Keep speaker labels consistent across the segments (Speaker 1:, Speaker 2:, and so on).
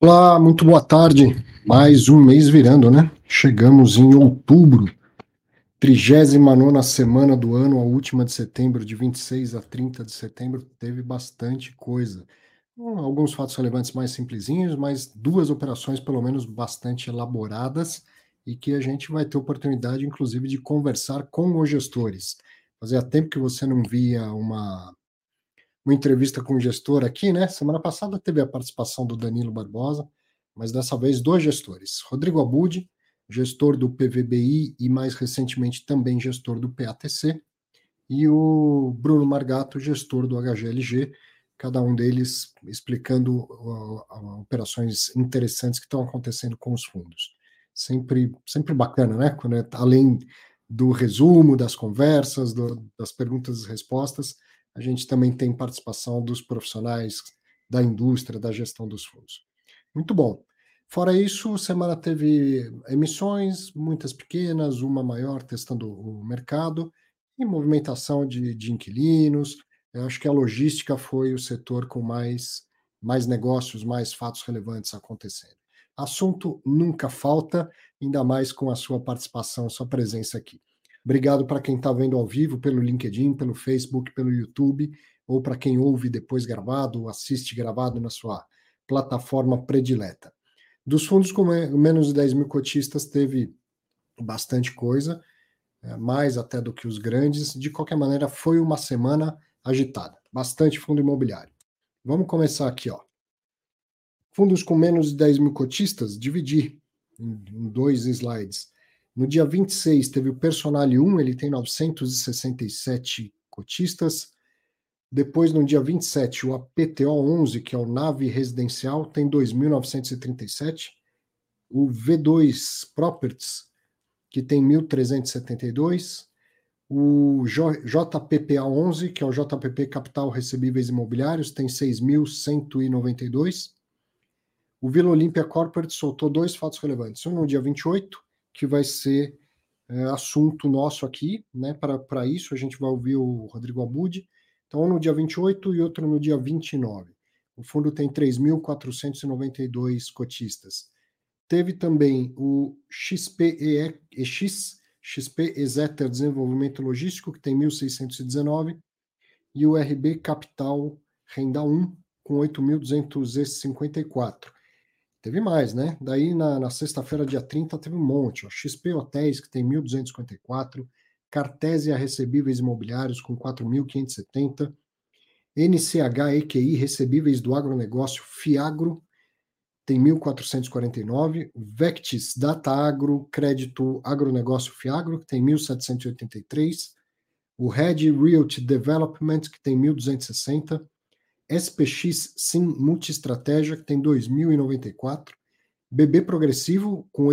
Speaker 1: Olá, muito boa tarde. Mais um mês virando, né? Chegamos em outubro, 39ª semana do ano, a última de setembro, de 26 a 30 de setembro, teve bastante coisa. Alguns fatos relevantes mais simplesinhos, mas duas operações pelo menos bastante elaboradas e que a gente vai ter oportunidade, inclusive, de conversar com os gestores. Fazia tempo que você não via uma entrevista com o gestor aqui, né? Semana passada teve a participação do Danilo Barbosa, mas dessa vez dois gestores. Rodrigo Abud, gestor do PVBI e mais recentemente também gestor do PATC, e o Bruno Margato, gestor do HGLG, cada um deles explicando operações interessantes que estão acontecendo com os fundos. Sempre bacana, né? Quando além do resumo, das conversas, das perguntas e respostas, a gente também tem participação dos profissionais da indústria, da gestão dos fundos. Muito bom. Fora isso, a semana teve emissões, muitas pequenas, uma maior, testando o mercado, e movimentação de inquilinos. Eu acho que a logística foi o setor com mais negócios, mais fatos relevantes acontecendo. Assunto nunca falta, ainda mais com a sua participação, sua presença aqui. Obrigado para quem está vendo ao vivo pelo LinkedIn, pelo Facebook, pelo YouTube, ou para quem ouve depois gravado, ou assiste gravado na sua plataforma predileta. Dos fundos com menos de 10 mil cotistas, teve bastante coisa, mais até do que os grandes. De qualquer maneira, foi uma semana agitada. Bastante fundo imobiliário. Vamos começar aqui, ó. Fundos com menos de 10 mil cotistas, dividir em dois slides. No dia 26 teve o Personale 1, ele tem 967 cotistas. Depois, no dia 27, o APTO 11, que é o Nave Residencial, tem 2.937. O V2 Properties, que tem 1.372. O JPPA 11, que é o JPP Capital Recebíveis Imobiliários, tem 6.192. O Vila Olímpia Corporate soltou dois fatos relevantes. Um no dia 28, que vai ser assunto nosso aqui, né? Para isso, a gente vai ouvir o Rodrigo Abud. Então, um no dia 28 e outro no dia 29. O fundo tem 3.492 cotistas. Teve também o XPEX, XP Exeter Desenvolvimento Logístico, que tem 1.619, e o RB Capital Renda 1, com 8.254. Teve mais, né? Daí na sexta-feira, dia 30, teve um monte. Ó. XP Hotéis, que tem 1.254, Cartésia Recebíveis Imobiliários, com 4.570, NCH EQI Recebíveis do Agronegócio Fiagro, tem 1.449, Vectis Data Agro Crédito Agronegócio Fiagro, que tem 1.783, o Red Realty Development, que tem 1.260, SPX Sim Multistratégia, que tem 2.094, BB Progressivo, com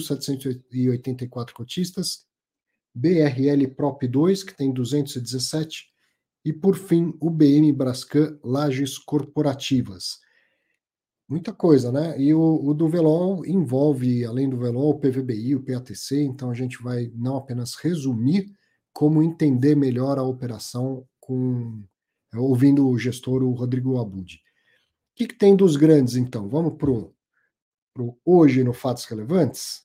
Speaker 1: 8.784 cotistas, BRL Prop 2, que tem 217, e, por fim, o BM Brascan Lajes Corporativas. Muita coisa, né? E o do Velol envolve, além do Velol, o PVBI, o PATC, então a gente vai não apenas resumir, como entender melhor a operação ouvindo o gestor, o Rodrigo Abud. O que tem dos grandes, então? Vamos pro hoje no Fatos Relevantes?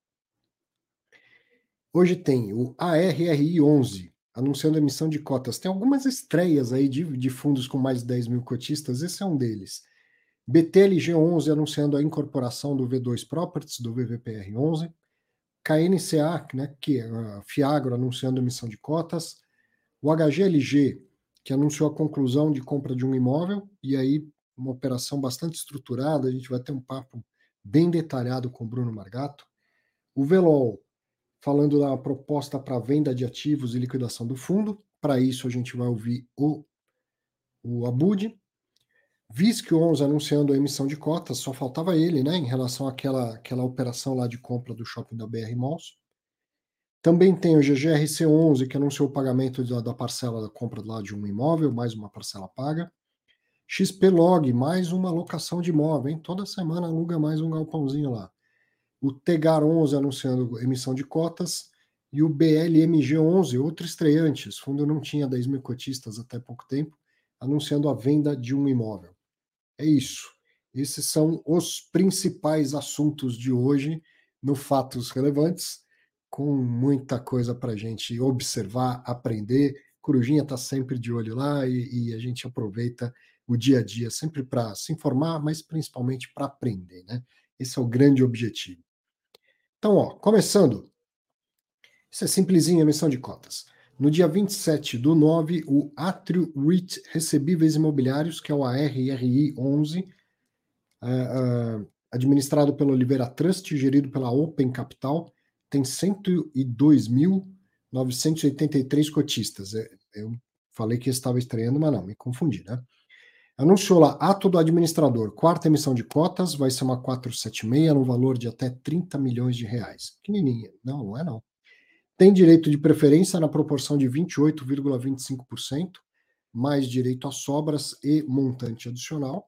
Speaker 1: Hoje tem o ARRI 11, anunciando a emissão de cotas. Tem algumas estreias aí de fundos com mais de 10 mil cotistas, esse é um deles. BTLG 11 anunciando a incorporação do V2 Properties, do VVPR 11. KNCA, né, que é a Fiagro, anunciando a emissão de cotas. O HGLG, que anunciou a conclusão de compra de um imóvel, e aí uma operação bastante estruturada, a gente vai ter um papo bem detalhado com o Bruno Margato. O Velol, falando da proposta para venda de ativos e liquidação do fundo. Para isso, a gente vai ouvir o Abud. VISC 11 anunciando a emissão de cotas, só faltava ele, né, em relação àquela operação lá de compra do shopping da BR Malls. Também tem o GGRC 11, que anunciou o pagamento da parcela da compra lá de um imóvel, mais uma parcela paga. XPlog, mais uma locação de imóvel, hein? Toda semana aluga mais um galpãozinho lá. O Tegar 11 anunciando emissão de cotas. E o BLMG 11, outro estreante. Esse fundo não tinha 10 mil cotistas até pouco tempo, anunciando a venda de um imóvel. É isso. Esses são os principais assuntos de hoje no Fatos Relevantes, com muita coisa para a gente observar, aprender. Corujinha está sempre de olho lá e a gente aproveita o dia a dia sempre para se informar, mas principalmente para aprender, né? Esse é o grande objetivo. Então, ó, começando, isso é simplesinho, emissão de cotas. No dia 27/9, o Atrio REIT Recebíveis Imobiliários, que é o ARRI 11, administrado pela Oliveira Trust e gerido pela Open Capital, tem 102.983 cotistas. Eu falei que estava estreando, mas não, me confundi, né? Anunciou lá, ato do administrador, quarta emissão de cotas, vai ser uma 476 no valor de até 30 milhões de reais. Pequenininha. Não, não é não. Tem direito de preferência na proporção de 28,25%, mais direito a sobras e montante adicional.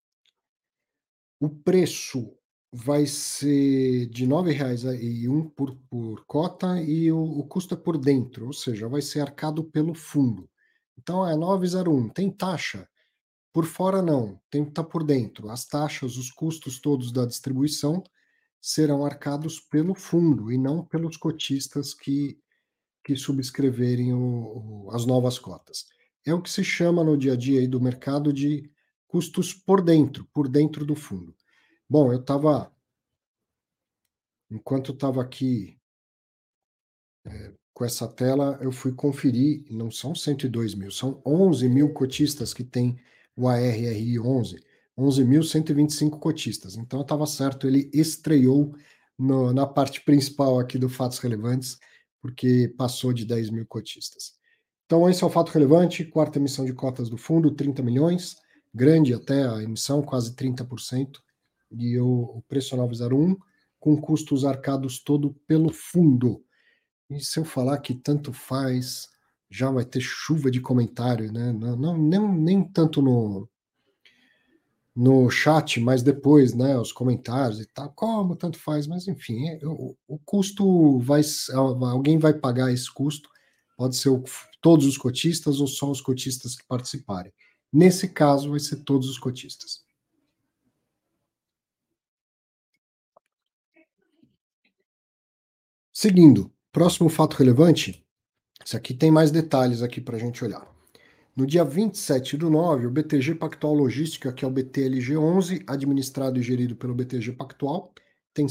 Speaker 1: O preço vai ser de R$ 9,01 por cota e o custo é por dentro, ou seja, vai ser arcado pelo fundo. Então é 901. Tem taxa? Por fora não, tem que estar por dentro. As taxas, os custos todos da distribuição serão arcados pelo fundo e não pelos cotistas que subscreverem as novas cotas. É o que se chama no dia a dia aí do mercado de custos por dentro do fundo. Bom, enquanto eu estava aqui com essa tela, eu fui conferir, não são 102 mil, são 11 mil cotistas que tem o ARRI 11, 11.125 cotistas. Então estava certo, ele estreou na parte principal aqui do Fatos Relevantes, porque passou de 10 mil cotistas. Então esse é o fato relevante, quarta emissão de cotas do fundo, 30 milhões, grande até a emissão, quase 30%, e o preço é 901, com custos arcados todo pelo fundo. E se eu falar que tanto faz, já vai ter chuva de comentário, né? Não, nem tanto no chat, mas depois, né? Os comentários e tal, como tanto faz, mas enfim, o custo alguém vai pagar esse custo, pode ser todos os cotistas ou só os cotistas que participarem. Nesse caso, vai ser todos os cotistas. Seguindo, próximo fato relevante, esse aqui tem mais detalhes aqui para a gente olhar. No dia 27/9, o BTG Pactual Logística, que é o BTLG 11, administrado e gerido pelo BTG Pactual, tem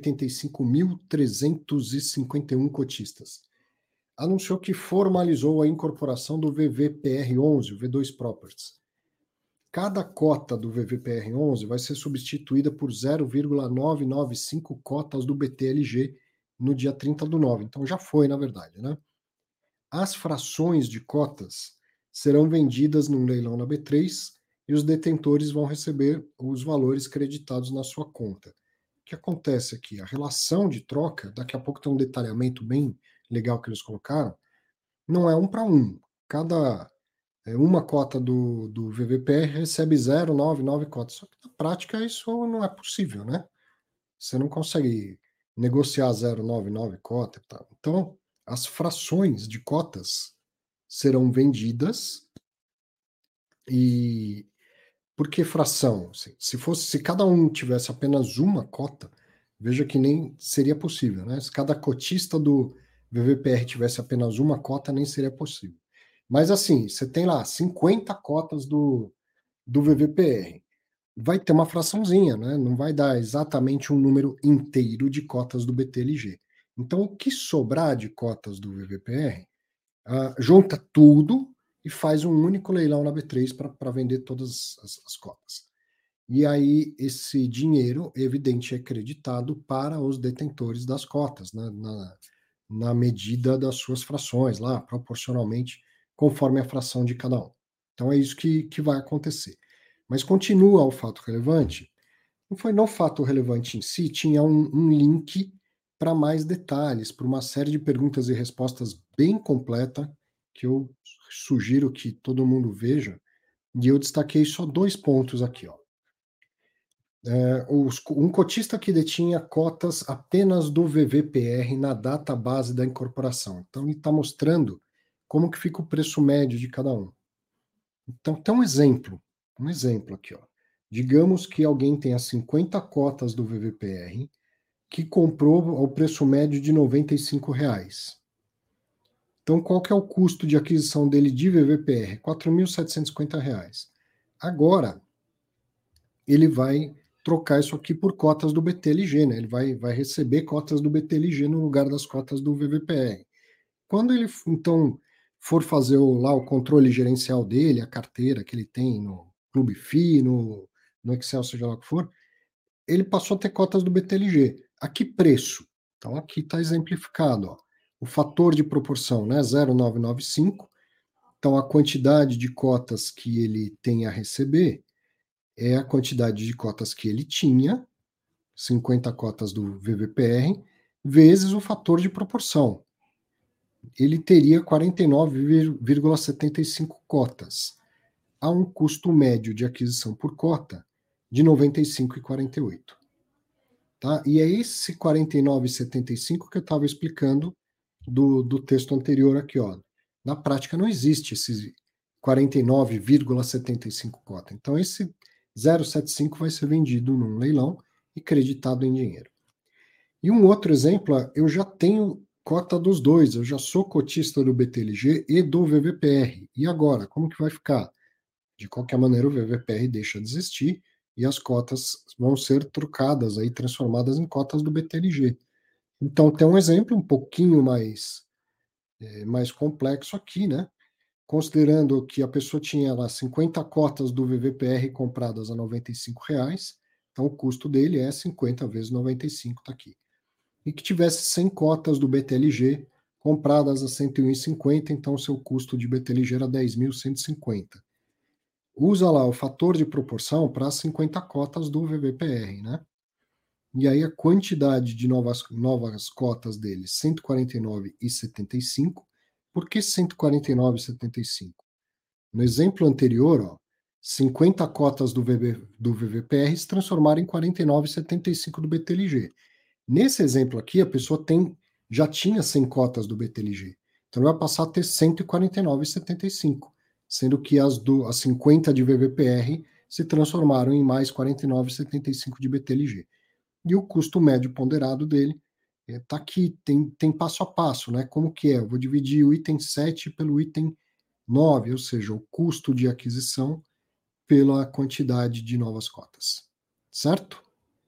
Speaker 1: 185.351 cotistas. Anunciou que formalizou a incorporação do VVPR11, o V2 Properties. Cada cota do VVPR11 vai ser substituída por 0,995 cotas do BTLG no dia 30/9. Então já foi, na verdade, né? As frações de cotas serão vendidas num leilão na B3 e os detentores vão receber os valores creditados na sua conta. O que acontece aqui? A relação de troca, daqui a pouco tem um detalhamento bem legal que eles colocaram, não é 1 para 1. Uma cota do VVPR recebe 0,99 cotas. Só que na prática isso não é possível, né? Você não consegue negociar 0,99 cota e tal. Então, as frações de cotas serão vendidas e por que fração? Se cada um tivesse apenas uma cota, veja que nem seria possível, né? Se cada cotista do VVPR tivesse apenas uma cota, nem seria possível. Mas assim, você tem lá 50 cotas do VVPR. Vai ter uma fraçãozinha, né? Não vai dar exatamente um número inteiro de cotas do BTLG. Então, o que sobrar de cotas do VVPR, junta tudo e faz um único leilão na B3 para vender todas as cotas. E aí, esse dinheiro, evidente, é creditado para os detentores das cotas, né? Na medida das suas frações, lá, proporcionalmente, conforme a fração de cada um. Então, é isso que vai acontecer. Mas continua o fato relevante. Não foi no fato relevante em si, tinha um link para mais detalhes, para uma série de perguntas e respostas bem completa, que eu sugiro que todo mundo veja, e eu destaquei só 2 pontos aqui. Ó. Um cotista que detinha cotas apenas do VVPR na data base da incorporação. Então, ele está mostrando como que fica o preço médio de cada um. Então, tem um exemplo aqui. Ó. Digamos que alguém tenha 50 cotas do VVPR que comprou ao preço médio de R$ 95. Então, qual que é o custo de aquisição dele de VVPR? R$ 4.750. Agora, ele vai trocar isso aqui por cotas do BTLG, né? Ele vai receber cotas do BTLG no lugar das cotas do VVPR. Quando ele, então, for fazer lá o controle gerencial dele, a carteira que ele tem no Clube FI, no Excel, seja lá o que for, ele passou a ter cotas do BTLG. A que preço? Então, aqui está exemplificado. Ó. O fator de proporção, né, 0,995. Então, a quantidade de cotas que ele tem a receber é a quantidade de cotas que ele tinha, 50 cotas do VVPR, vezes o fator de proporção. Ele teria 49,75 cotas, a um custo médio de aquisição por cota de R$ 95,48. Tá? E é esse 49,75 que eu estava explicando do texto anterior aqui. Ó. Na prática, não existe esse 49,75 cota. Então, esse 0,75 vai ser vendido num leilão e creditado em dinheiro. E um outro exemplo, eu já tenho cota dos dois, eu já sou cotista do BTLG e do VVPR. E agora, como que vai ficar? De qualquer maneira, o VVPR deixa de existir e as cotas vão ser trocadas, aí, transformadas em cotas do BTLG. Então, tem um exemplo um pouquinho mais complexo aqui, né? Considerando que a pessoa tinha lá 50 cotas do VVPR compradas a R$ 95, então o custo dele é 50 vezes 95, está aqui. E que tivesse 100 cotas do BTLG compradas a R$ 101,50, então o seu custo de BTLG era 10.150. Usa lá o fator de proporção para as 50 cotas do VVPR, né? E aí a quantidade de novas cotas dele, 149,75. Por que 149,75? No exemplo anterior, ó, 50 cotas do VVPR se transformaram em 49,75 do BTLG. Nesse exemplo aqui, a pessoa já tinha 100 cotas do BTLG. Então, vai passar a ter 149,75, sendo que as 50 de VVPR se transformaram em mais 49,75 de BTLG. E o custo médio ponderado dele está aqui, tem passo a passo, né? Como que é? Eu vou dividir o item 7 pelo item 9, ou seja, o custo de aquisição pela quantidade de novas cotas. Certo?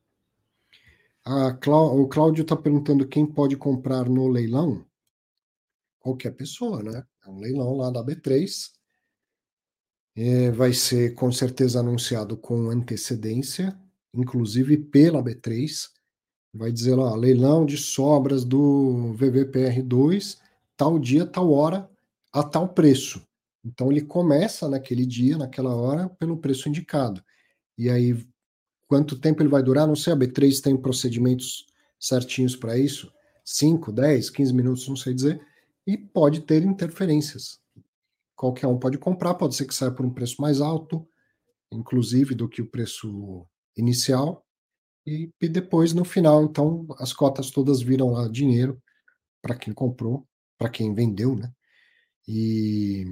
Speaker 1: O Cláudio está perguntando quem pode comprar no leilão. Qualquer pessoa, né? É um leilão lá da B3. Vai ser com certeza anunciado com antecedência, inclusive pela B3. Vai dizer lá, leilão de sobras do VVPR2, tal dia, tal hora, a tal preço. Então ele começa naquele dia, naquela hora, pelo preço indicado. E aí, quanto tempo ele vai durar? Não sei, a B3 tem procedimentos certinhos para isso, 5, 10, 15 minutos, não sei dizer, e pode ter interferências. Qualquer um pode comprar, pode ser que saia por um preço mais alto, inclusive do que o preço inicial, e depois, no final, então, as cotas todas viram lá dinheiro para quem comprou, para quem vendeu, né? E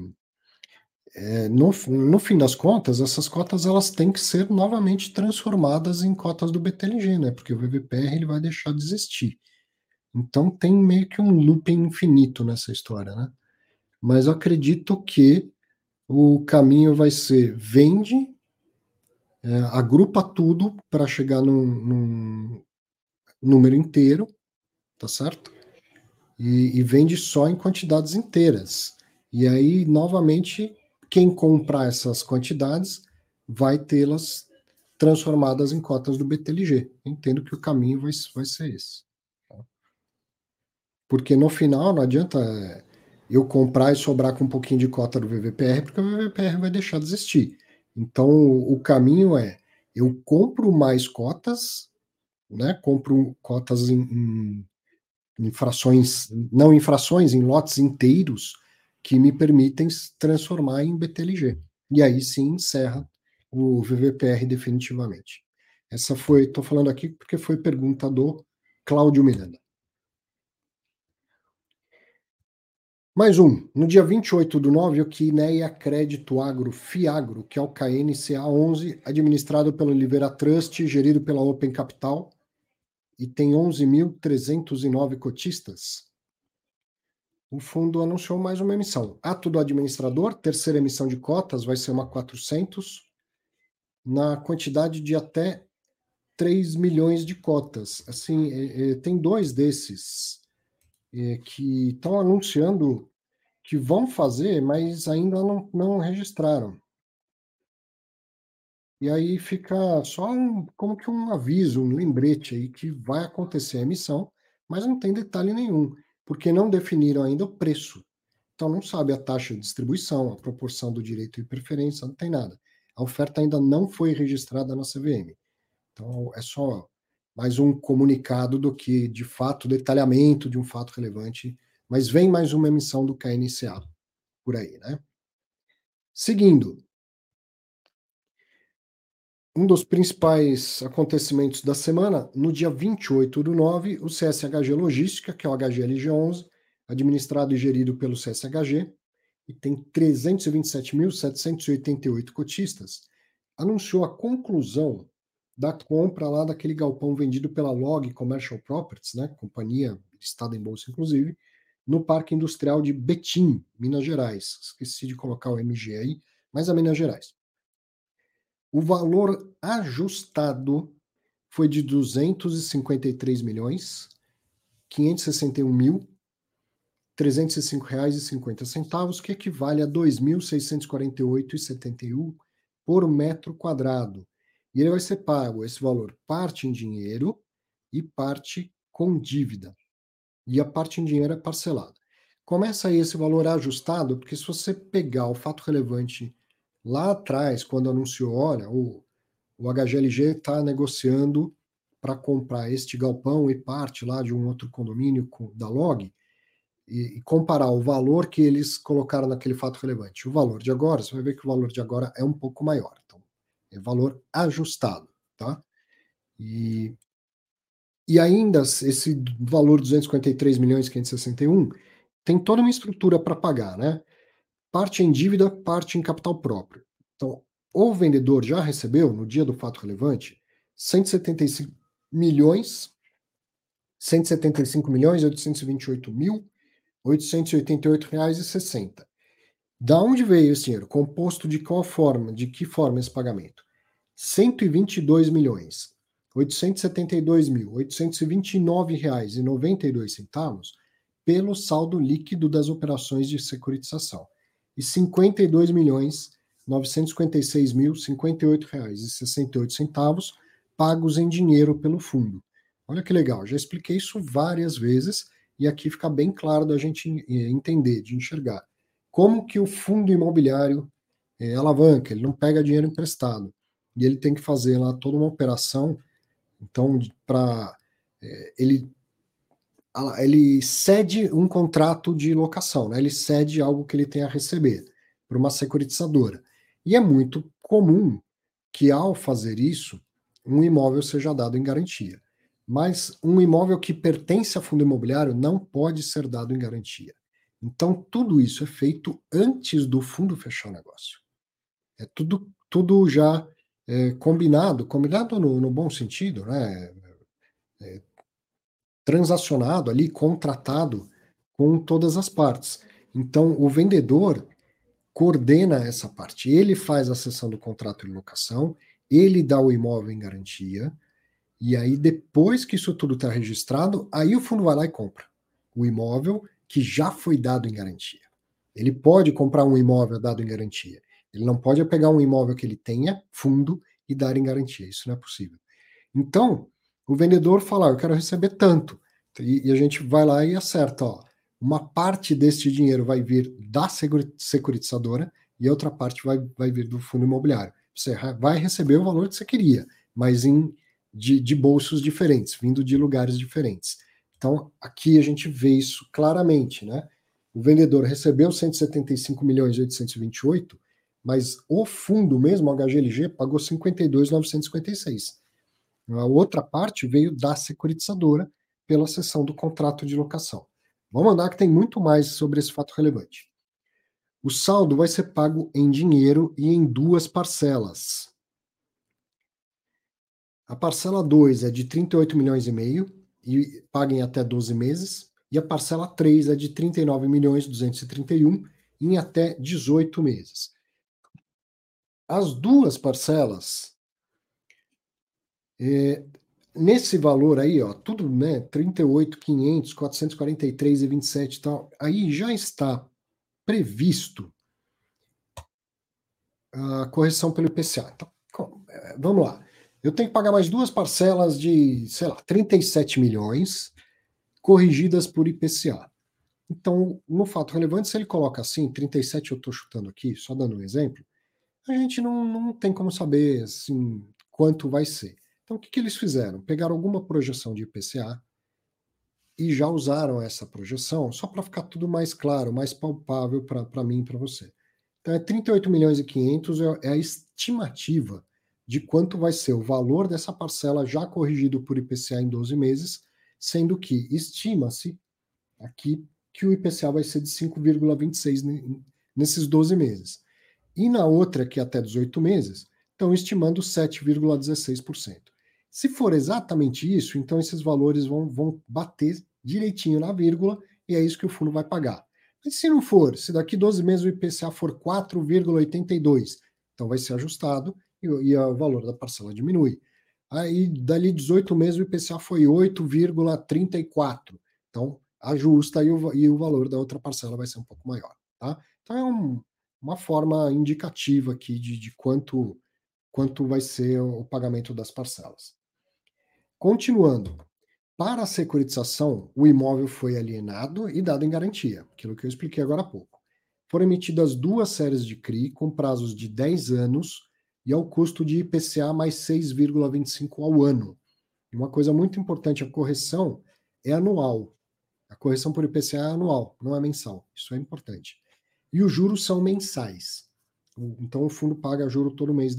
Speaker 1: no fim das contas, essas cotas elas têm que ser novamente transformadas em cotas do BTLG, né? Porque o VVPR ele vai deixar de existir. Então tem meio que um looping infinito nessa história, né? Mas eu acredito que o caminho vai ser vende, agrupa tudo para chegar num número inteiro, tá certo? E vende só em quantidades inteiras. E aí, novamente, quem comprar essas quantidades vai tê-las transformadas em cotas do BTLG. Entendo que o caminho vai ser esse. Porque no final não adianta eu comprar e sobrar com um pouquinho de cota do VVPR, porque o VVPR vai deixar de existir. Então, o caminho é eu compro mais cotas, né? Compro cotas em frações, não em frações, em lotes inteiros que me permitem transformar em BTLG. E aí sim encerra o VVPR definitivamente. Essa foi, estou falando aqui porque foi pergunta do Cláudio Miranda. Mais um, no dia 28/9, o Quineia Crédito Agro Fiagro, que é o KNCA 11, administrado pelo Livera Trust, gerido pela Open Capital, e tem 11.309 cotistas. O fundo anunciou mais uma emissão. Ato do administrador, terceira emissão de cotas, vai ser uma 400, na quantidade de até 3 milhões de cotas. Assim, tem dois desses que estão anunciando que vão fazer, mas ainda não registraram. E aí fica só como que um aviso, um lembrete aí que vai acontecer a emissão, mas não tem detalhe nenhum, porque não definiram ainda o preço. Então não sabe a taxa de distribuição, a proporção do direito de preferência, não tem nada. A oferta ainda não foi registrada na CVM. Então é só mais um comunicado do que, de fato, detalhamento de um fato relevante, mas vem mais uma emissão do KNCA por aí, né? Seguindo, um dos principais acontecimentos da semana, no dia 28/9, o CSHG Logística, que é o HGLG11, administrado e gerido pelo CSHG, e tem 327.788 cotistas, anunciou a conclusão da compra lá daquele galpão vendido pela Log Commercial Properties, né, companhia listada em bolsa inclusive, no Parque Industrial de Betim, Minas Gerais. Esqueci de colocar o MG aí, mas é Minas Gerais. O valor ajustado foi de 253 milhões, 561 mil, R$ 305,50, que equivale a 2.648,71 por metro quadrado. E ele vai ser pago, esse valor, parte em dinheiro e parte com dívida. E a parte em dinheiro é parcelada. Começa aí esse valor ajustado, porque se você pegar o fato relevante lá atrás, quando anunciou, olha, o HGLG está negociando para comprar este galpão e parte lá de um outro condomínio da Log, e comparar o valor que eles colocaram naquele fato relevante, o valor de agora, você vai ver que o valor de agora é um pouco maior. Então, é valor ajustado, tá? E ainda esse valor 253.561 tem toda uma estrutura para pagar, né? Parte em dívida, parte em capital próprio. Então, o vendedor já recebeu, no dia do fato relevante, 175 milhões, 175.828.888,60. Da onde veio esse dinheiro? Composto de qual forma? De que forma esse pagamento? 122.872.829,92 pelo saldo líquido das operações de securitização e 52.956.058,68 pagos em dinheiro pelo fundo. Olha que legal, já expliquei isso várias vezes e aqui fica bem claro da gente entender, de enxergar. Como que o fundo imobiliário alavanca, ele não pega dinheiro emprestado. E ele tem que fazer lá toda uma operação, então, para ele cede um contrato de locação, né? Ele cede algo que ele tem a receber para uma securitizadora. E é muito comum que, ao fazer isso, um imóvel seja dado em garantia. Mas um imóvel que pertence a fundo imobiliário não pode ser dado em garantia. Então, tudo isso é feito antes do fundo fechar o negócio. É tudo já combinado no bom sentido, né? Transacionado ali, contratado com todas as partes. Então, o vendedor coordena essa parte. Ele faz a cessão do contrato de locação, ele dá o imóvel em garantia, e aí, depois que isso tudo está registrado, aí o fundo vai lá e compra o imóvel que já foi dado em garantia. Ele pode comprar um imóvel dado em garantia. Ele não pode pegar um imóvel que ele tenha, fundo, e dar em garantia. Isso não é possível. Então, o vendedor fala, eu quero receber tanto. E a gente vai lá e acerta, ó, uma parte deste dinheiro vai vir da securitizadora e a outra parte vai vir do fundo imobiliário. Você vai receber o valor que você queria, mas de bolsos diferentes, vindo de lugares diferentes. Então, aqui a gente vê isso claramente, né? O vendedor recebeu 175.828, mas o fundo mesmo, o HGLG, pagou 52.956. A outra parte veio da securitizadora pela cessão do contrato de locação. Vamos andar que tem muito mais sobre esse fato relevante. O saldo vai ser pago em dinheiro e em duas parcelas. A parcela 2 é de 38 milhões e meio e paga em até 12 meses, e a parcela 3 é de 39 milhões 231 em até 18 meses. As duas parcelas, nesse valor aí, ó, tudo, né, 38.500, 443,27 e tal, aí já está previsto a correção pelo IPCA. Então, vamos lá. Eu tenho que pagar mais duas parcelas de, sei lá, 37 milhões corrigidas por IPCA. Então, no fato relevante, se ele coloca assim, 37 eu estou chutando aqui, só dando um exemplo, a gente não tem como saber assim, quanto vai ser. Então, o que eles fizeram? Pegaram alguma projeção de IPCA e já usaram essa projeção só para ficar tudo mais claro, mais palpável para mim e para você. Então, é 38 milhões e 500 é a estimativa de quanto vai ser o valor dessa parcela já corrigido por IPCA em 12 meses, sendo que estima-se aqui que o IPCA vai ser de 5,26 nesses 12 meses. E na outra, que é até 18 meses, estão estimando 7,16%. Se for exatamente isso, então esses valores vão bater direitinho na vírgula e é isso que o fundo vai pagar. Mas se não for, se daqui 12 meses o IPCA for 4,82, então vai ser ajustado e o valor da parcela diminui. Aí, dali 18 meses, o IPCA foi 8,34. Então, ajusta e o valor da outra parcela vai ser um pouco maior. Tá? Então, é uma forma indicativa aqui de quanto vai ser o pagamento das parcelas. Continuando, para a securitização, o imóvel foi alienado e dado em garantia, aquilo que eu expliquei agora há pouco. Foram emitidas duas séries de CRI com prazos de 10 anos e ao custo de IPCA mais 6,25 ao ano. E uma coisa muito importante, a correção é anual. A correção por IPCA é anual, não é mensal. Isso é importante. E os juros são mensais. Então o fundo paga juro todo mês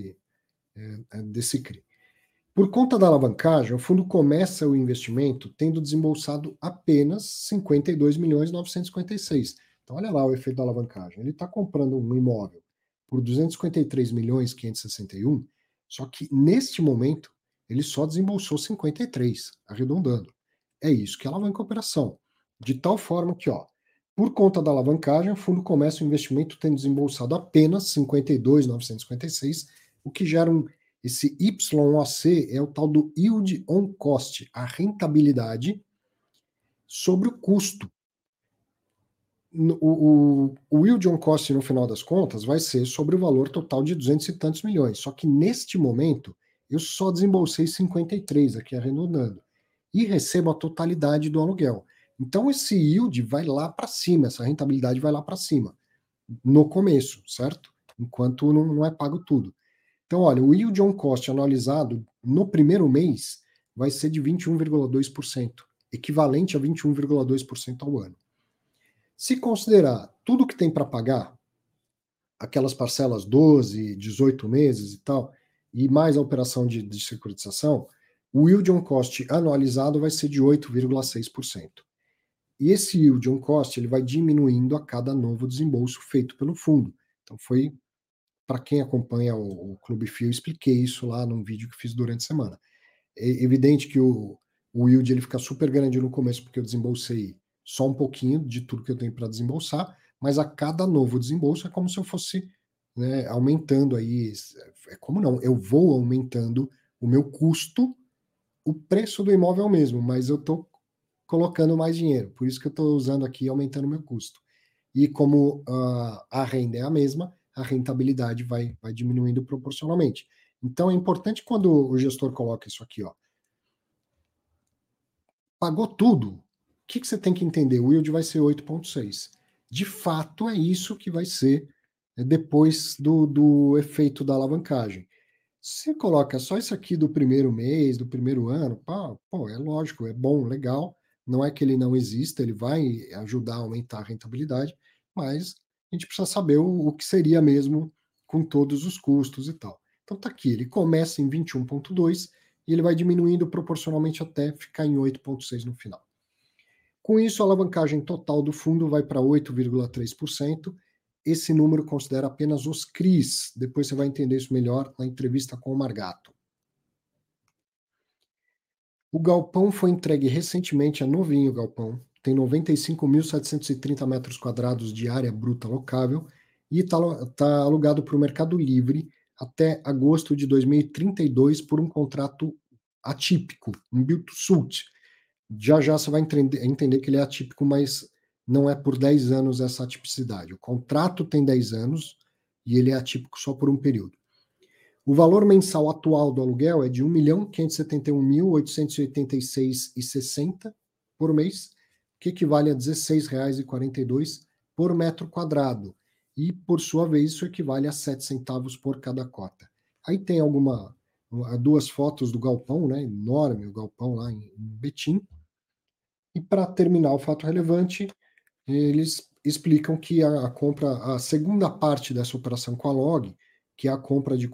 Speaker 1: desse CRI. Por conta da alavancagem, o fundo começa o investimento tendo desembolsado apenas 52 milhões 956. Então olha lá o efeito da alavancagem. Ele está comprando um imóvel por 253 milhões 561, só que neste momento ele só desembolsou 53, arredondando. É isso que alavanca a operação. De tal forma que, ó, por conta da alavancagem, o fundo começa o investimento tendo desembolsado apenas 52.956, o que gera esse YOC é o tal do yield on cost, a rentabilidade sobre o custo. O yield on cost, no final das contas, vai ser sobre o valor total de 200 e tantos milhões. Só que neste momento, eu só desembolsei 53, aqui arredondando, e recebo a totalidade do aluguel. Então, esse yield vai lá para cima, essa rentabilidade vai lá para cima, no começo, certo? Enquanto não é pago tudo. Então, olha, o yield on cost anualizado no primeiro mês vai ser de 21,2%, equivalente a 21,2% ao ano. Se considerar tudo que tem para pagar, aquelas parcelas 12, 18 meses e tal, e mais a operação de securitização, o yield on cost anualizado vai ser de 8,6%. E esse yield on cost ele vai diminuindo a cada novo desembolso feito pelo fundo. Então foi, para quem acompanha o Clube FII, eu expliquei isso lá num vídeo que fiz durante a semana. É evidente que o yield ele fica super grande no começo, porque eu desembolsei só um pouquinho de tudo que eu tenho para desembolsar, mas a cada novo desembolso é como se eu fosse, né, aumentando aí. É como não, eu vou aumentando o meu custo, o preço do imóvel é o mesmo, mas eu estou colocando mais dinheiro, por isso que eu estou usando aqui aumentando o meu custo. E como a renda é a mesma, a rentabilidade vai diminuindo proporcionalmente. Então é importante quando o gestor coloca isso aqui, ó, pagou tudo, o que você tem que entender? O yield vai ser 8,6. De fato, é isso que vai ser depois do efeito da alavancagem. Se coloca só isso aqui do primeiro mês, do primeiro ano, pô, é lógico, é bom, legal. Não é que ele não exista, ele vai ajudar a aumentar a rentabilidade, mas a gente precisa saber o que seria mesmo com todos os custos e tal. Então tá aqui, ele começa em 21,2 e ele vai diminuindo proporcionalmente até ficar em 8,6 no final. Com isso, a alavancagem total do fundo vai para 8,3%. Esse número considera apenas os CRIs. Depois você vai entender isso melhor na entrevista com o Margato. O galpão foi entregue recentemente, é novinho o galpão, tem 95.730 metros quadrados de área bruta locável e está alugado para o Mercado Livre até agosto de 2032 por um contrato atípico, um build-to-suit. Já já você vai entender que ele é atípico, mas não é por 10 anos essa atipicidade. O contrato tem 10 anos e ele é atípico só por um período. O valor mensal atual do aluguel é de R$ 1.571.886,60 por mês, que equivale a R$ 16,42 por metro quadrado. E, por sua vez, isso equivale a 7 centavos por cada cota. Aí tem duas fotos do galpão, né? Enorme o galpão lá em Betim. E para terminar o fato relevante, eles explicam que a segunda parte dessa operação com a Log, que é a compra de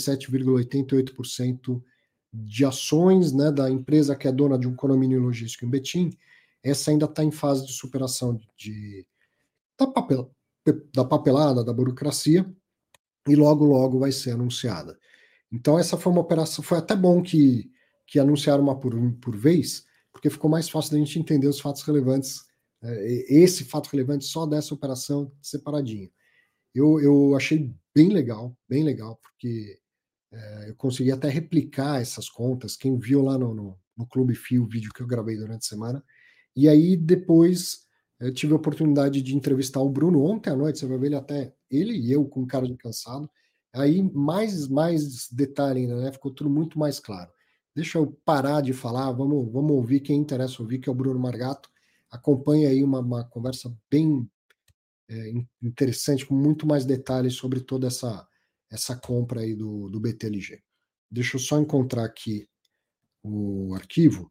Speaker 1: 47,88% de ações, né, da empresa que é dona de um condomínio logístico em Betim, essa ainda está em fase de superação da, da papelada, da burocracia, e logo vai ser anunciada. Então essa foi uma operação, foi até bom que anunciaram uma por vez, porque ficou mais fácil da gente entender os fatos relevantes, esse fato relevante só dessa operação separadinho. Eu achei bem legal, porque eu consegui até replicar essas contas, quem viu lá no Clube Fio o vídeo que eu gravei durante a semana, e aí depois eu tive a oportunidade de entrevistar o Bruno ontem à noite, você vai ver ele e eu com cara de cansado, aí mais detalhe ainda, né? Ficou tudo muito mais claro. Deixa eu parar de falar, vamos ouvir quem interessa ouvir, que é o Bruno Margato. Acompanha aí uma conversa bem interessante, com muito mais detalhes sobre toda essa compra aí do BTLG. Deixa eu só encontrar aqui o arquivo.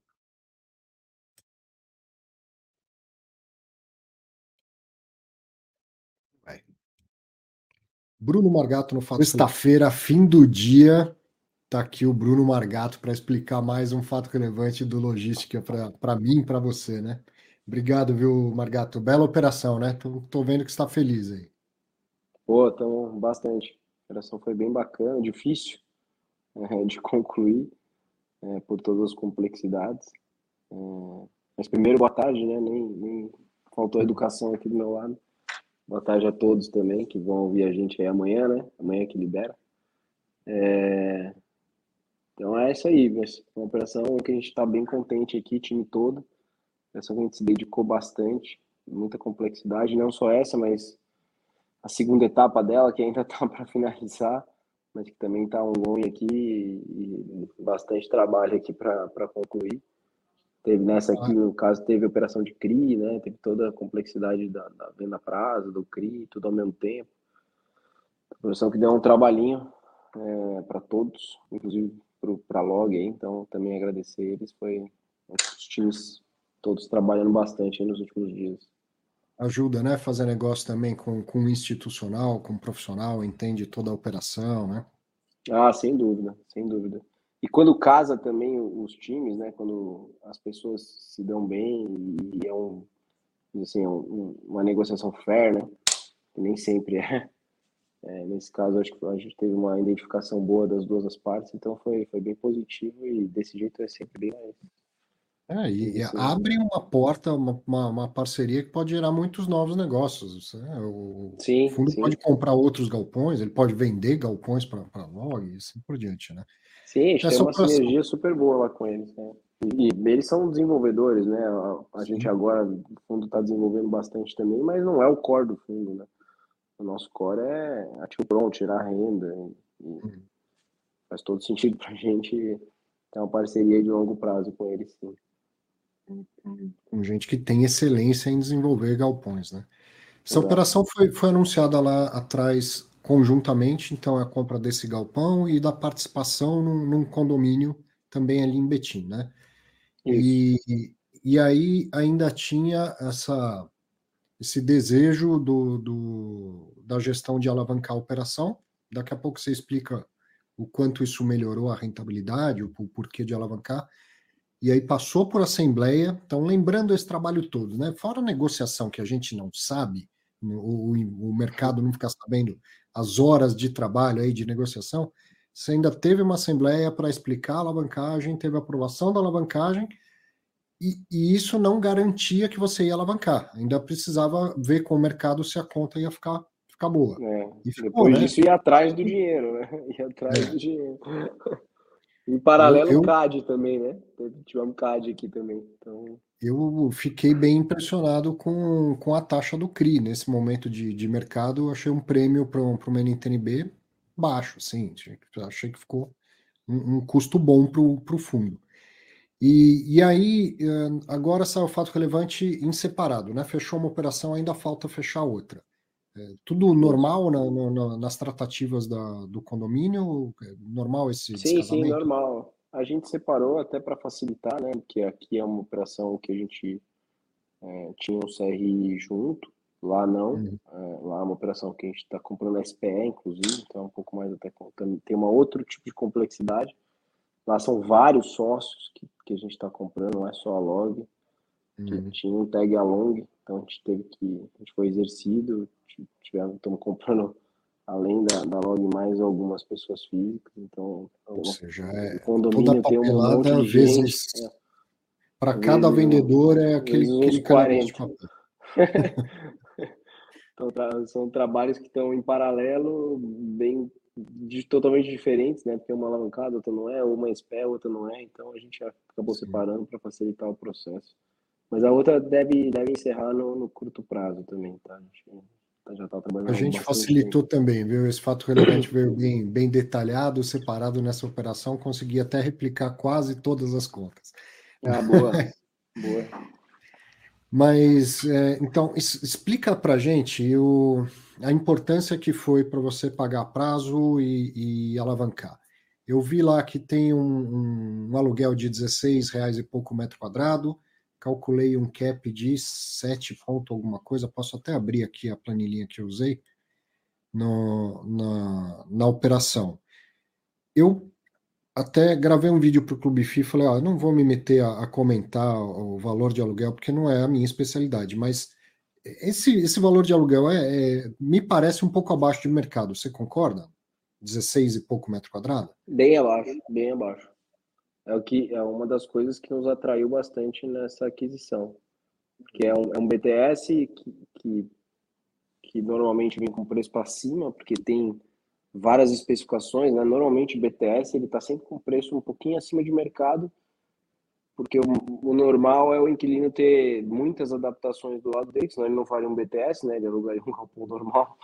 Speaker 1: Vai. Bruno Margato no Fato Sexta-feira, fim do dia, tá aqui o Bruno Margato para explicar mais um fato relevante do logística para mim e para você, né? Obrigado, viu, Margato? Bela operação, né? Tô vendo que está feliz aí.
Speaker 2: Pô, então, bastante. A operação foi bem bacana, difícil de concluir, por todas as complexidades. Mas primeiro, boa tarde, né? Nem faltou educação aqui do meu lado. Boa tarde a todos também que vão ouvir a gente aí amanhã, né? Amanhã que libera. Então é isso aí, mas uma operação que a gente está bem contente aqui, time todo. Operação que a gente se dedicou bastante, muita complexidade, não só essa, mas a segunda etapa dela, que ainda está para finalizar, mas que também está ongoing aqui e bastante trabalho aqui para concluir. Teve nessa aqui, no caso, teve operação de CRI, né? Teve toda a complexidade da venda a prazo, do CRI, tudo ao mesmo tempo. Operação que deu um trabalhinho para todos, inclusive para a Log aí, então também agradecer eles, foi os times todos trabalhando bastante aí nos últimos dias.
Speaker 1: Ajuda, né? Fazer negócio também com um institucional, com um profissional, entende toda a operação, né?
Speaker 2: Ah, sem dúvida, sem dúvida. E quando casa também os times, né? Quando as pessoas se dão bem e é assim, uma negociação fair, né? Que nem sempre é. Nesse caso, acho que a gente teve uma identificação boa das duas as partes, então foi bem positivo e desse jeito é sempre bem mais.
Speaker 1: E
Speaker 2: Assim,
Speaker 1: abre uma porta, uma parceria que pode gerar muitos novos negócios, né? O
Speaker 2: sim,
Speaker 1: fundo pode
Speaker 2: sim.
Speaker 1: comprar outros galpões, ele pode vender galpões para a log e assim por diante, né?
Speaker 2: Sim, a gente tem
Speaker 1: Essa
Speaker 2: uma
Speaker 1: operação,
Speaker 2: sinergia super boa lá com eles, né? E eles são desenvolvedores, né? A gente
Speaker 1: sim,
Speaker 2: agora, o fundo está desenvolvendo bastante também, mas não é o core do fundo, né? O nosso core é ativo pronto, tirar renda. E faz todo sentido para a gente ter uma parceria de longo prazo com eles, sim.
Speaker 1: com gente que tem excelência em desenvolver galpões, né? Essa
Speaker 2: Exato.
Speaker 1: operação foi anunciada lá atrás conjuntamente, então é a compra desse galpão e da participação num condomínio também ali em Betim, né?
Speaker 2: Isso.
Speaker 1: E aí ainda tinha esse desejo da gestão de alavancar a operação. Daqui a pouco você explica o quanto isso melhorou a rentabilidade, o porquê de alavancar. e aí passou por assembleia. Então, lembrando esse trabalho todo, né? Fora a negociação que a gente não sabe, o mercado não fica sabendo as horas de trabalho aí de negociação, você ainda teve uma assembleia para explicar a alavancagem, teve a aprovação da alavancagem, e isso não garantia que você ia alavancar. Ainda precisava ver com o mercado se a conta ia ficar boa. E ficou,
Speaker 2: Depois
Speaker 1: né?
Speaker 2: disso, ir atrás do dinheiro, né? Ir atrás do
Speaker 1: É,
Speaker 2: dinheiro. Em
Speaker 1: eu,
Speaker 2: paralelo, o
Speaker 1: eu,
Speaker 2: CAD também, né? Tivemos CAD aqui também. Então,
Speaker 1: eu fiquei bem impressionado com a taxa do CRI. Nesse momento de mercado, eu achei um prêmio para uma NTNB baixo, assim. Achei que ficou um custo bom para o fundo. E aí, agora sai o fato relevante em separado, né? Fechou uma operação, ainda falta fechar outra. Tudo
Speaker 2: isso.
Speaker 1: normal nas tratativas do condomínio? Normal esse
Speaker 2: Sim,
Speaker 1: descasamento?
Speaker 2: normal. A gente separou até para facilitar, né? Porque aqui é uma operação que a gente tinha um CRI junto, lá não.
Speaker 1: Uhum,
Speaker 2: Lá é uma operação que a gente está comprando SPE, inclusive, então é um pouco mais até tem uma outro tipo de complexidade. Lá são vários sócios que a gente está comprando, não é só a Log.
Speaker 1: uhum.
Speaker 2: Tinha um tag along, então a gente teve que. A gente foi exercido, estamos comprando, além da Log, mais algumas pessoas físicas, então
Speaker 1: Ou seja,
Speaker 2: o
Speaker 1: toda a
Speaker 2: condomínio tem um monte
Speaker 1: papelada
Speaker 2: de gente,
Speaker 1: para cada
Speaker 2: vezes,
Speaker 1: vendedor é
Speaker 2: vezes uns
Speaker 1: aquele caneco de
Speaker 2: 40.
Speaker 1: papel.
Speaker 2: Então, são trabalhos que estão em paralelo, bem totalmente diferentes, né? Porque uma alavancada, outra não é, uma é SPE, outra não é, então a gente acabou
Speaker 1: Sim.
Speaker 2: separando para facilitar o processo. Mas a outra deve encerrar no curto prazo também, tá? A gente já está
Speaker 1: A
Speaker 2: trabalhando há
Speaker 1: gente
Speaker 2: bastante tempo.
Speaker 1: facilitou também, viu? Esse fato relevante veio bem detalhado, separado nessa operação, consegui até replicar quase todas as contas.
Speaker 2: Ah, boa, boa.
Speaker 1: Mas, então, explica para a gente a importância que foi para você pagar prazo e alavancar. Eu vi lá que tem um aluguel de R$ 16 e pouco metro quadrado, calculei um cap de 7 ponto alguma coisa, posso até abrir aqui a planilhinha que eu usei na operação. Eu até gravei um vídeo para o Clube FI e falei, ó, eu não vou me meter a comentar o valor de aluguel, porque não é a minha especialidade, mas esse valor de aluguel me parece um pouco abaixo de mercado, você concorda? 16 e pouco metro quadrado?
Speaker 2: Bem abaixo, bem abaixo. É uma das coisas que nos atraiu bastante nessa aquisição, que é um BTS que normalmente vem com preço para cima, porque tem várias especificações, né? Normalmente o BTS ele está sempre com preço um pouquinho acima de mercado, porque o normal é o inquilino ter muitas adaptações do lado dele, senão ele não faria um BTS, né? Ele alugaria um galpão normal,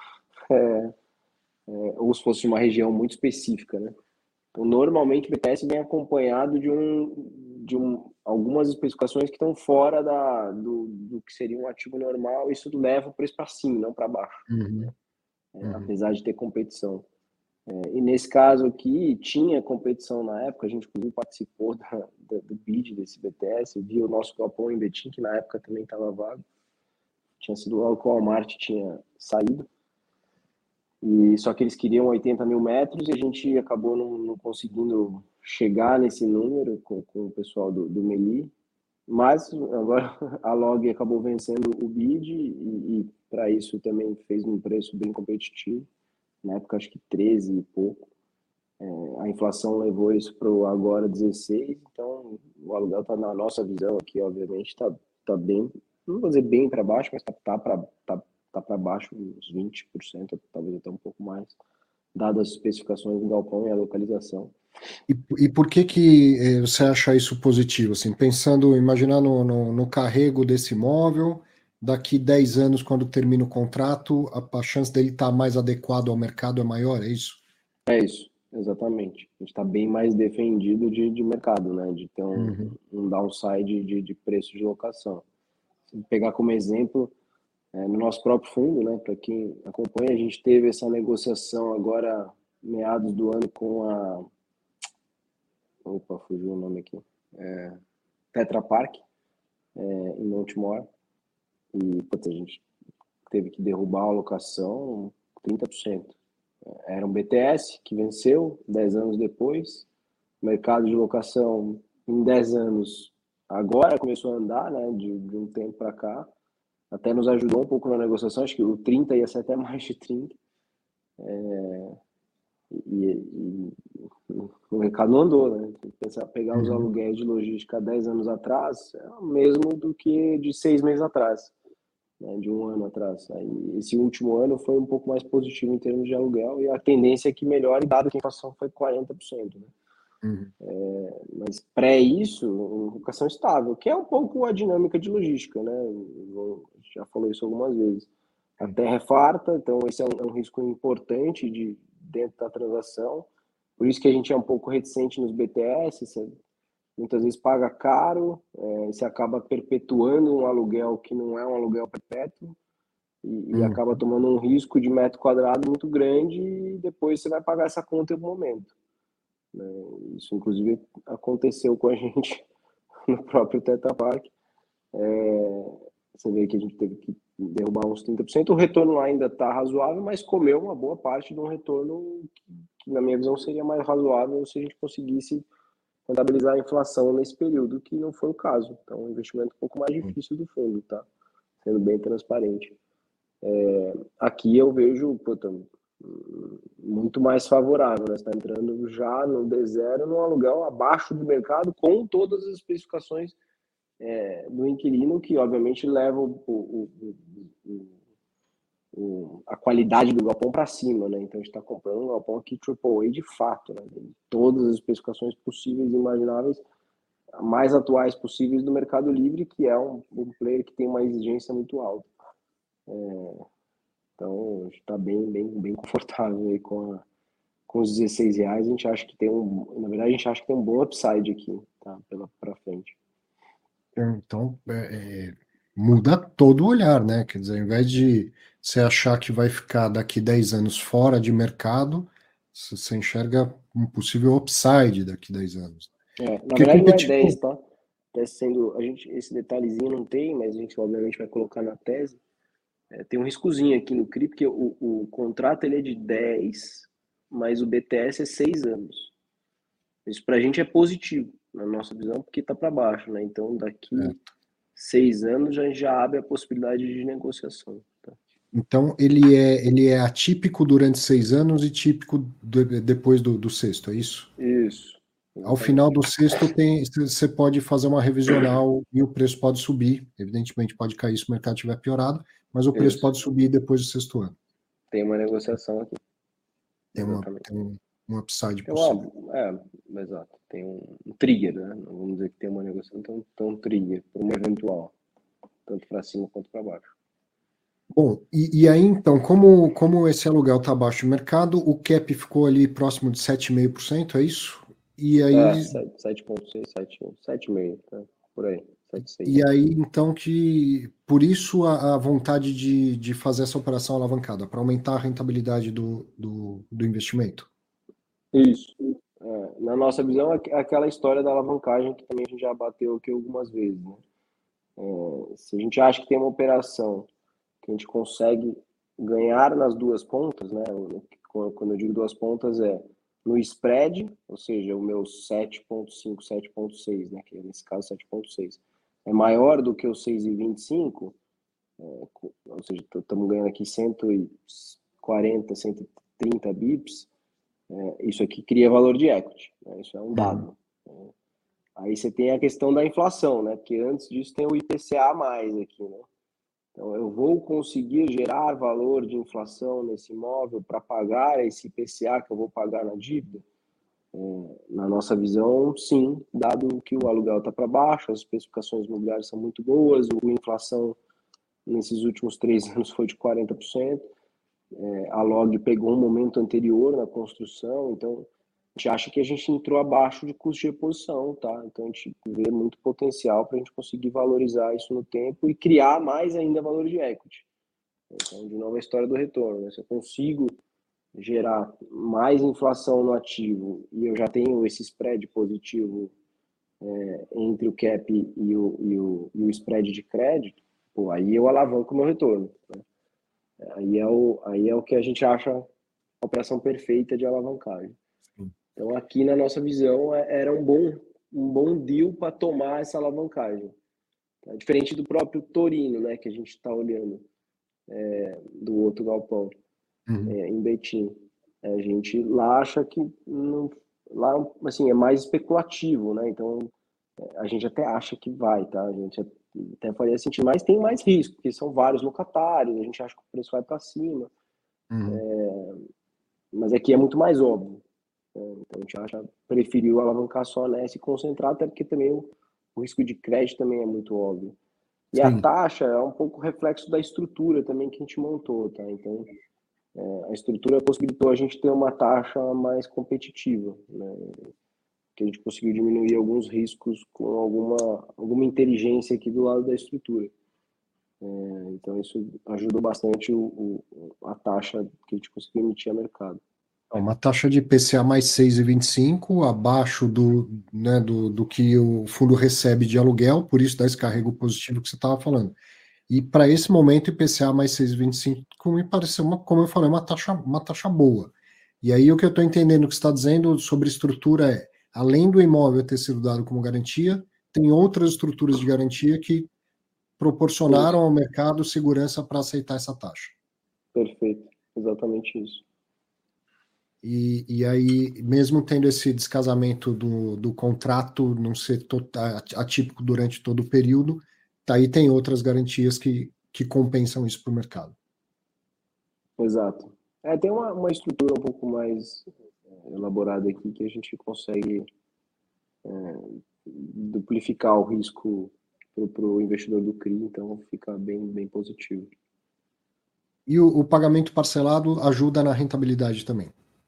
Speaker 2: ou se fosse uma região muito específica, né? Então, normalmente o BTS vem acompanhado de algumas especificações que estão fora do que seria um ativo normal, isso leva o preço para cima, não para baixo,
Speaker 1: Uhum, uhum.
Speaker 2: apesar de ter competição. E nesse caso aqui, tinha competição na época, a gente inclusive participou do bid desse BTS, viu o nosso galpão em Betim, que na época também estava vago, tinha sido logo que o Walmart tinha saído, e só que eles queriam 80 mil metros e a gente acabou não conseguindo chegar nesse número com o pessoal do Meli, mas agora a Log acabou vencendo o bid e para isso também fez um preço bem competitivo, na época acho que 13 e pouco. A inflação levou isso para agora 16, então o aluguel está na nossa visão aqui, obviamente, tá bem, não vou dizer bem para baixo, mas tá para baixo uns 20%, talvez até um pouco mais, dadas as especificações do galpão e a localização.
Speaker 1: E por que você acha isso positivo? Assim, pensando, imaginar no carrego desse imóvel, daqui 10 anos, quando termina o contrato, a chance dele estar mais adequado ao mercado é maior, é isso?
Speaker 2: É isso, exatamente. A gente está bem mais defendido de mercado, né? De ter
Speaker 1: Uhum.
Speaker 2: um downside de preço de locação. Se pegar como exemplo, no nosso próprio fundo, né? Para quem acompanha, a gente teve essa negociação agora, meados do ano, com a. Opa, fugiu o nome aqui. Tetra Pak, em Montemor. E putz, a gente teve que derrubar a locação 30%. Era um BTS que venceu 10 anos depois. O mercado de locação em 10 anos, agora começou a andar, né, de um tempo para cá, até nos ajudou um pouco na negociação, acho que o 30 ia ser até mais de 30, e o mercado não andou, né? Pensar, pegar os
Speaker 1: Uhum.
Speaker 2: aluguéis de logística há 10 anos atrás é o mesmo do que de 6 meses atrás, né, de um ano atrás. Aí, esse último ano foi um pouco mais positivo em termos de aluguel e a tendência é que melhore, dado que a inflação foi 40%, né?
Speaker 1: Uhum.
Speaker 2: Mas pré isso, locação estável, que é um pouco a dinâmica de logística, né? Eu já falou isso algumas vezes. A terra é farta, então esse é um risco importante dentro da transação. Por isso que a gente é um pouco reticente nos BTS, você muitas vezes paga caro, você acaba perpetuando um aluguel que não é um aluguel perpétuo e
Speaker 1: Uhum.
Speaker 2: acaba tomando um risco de metro quadrado muito grande e depois você vai pagar essa conta em algum momento, né? Isso, inclusive, aconteceu com a gente no próprio Tetra Pak. Você vê que a gente teve que derrubar uns 30%. O retorno lá ainda está razoável, mas comeu uma boa parte de um retorno que, na minha visão, seria mais razoável se a gente conseguisse contabilizar a inflação nesse período, que não foi o caso. Então, um investimento um pouco mais difícil do fundo, tá? Sendo bem transparente. Aqui eu vejo, puta, muito mais favorável, né? Você está entrando já no D0, num aluguel abaixo do mercado, com todas as especificações do inquilino, que obviamente leva a qualidade do galpão para cima, né? Então a gente está comprando um galpão aqui AAA de fato, né? Tem todas as especificações possíveis e imagináveis, mais atuais possíveis do Mercado Livre, que é um player que tem uma exigência muito alta. Então a gente está bem confortável aí com os R$ 16. A gente acha que tem na verdade a gente acha que tem um bom upside aqui, tá? Para frente.
Speaker 1: Então, muda todo o olhar, né? Quer dizer, ao invés de você achar que vai ficar daqui 10 anos fora de mercado, você enxerga um possível upside daqui 10 anos.
Speaker 2: Na
Speaker 1: Porque
Speaker 2: verdade não é
Speaker 1: competir
Speaker 2: 10,
Speaker 1: com.
Speaker 2: tá? Tá sendo, a gente, esse detalhezinho não tem, mas a gente obviamente vai colocar na tese. Tem um riscozinho aqui no CRI, porque o contrato ele é de 10, mas o BTS é 6 anos. Isso para a gente é positivo, na nossa visão, porque está para baixo, né? Então, daqui
Speaker 1: É.
Speaker 2: 6 anos já abre a possibilidade de negociação. Tá?
Speaker 1: Então, ele é atípico durante 6 anos e típico depois do sexto, é isso?
Speaker 2: Isso,
Speaker 1: Ao final
Speaker 2: exatamente.
Speaker 1: do sexto, você pode fazer uma revisional e o preço pode subir. Evidentemente, pode cair se o mercado tiver piorado, mas o preço
Speaker 2: Isso.
Speaker 1: pode subir depois do sexto ano.
Speaker 2: Tem uma negociação aqui,
Speaker 1: Tem, uma,
Speaker 2: exatamente.
Speaker 1: tem um upside
Speaker 2: Tem
Speaker 1: possível.
Speaker 2: exato. Tem um trigger, né? Não vamos dizer que tem uma negociação, tem um trigger para uma eventual, tanto para cima quanto para baixo.
Speaker 1: Bom, e aí então, como esse aluguel está abaixo do mercado, o cap ficou ali próximo de 7,5%, é isso? E aí,
Speaker 2: 7,6, 7,5, tá? Por aí, 7,6.
Speaker 1: e aí então que, por isso a vontade de fazer essa operação alavancada, para aumentar a rentabilidade do investimento.
Speaker 2: Isso. Na nossa visão, é aquela história da alavancagem que também a gente já bateu aqui algumas vezes, né? Se a gente acha que tem uma operação que a gente consegue ganhar nas duas pontas, né? Quando eu digo duas pontas é no spread, ou seja, o meu 7,5, 7,6, né? Que é, nesse caso 7,6, é maior do que o 6,25, ou seja, estamos ganhando aqui 140, 130 bips, isso aqui cria valor de equity, né? Isso é um
Speaker 1: Uhum.
Speaker 2: dado. Aí você tem a questão da inflação, né? Porque antes disso tem o IPCA mais aqui, né? Então eu vou conseguir gerar valor de inflação nesse imóvel para pagar esse IPCA que eu vou pagar na dívida? Na nossa visão, sim, dado que o aluguel está para baixo, as especificações imobiliárias são muito boas, a inflação nesses últimos 3 anos foi de 40%. A log pegou um momento anterior na construção, então a gente acha que a gente entrou abaixo de custo de reposição, tá? Então a gente vê muito potencial para a gente conseguir valorizar isso no tempo e criar mais ainda valor de equity. Então, de novo, a história do retorno, né? Se eu consigo gerar mais inflação no ativo e eu já tenho esse spread positivo entre o cap e o spread de crédito, pô, aí eu alavanco o meu retorno. Né? Aí é o que a gente acha a operação perfeita de alavancagem. Então, aqui na nossa visão, era um bom um bom deal para tomar essa alavancagem. Tá? Diferente do próprio Torino, né, que a gente está olhando, do outro galpão, em Betim. A gente lá acha que não, lá assim, é mais especulativo, né? Então a gente até acha que vai, tá? A gente até faria sentido, mas tem mais risco, porque são vários locatários, a gente acha que o preço vai para cima,
Speaker 1: Uhum.
Speaker 2: mas aqui é muito mais óbvio. Então a gente preferiu alavancar só nessa e concentrar, até porque também o risco de crédito também é muito óbvio. E a
Speaker 1: Sim.
Speaker 2: taxa é um pouco reflexo da estrutura também que a gente montou, tá? Então a estrutura possibilitou a gente ter uma taxa mais competitiva, né? Que a gente conseguiu diminuir alguns riscos com alguma inteligência aqui do lado da estrutura. Então isso ajudou bastante a taxa que a gente conseguiu emitir a mercado.
Speaker 1: Uma taxa de IPCA mais 6,25, abaixo do que o fundo recebe de aluguel, por isso dá esse carrego positivo que você estava falando. E para esse momento, IPCA mais 6,25 me pareceu, como eu falei, uma taxa boa. E aí o que eu estou entendendo que você está dizendo sobre estrutura é, além do imóvel ter sido dado como garantia, tem outras estruturas de garantia que proporcionaram
Speaker 2: Isso,
Speaker 1: ao mercado segurança para aceitar essa taxa.
Speaker 2: perfeito, exatamente isso.
Speaker 1: E aí, mesmo tendo esse descasamento do contrato não ser atípico durante todo o período, aí tem outras garantias que compensam isso para o mercado.
Speaker 2: Exato. Tem uma estrutura um pouco mais elaborada aqui que a gente consegue duplicar o risco para o investidor do CRI, então fica bem positivo.
Speaker 1: E o pagamento parcelado ajuda na rentabilidade também.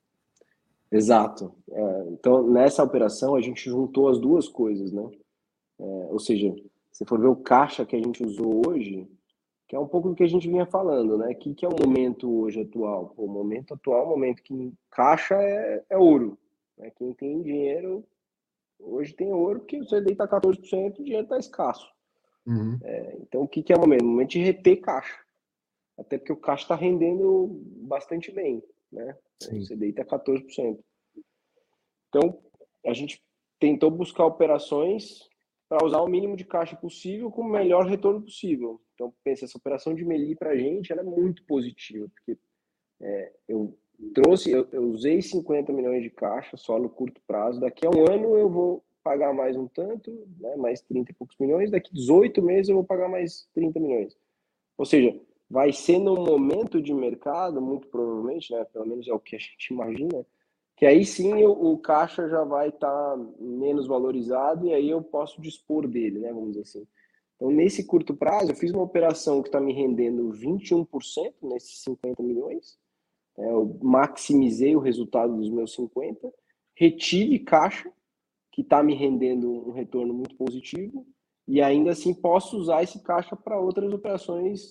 Speaker 2: Exato. Então, nessa operação, a gente juntou as duas coisas, né? Ou seja, se for ver o caixa que a gente usou hoje, que é um pouco do que a gente vinha falando, né? Que é o momento hoje atual? Pô, o momento atual é o momento que caixa é ouro. Né? Quem tem dinheiro, hoje tem ouro, porque o CDI está 14%, o dinheiro está escasso.
Speaker 1: Uhum.
Speaker 2: Então, o que é o momento? O momento de reter caixa. Até porque o caixa está rendendo bastante bem, né? O
Speaker 1: Sim.
Speaker 2: CDI está 14%. Então, a gente tentou buscar operações para usar o mínimo de caixa possível com o melhor retorno possível. Então, pensa, essa operação de Meli para a gente ela é muito positiva, porque eu eu usei 50 milhões de caixa só no curto prazo. Daqui a um ano eu vou pagar mais um tanto, né, mais 30 e poucos milhões. Daqui 18 meses eu vou pagar mais 30 milhões. Ou seja, vai ser num momento de mercado, muito provavelmente, né, pelo menos é o que a gente imagina, que aí sim o caixa já vai estar menos valorizado e aí eu posso dispor dele, né, vamos dizer assim. Então, nesse curto prazo, eu fiz uma operação que está me rendendo 21% nesses 50 milhões, eu maximizei o resultado dos meus 50, retive caixa, que está me rendendo um retorno muito positivo, e ainda assim posso usar esse caixa para outras operações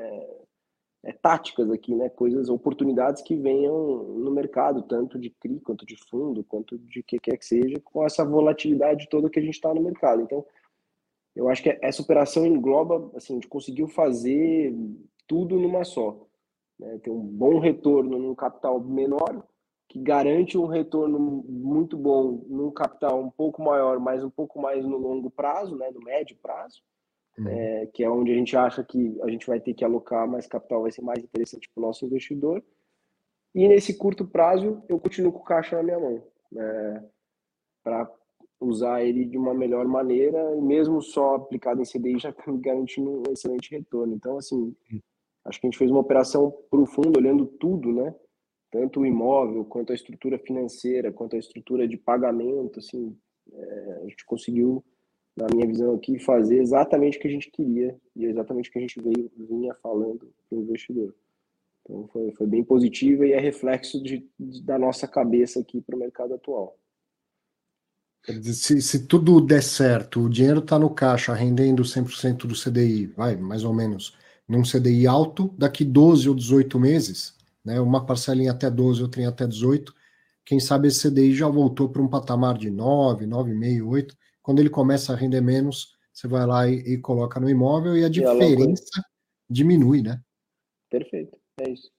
Speaker 2: táticas aqui, né? Coisas, oportunidades que venham no mercado, tanto de CRI, quanto de fundo, quanto de que quer que seja, com essa volatilidade toda que a gente está no mercado. Então, eu acho que essa operação engloba, assim, a gente conseguiu fazer tudo numa só. Né? Ter um bom retorno num capital menor, que garante um retorno muito bom num capital um pouco maior, mas um pouco mais no longo prazo, né? No médio prazo,
Speaker 1: Uhum.
Speaker 2: que é onde a gente acha que a gente vai ter que alocar mais capital, vai ser mais interessante para o nosso investidor. E nesse curto prazo, eu continuo com o caixa na minha mão, né, para usar ele de uma melhor maneira, e mesmo só aplicado em CDI já está me garantindo um excelente retorno. Então, assim, acho que a gente fez uma operação profunda, olhando tudo, né? Tanto o imóvel, quanto a estrutura financeira, quanto a estrutura de pagamento, assim, a gente conseguiu, na minha visão aqui, fazer exatamente o que a gente queria e exatamente o que a gente vinha falando para o investidor. Então foi bem positivo e é reflexo da nossa cabeça aqui para o mercado atual.
Speaker 1: Quer dizer, se tudo der certo, o dinheiro está no caixa rendendo 100% do CDI, vai, mais ou menos, num CDI alto, daqui 12 ou 18 meses, né, uma parcelinha até 12, outra em até 18, quem sabe esse CDI já voltou para um patamar de 9, 9,5, 8. Quando ele começa a render menos, você vai lá e coloca no imóvel e a
Speaker 2: E aloco ele.
Speaker 1: diferença diminui, né?
Speaker 2: Perfeito, é isso.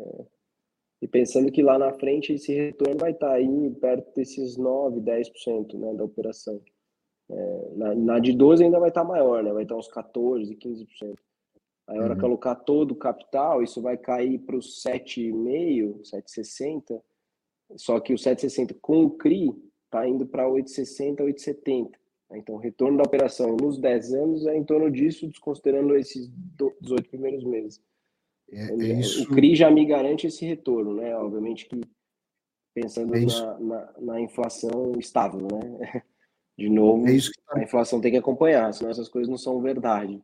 Speaker 2: E pensando que lá na frente esse retorno vai estar aí perto desses 9, 10%, né, da operação. Na de 12 ainda vai estar maior, né? Vai estar uns 14, 15%. Aí, a hora que alocar todo o capital, isso vai cair para os 7,5, 7,60. Só que o 7,60 com o CRI está indo para 8,60, 8,70. Então, o retorno da operação nos 10 anos é em torno disso, desconsiderando esses 18 primeiros meses.
Speaker 1: É
Speaker 2: O
Speaker 1: isso,
Speaker 2: CRI já me garante esse retorno, né? Obviamente que pensando
Speaker 1: é isso,
Speaker 2: na inflação estável, né? De
Speaker 1: é
Speaker 2: novo,
Speaker 1: isso que
Speaker 2: a inflação tem que acompanhar, senão essas coisas não são verdade.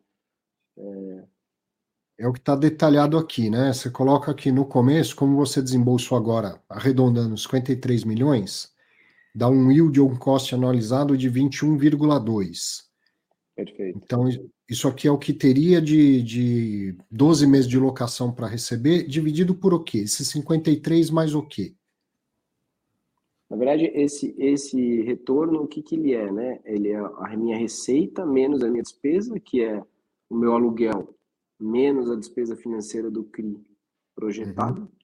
Speaker 1: é o que está detalhado aqui, né? Você coloca aqui no começo, como você desembolsou agora, arredondando 53 milhões, dá um yield on cost anualizado de 21,2.
Speaker 2: Perfeito.
Speaker 1: Então, isso aqui é o que teria de 12 meses de locação para receber, dividido por o quê? Esses 53 mais o quê?
Speaker 2: Na verdade, esse retorno, o que que ele é, né? Ele é a minha receita menos a minha despesa, que é o meu aluguel, menos a despesa financeira do CRI
Speaker 1: Uhum,
Speaker 2: projetado,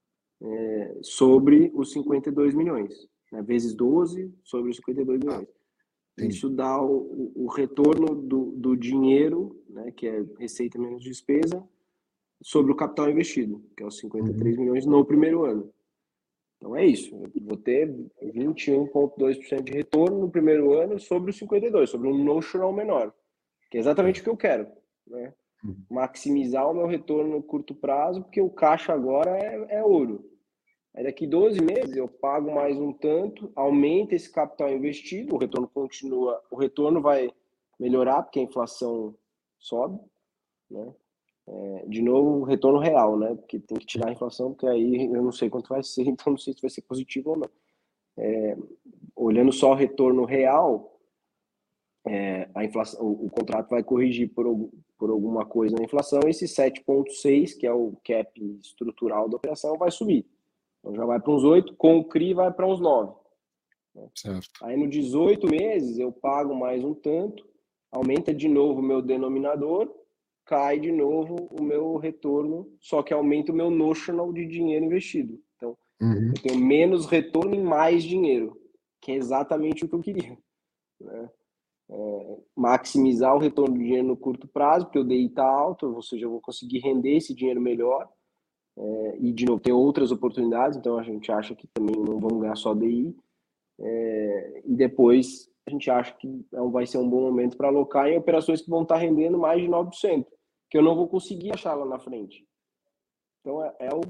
Speaker 2: sobre os 52 milhões, né? Vezes 12 sobre os 52
Speaker 1: tá,
Speaker 2: milhões. Isso
Speaker 1: entendi.
Speaker 2: dá o retorno do dinheiro, né? Que é receita menos despesa, sobre o capital investido, que é os 53
Speaker 1: Uhum,
Speaker 2: milhões no primeiro ano. Então é isso. Eu vou ter 21,2% de retorno no primeiro ano sobre os 52, sobre um notional menor, que é exatamente o
Speaker 1: tá.
Speaker 2: que eu quero, né?
Speaker 1: Uhum,
Speaker 2: Maximizar o meu retorno no curto prazo, porque o caixa agora é ouro. Aí daqui 12 meses eu pago mais um tanto, aumenta esse capital investido, o retorno continua, o retorno vai melhorar porque a inflação sobe, né? De novo, retorno real, né? Porque tem que tirar a inflação, porque aí eu não sei quanto vai ser, então não sei se vai ser positivo ou não. Olhando só o retorno real, a inflação, o contrato vai corrigir por alguma coisa na inflação, esse 7,6, que é o cap estrutural da operação, vai subir. Então já vai para uns 8, com o CRI vai para uns 9. Né?
Speaker 1: certo.
Speaker 2: Aí no 18 meses eu pago mais um tanto, aumenta de novo o meu denominador, cai de novo o meu retorno, só que aumenta o meu notional de dinheiro investido. Então
Speaker 1: Uhum,
Speaker 2: eu tenho menos retorno e mais dinheiro, que é exatamente o que eu queria. Né? Maximizar o retorno do dinheiro no curto prazo, porque o DI está alto, ou seja, eu vou conseguir render esse dinheiro melhor. E, de novo, tem outras oportunidades, então a gente acha que também não vamos ganhar só DI. E depois a gente acha que vai ser um bom momento para alocar em operações que vão estar rendendo mais de 9%, que eu não vou conseguir achar lá na frente. Então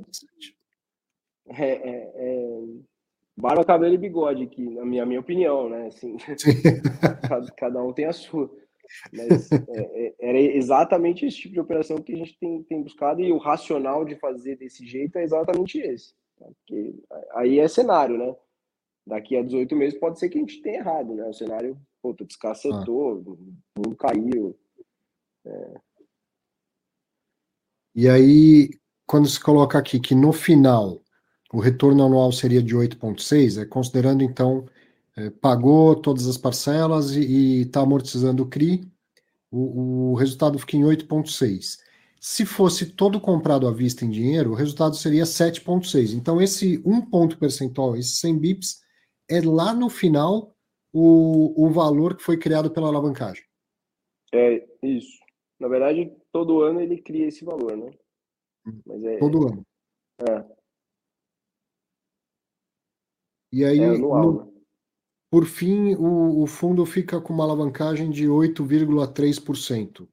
Speaker 2: é, é, é barba, cabelo e bigode aqui, na minha opinião, né? Assim,
Speaker 1: sim.
Speaker 2: cada um tem a sua. Mas era exatamente esse tipo de operação que a gente tem buscado e o racional de fazer desse jeito é exatamente esse. Tá? Porque aí é cenário, né? Daqui a 18 meses pode ser que a gente tenha errado, né? O cenário, pô,
Speaker 1: Ah,
Speaker 2: descacetou, o mundo caiu.
Speaker 1: e aí, quando se coloca aqui que no final o retorno anual seria de 8,6, é considerando então, pagou todas as parcelas e está amortizando o CRI, o resultado fica em 8,6. Se fosse todo comprado à vista em dinheiro, o resultado seria 7,6. Então, esse um ponto percentual, esses 100 bips, é lá no final o valor que foi criado pela alavancagem.
Speaker 2: É isso. Na verdade, todo ano ele cria esse valor, né? Mas
Speaker 1: Todo ano.
Speaker 2: é,
Speaker 1: E
Speaker 2: é
Speaker 1: aí,
Speaker 2: anual, né?
Speaker 1: por fim, o fundo fica com uma alavancagem de 8,3%.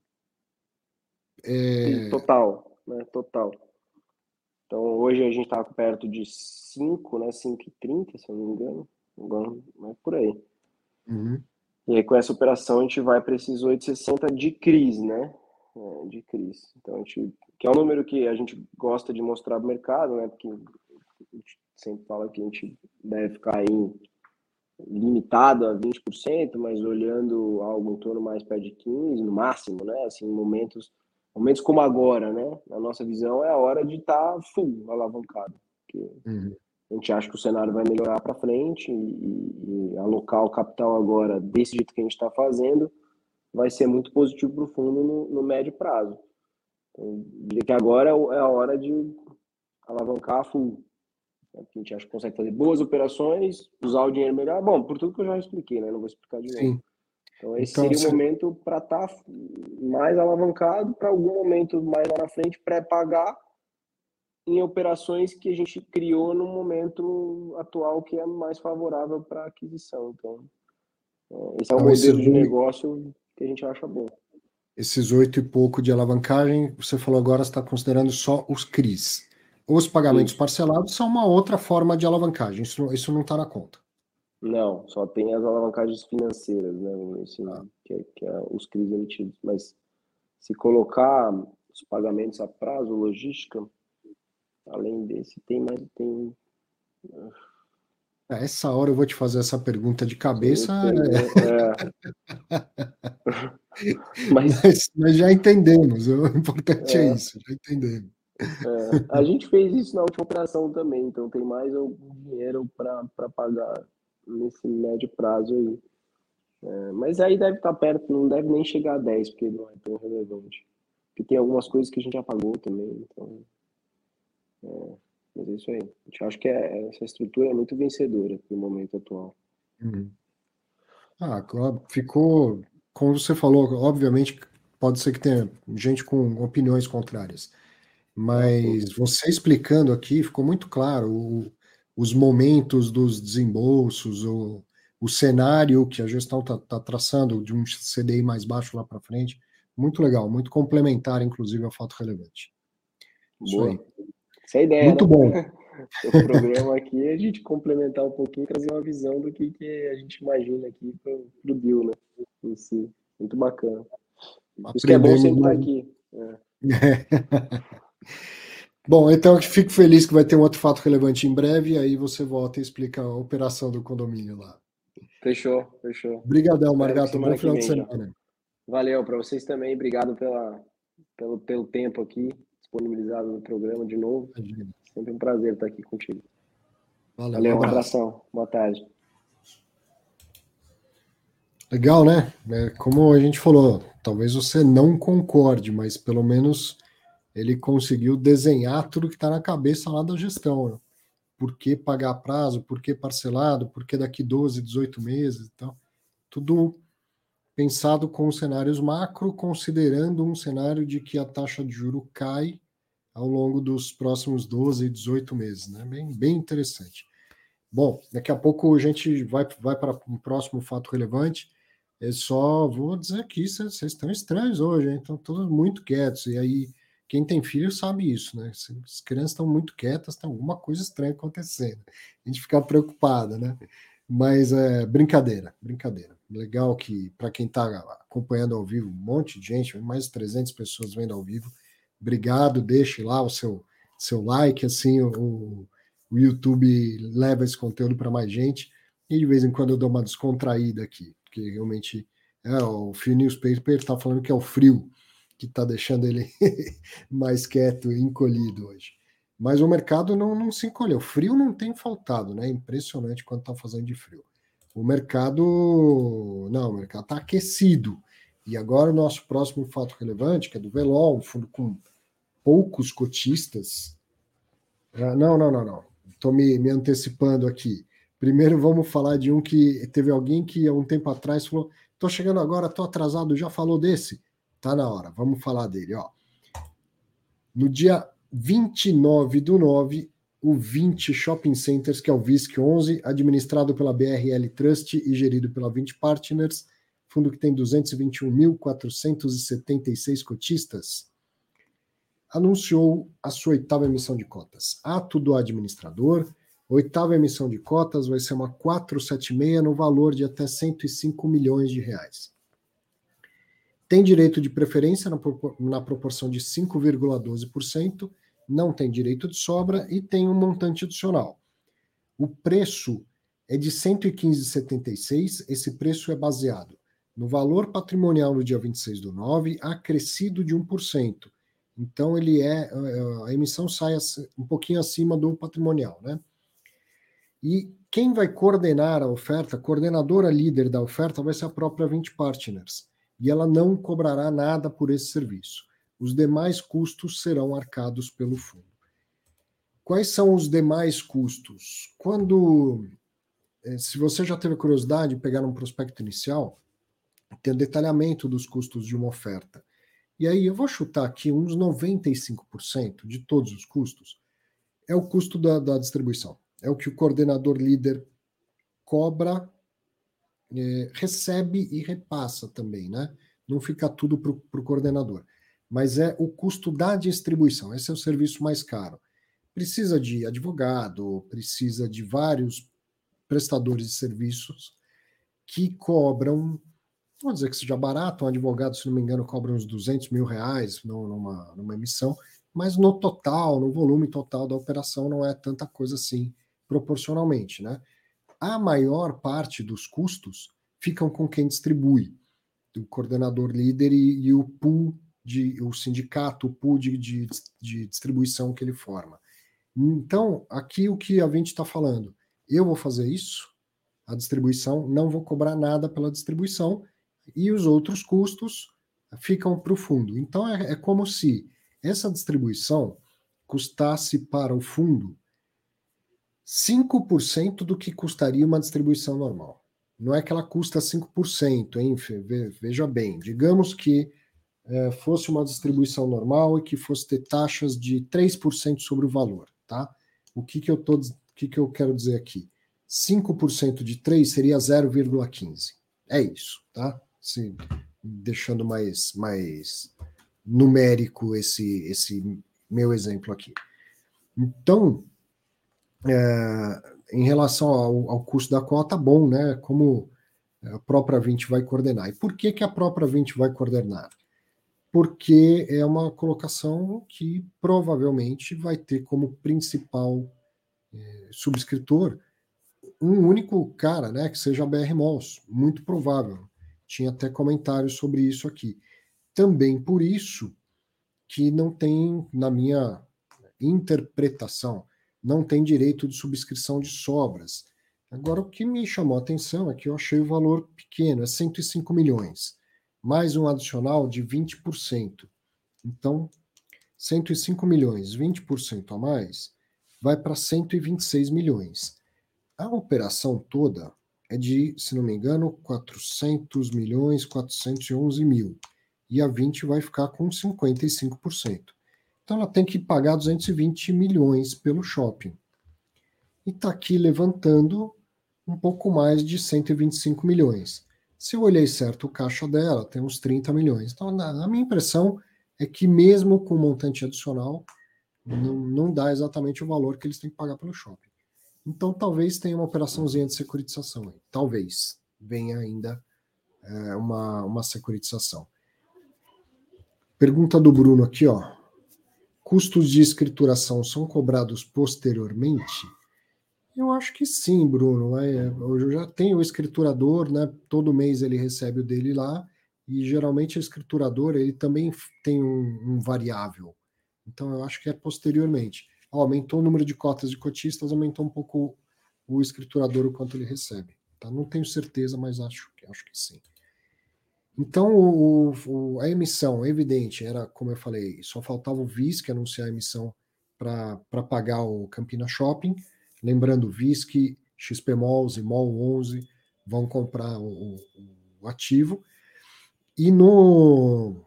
Speaker 2: E
Speaker 1: É,
Speaker 2: total, né? Total. Então, hoje a gente está perto de 5, né? 5,30, se eu não me engano. Agora, é por aí.
Speaker 1: uhum,
Speaker 2: E aí, com essa operação, a gente vai para esses 8,60 de CRIs, né? De CRIs. Então, que é um número que a gente gosta de mostrar para o mercado, né? Porque a gente sempre fala que a gente deve ficar aí limitado a 20%, mas olhando algo em torno mais perto de 15%, no máximo, né? Assim, momentos como agora, né? Na nossa visão, é a hora de estar full alavancado. Porque
Speaker 1: uhum.
Speaker 2: a gente acha que o cenário vai melhorar para frente e alocar o capital agora desse jeito que a gente está fazendo vai ser muito positivo para o fundo no médio prazo. Então, diria que agora é a hora de alavancar a full. Né? Porque a gente acha que consegue fazer boas operações, usar o dinheiro melhor. Bom, por tudo que eu já expliquei, né? Não vou explicar de novo.
Speaker 1: Sim.
Speaker 2: Então, esse
Speaker 1: Então,
Speaker 2: seria o momento para estar mais alavancado, para algum momento mais lá na frente, pré-pagar em operações que a gente criou no momento atual, que é mais favorável para aquisição. Então, esse é o
Speaker 1: então
Speaker 2: modelo de negócio que a gente acha bom.
Speaker 1: esses 8 e pouco de alavancagem, você falou agora, está considerando só os CRIs. Os pagamentos
Speaker 2: Isso.
Speaker 1: parcelados são uma outra forma de alavancagem, isso não está na conta.
Speaker 2: Não, só tem as alavancagens financeiras, né? Assim, que é os CRIs emitidos. Mas se colocar os pagamentos a prazo, logística, além desse, tem.
Speaker 1: A essa hora eu vou te fazer essa pergunta de
Speaker 2: Você me
Speaker 1: cabeça,
Speaker 2: pegou. Mas
Speaker 1: mas já entendemos, o importante é isso, já entendemos.
Speaker 2: a gente fez isso na última operação também, então tem mais algum dinheiro para pagar nesse médio prazo aí. Mas aí deve estar perto, não deve nem chegar a 10, porque não é tão relevante. Porque tem algumas coisas que a gente já pagou também, então. Mas é isso aí. A gente acha que essa estrutura é muito vencedora no momento atual.
Speaker 1: Uhum. Ficou, como você falou, obviamente pode ser que tenha gente com opiniões contrárias,
Speaker 2: Ah, sim.
Speaker 1: mas você explicando aqui ficou muito claro os momentos dos desembolsos, o cenário que a gestão está traçando de um CDI mais baixo lá para frente. Muito legal, muito complementar, inclusive, ao fato relevante. Isso
Speaker 2: Boa.
Speaker 1: aí.
Speaker 2: Essa é a ideia,
Speaker 1: Muito
Speaker 2: né?
Speaker 1: bom.
Speaker 2: O programa aqui é a gente complementar um pouquinho, trazer uma visão do que a gente imagina aqui pro deal, né? Em si. Muito bacana. Por isso que é bom
Speaker 1: Aprendemos
Speaker 2: sempre estar
Speaker 1: mais.
Speaker 2: aqui.
Speaker 1: Bom, então eu fico feliz que vai ter um outro fato relevante em breve, e aí você volta e explica a operação do condomínio lá.
Speaker 2: Fechou, fechou.
Speaker 1: Obrigadão,
Speaker 2: Espero que
Speaker 1: Margato. Bom
Speaker 2: semana que
Speaker 1: final de
Speaker 2: vem já.
Speaker 1: semana.
Speaker 2: Valeu para vocês também. Obrigado pelo tempo aqui disponibilizado no programa de novo.
Speaker 1: Imagina.
Speaker 2: Sempre um prazer estar aqui contigo.
Speaker 1: Valeu, um
Speaker 2: Valeu, um
Speaker 1: abraço.
Speaker 2: abração. Boa tarde.
Speaker 1: Legal, né? Como a gente falou, talvez você não concorde, mas pelo menos ele conseguiu desenhar tudo que está na cabeça lá da gestão, né? Por que pagar a prazo, por que parcelado, por que daqui 12, 18 meses e tal. Tudo pensado com os cenários macro, considerando um cenário de que a taxa de juro cai ao longo dos próximos 12 e 18 meses, né? Bem interessante. Bom, daqui a pouco a gente vai para um próximo fato relevante. Eu só vou dizer aqui, vocês estão estranhos hoje, hein? Estão todos muito quietos. E aí, quem tem filho sabe isso, né? Se as crianças estão muito quietas, tem alguma coisa estranha acontecendo. A gente fica preocupado, né? Mas é brincadeira, brincadeira. Legal que, para quem está acompanhando ao vivo, um monte de gente, mais de 300 pessoas vendo ao vivo. Obrigado, deixe lá o seu like, assim, o YouTube leva esse conteúdo para mais gente. E de vez em quando eu dou uma descontraída aqui, porque realmente o Free Newspaper está falando que é o frio que está deixando ele mais quieto e encolhido hoje. Mas o mercado não se encolheu. O frio não tem faltado, né? Impressionante quanto está fazendo de frio. O mercado está aquecido. E agora o nosso próximo fato relevante, que é do Velol, um fundo com poucos cotistas. Não. Estou me antecipando aqui. Primeiro vamos falar de um que teve alguém que há um tempo atrás falou: estou chegando agora, estou atrasado, já falou desse? Tá na hora, vamos falar dele. Ó. No dia 29/9, o 20 Shopping Centers, que é o VISC 11, administrado pela BRL Trust e gerido pela 20 Partners, fundo que tem 221.476 cotistas, anunciou a sua oitava emissão de cotas. Ato do administrador, oitava emissão de cotas vai ser uma 476 no valor de até 105 milhões de reais. Tem direito de preferência na proporção de 5,12%, não tem direito de sobra e tem um montante adicional. O preço é de R$ 115,76, esse preço é baseado no valor patrimonial no dia 26/9, acrescido de 1%. Então, a emissão sai um pouquinho acima do patrimonial, né? E quem vai coordenar a oferta, a coordenadora líder da oferta vai ser a própria 20 Partners. E ela não cobrará nada por esse serviço. Os demais custos serão arcados pelo fundo. Quais são os demais custos? Se você já teve curiosidade de pegar um prospecto inicial, tem o detalhamento dos custos de uma oferta. E aí eu vou chutar aqui uns 95% de todos os custos é o custo da distribuição. É o que o coordenador líder cobra, recebe e repassa também, né? Não fica tudo para o coordenador. Mas é o custo da distribuição. Esse é o serviço mais caro. Precisa de advogado, precisa de vários prestadores de serviços que cobram, não vou dizer que seja barato, um advogado, se não me engano, cobra uns R$ 200.000 numa emissão, mas no total, no volume total da operação, não é tanta coisa assim, proporcionalmente, né? A maior parte dos custos ficam com quem distribui, o coordenador líder e o pool, o sindicato, o pool de distribuição que ele forma. Então, aqui o que a gente está falando, eu vou fazer isso, a distribuição, não vou cobrar nada pela distribuição, e os outros custos ficam para o fundo. Então, é como se essa distribuição custasse para o fundo 5% do que custaria uma distribuição normal. Não é que ela custa 5%, hein? Veja bem, digamos que fosse uma distribuição normal e que fosse ter taxas de 3% sobre o valor, tá? O que eu quero dizer aqui? 5% de 3 seria 0,15. É isso, tá? Deixando mais numérico esse meu exemplo aqui. Então, em relação ao custo da cota, bom, né? Como a própria Vint vai coordenar. E por que a própria Vint vai coordenar? Porque é uma colocação que provavelmente vai ter como principal subscritor um único cara, né, que seja a BR Malls, muito provável. Tinha até comentários sobre isso aqui. Também por isso que não tem, na minha interpretação, não tem direito de subscrição de sobras. Agora, o que me chamou a atenção é que eu achei o valor pequeno, é 105 milhões, mais um adicional de 20%. Então, 105 milhões, 20% a mais, vai para 126 milhões. A operação toda é de, se não me engano, 400 milhões, 411 mil. E a 20 vai ficar com 55%. Então ela tem que pagar 220 milhões pelo shopping. E está aqui levantando um pouco mais de 125 milhões. Se eu olhei certo o caixa dela, tem uns 30 milhões. Então, a minha impressão é que mesmo com montante adicional, não dá exatamente o valor que eles têm que pagar pelo shopping. Então, talvez tenha uma operaçãozinha de securitização aí. Talvez venha ainda uma securitização. Pergunta do Bruno aqui, ó. Custos de escrituração são cobrados posteriormente? Eu acho que sim, Bruno. Hoje eu já tenho o escriturador, né? Todo mês ele recebe o dele lá, e geralmente o escriturador ele também tem um variável. Então eu acho que é posteriormente. Aumentou o número de cotas de cotistas, aumentou um pouco o escriturador o quanto ele recebe. Tá? Não tenho certeza, mas acho que sim. Então, a emissão, evidente, era, como eu falei, só faltava o VISC anunciar a emissão para pagar o Campina Shopping. Lembrando, VISC, XP Malls e Mall 11 vão comprar o ativo. E no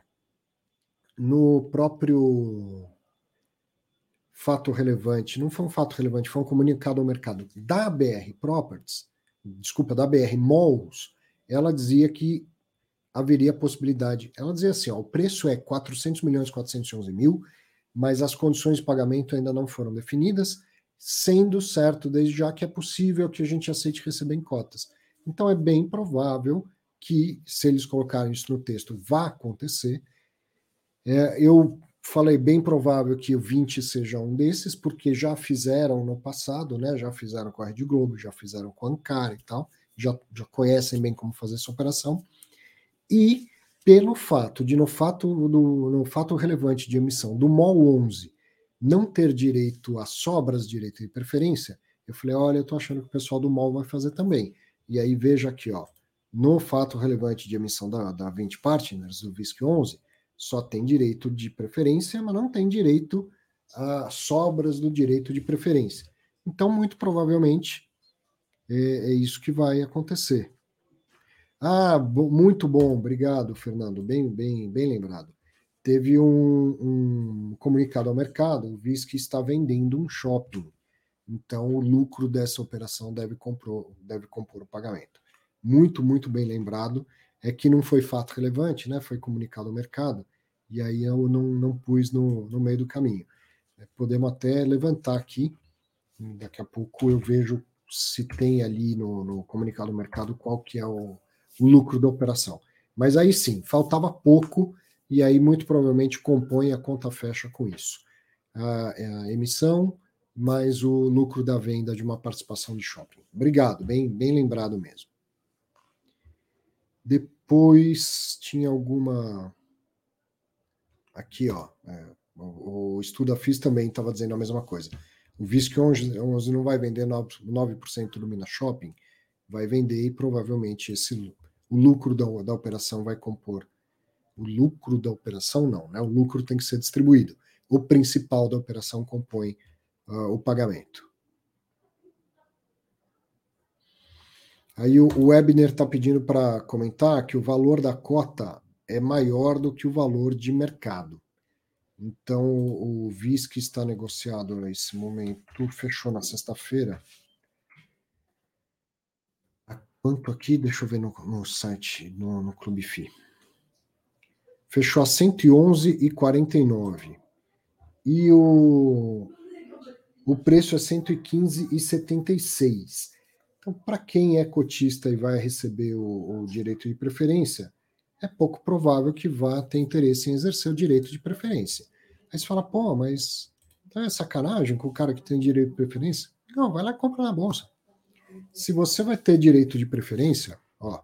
Speaker 1: próprio fato relevante, não foi um fato relevante, foi um comunicado ao mercado da BR Properties, desculpa, da BR Malls, ela dizia que haveria possibilidade. Ela dizia assim, ó, o preço é 400 milhões 411 mil, mas as condições de pagamento ainda não foram definidas, sendo certo desde já que é possível que a gente aceite receber em cotas. Então é bem provável que, se eles colocarem isso no texto, vá acontecer. Eu falei bem provável que o 20 seja um desses, porque já fizeram no passado, né? Já fizeram com a Rede Globo, já fizeram com a Ankara e tal, já conhecem bem como fazer essa operação. E pelo fato de, no fato relevante de emissão do MOL 11 não ter direito a sobras, direito de preferência, eu falei, olha, eu estou achando que o pessoal do MOL vai fazer também. E aí veja aqui, ó, no fato relevante de emissão da 20 Partners, do VISC 11, só tem direito de preferência, mas não tem direito a sobras do direito de preferência. Então, muito provavelmente, é isso que vai acontecer. Muito bom, obrigado, Fernando. Bem lembrado. Teve um comunicado ao mercado, o VISC que está vendendo um shopping. Então, o lucro dessa operação deve compor o pagamento. Muito bem lembrado. É que não foi fato relevante, né? Foi comunicado ao mercado, e aí eu não pus no meio do caminho. Podemos até levantar aqui, daqui a pouco eu vejo se tem ali no comunicado ao mercado qual que é o lucro da operação. Mas aí sim, faltava pouco, e aí muito provavelmente compõe a conta fecha com isso. A emissão mais o lucro da venda de uma participação de shopping. Obrigado, bem lembrado mesmo. Depois tinha alguma. Aqui, ó. O Estuda FIS também estava dizendo a mesma coisa. O VISC 11 não vai vender 9% do Minas Shopping, vai vender e provavelmente o lucro da operação vai compor. O lucro da operação não, né? O lucro tem que ser distribuído. O principal da operação compõe o pagamento. Aí o Webner está pedindo para comentar que o valor da cota é maior do que o valor de mercado. Então, o VISC está negociado nesse momento, fechou na sexta-feira. A quanto aqui? Deixa eu ver no site, no Clube FI. Fechou a 111,49. E o preço é 115,76. Então, para quem é cotista e vai receber o direito de preferência, é pouco provável que vá ter interesse em exercer o direito de preferência. Aí você fala, pô, mas então é sacanagem com o cara que tem direito de preferência? Não, vai lá e compra na bolsa. Se você vai ter direito de preferência, ó,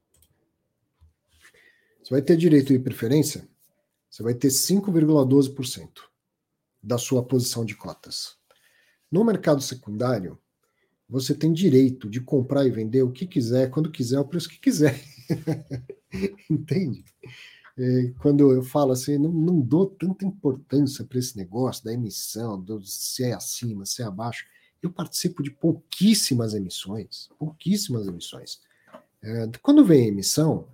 Speaker 1: você vai ter direito de preferência, você vai ter 5,12% da sua posição de cotas. No mercado secundário, você tem direito de comprar e vender o que quiser, quando quiser, o preço que quiser. Entende? Quando eu falo assim, não dou tanta importância para esse negócio da emissão, se é acima, se é abaixo. Eu participo de pouquíssimas emissões. Quando vem a emissão,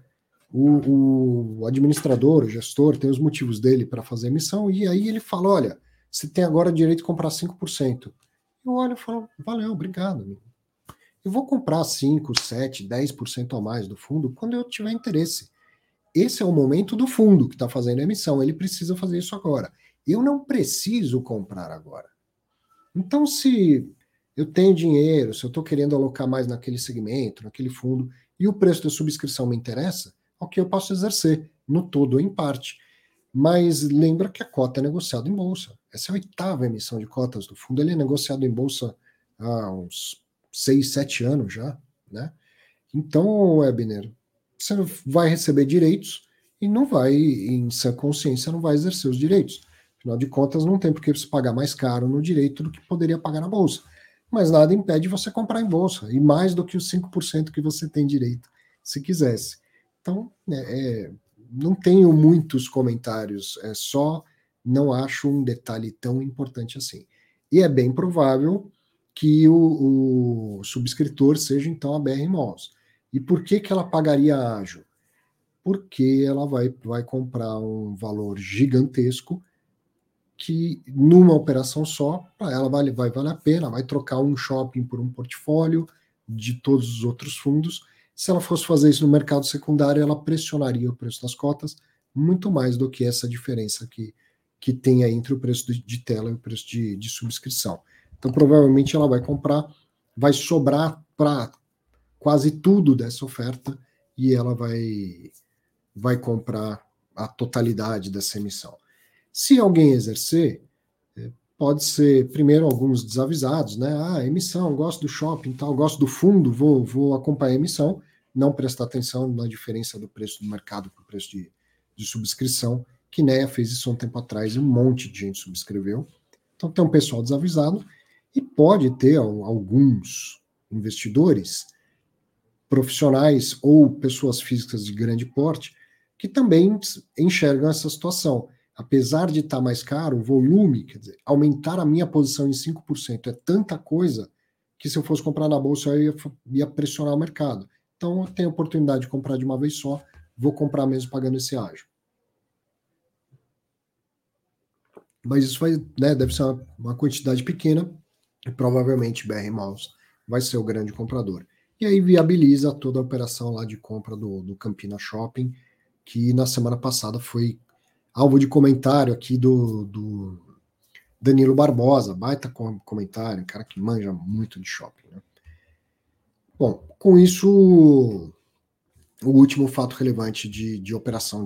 Speaker 1: o administrador, o gestor, tem os motivos dele para fazer a emissão, e aí ele fala, olha, você tem agora direito de comprar 5%. Eu olho e falo, valeu, obrigado, amigo. Eu vou comprar 5, 7, 10% a mais do fundo quando eu tiver interesse. Esse é o momento do fundo que está fazendo a emissão, ele precisa fazer isso agora. Eu não preciso comprar agora. Então, se eu tenho dinheiro, se eu estou querendo alocar mais naquele segmento, naquele fundo, e o preço da subscrição me interessa, ok, eu posso exercer, no todo ou em parte. Mas lembra que a cota é negociada em bolsa. Essa é a 8ª emissão de cotas do fundo, ele é negociado em bolsa há uns 6, 7 anos já, né? Então, Webner, você vai receber direitos e não vai, em sã consciência, não vai exercer os direitos. Afinal de contas, não tem por que você pagar mais caro no direito do que poderia pagar na bolsa. Mas nada impede você comprar em bolsa, e mais do que os 5% que você tem direito, se quisesse. Então, não tenho muitos comentários, é só não acho um detalhe tão importante assim. E é bem provável que o subscritor seja, então, a BR Malls. E por que ela pagaria ágio? Porque ela vai comprar um valor gigantesco que, numa operação só, para ela vai valer a pena, vai trocar um shopping por um portfólio de todos os outros fundos. Se ela fosse fazer isso no mercado secundário, ela pressionaria o preço das cotas muito mais do que essa diferença que tem aí entre o preço de tela e o preço de subscrição. Então, provavelmente, ela vai comprar, vai sobrar para quase tudo dessa oferta e ela vai comprar a totalidade dessa emissão. Se alguém exercer, pode ser, primeiro, alguns desavisados, né? Emissão, gosto do shopping, tal, gosto do fundo, vou acompanhar a emissão, não prestar atenção na diferença do preço do mercado para o preço de subscrição. Kinea fez isso há um tempo atrás e um monte de gente subscreveu. Então tem um pessoal desavisado e pode ter alguns investidores profissionais ou pessoas físicas de grande porte que também enxergam essa situação. Apesar de estar mais caro, o volume, quer dizer, aumentar a minha posição em 5% é tanta coisa que se eu fosse comprar na bolsa eu ia pressionar o mercado. Então, eu tenho a oportunidade de comprar de uma vez só, vou comprar mesmo pagando esse ágio. Mas isso vai, né, deve ser uma quantidade pequena, e provavelmente BR Malls vai ser o grande comprador. E aí viabiliza toda a operação lá de compra do Campina Shopping, que na semana passada foi alvo de comentário aqui do Danilo Barbosa, baita comentário, cara que manja muito de shopping. Né? Bom, com isso, o último fato relevante de operação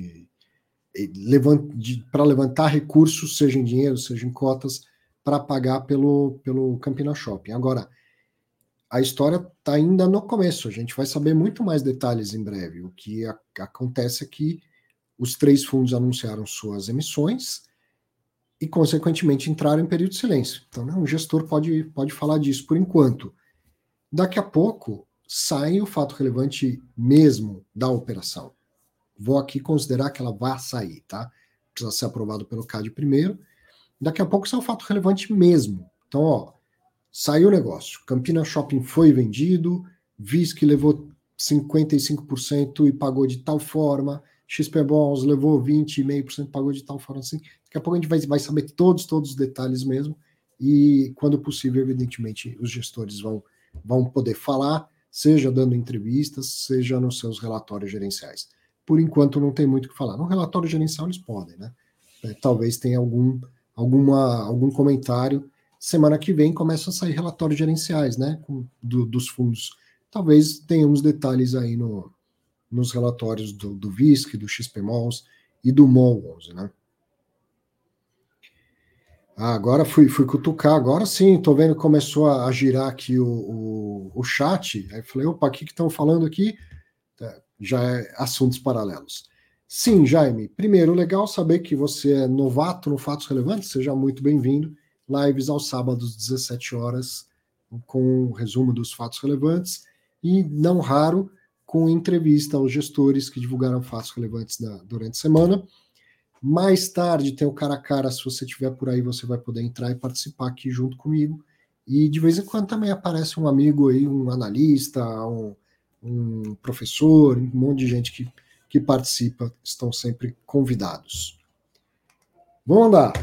Speaker 1: para levantar recursos, seja em dinheiro, seja em cotas, para pagar pelo Campina Shopping. Agora, a história está ainda no começo, a gente vai saber muito mais detalhes em breve. O que acontece é que os 3 fundos anunciaram suas emissões e, consequentemente, entraram em período de silêncio. Então, né, um gestor pode falar disso por enquanto. Daqui a pouco, sai o fato relevante mesmo da operação. Vou aqui considerar que ela vai sair, tá? Precisa ser aprovado pelo CAD primeiro. Daqui a pouco sai o fato relevante mesmo. Então, ó, saiu o negócio. Campina Shopping foi vendido, VISC levou 55% e pagou de tal forma, XP Bonds levou 20,5% e pagou de tal forma assim. Daqui a pouco a gente vai saber todos os detalhes mesmo, e quando possível, evidentemente, os gestores vão poder falar, seja dando entrevistas, seja nos seus relatórios gerenciais. Por enquanto não tem muito o que falar. No relatório gerencial eles podem, né? Talvez tenha algum comentário. Semana que vem começam a sair relatórios gerenciais, né, dos fundos. Talvez tenhamos detalhes aí nos relatórios do VISC, do XPMOLs e do MOL11, né. Agora fui cutucar, agora sim, tô vendo que começou a girar aqui o chat, aí falei, opa, o que estão falando aqui? Já é assuntos paralelos. Sim, Jaime, primeiro, legal saber que você é novato no Fatos Relevantes, seja muito bem-vindo. Lives aos sábados, 17 horas, com um resumo dos fatos relevantes e, não raro, com entrevista aos gestores que divulgaram fatos relevantes durante a semana. Mais tarde tem o cara a cara, se você estiver por aí, você vai poder entrar e participar aqui junto comigo. E de vez em quando também aparece um amigo aí, um analista, um professor, um monte de gente que participa, estão sempre convidados. Vamos lá.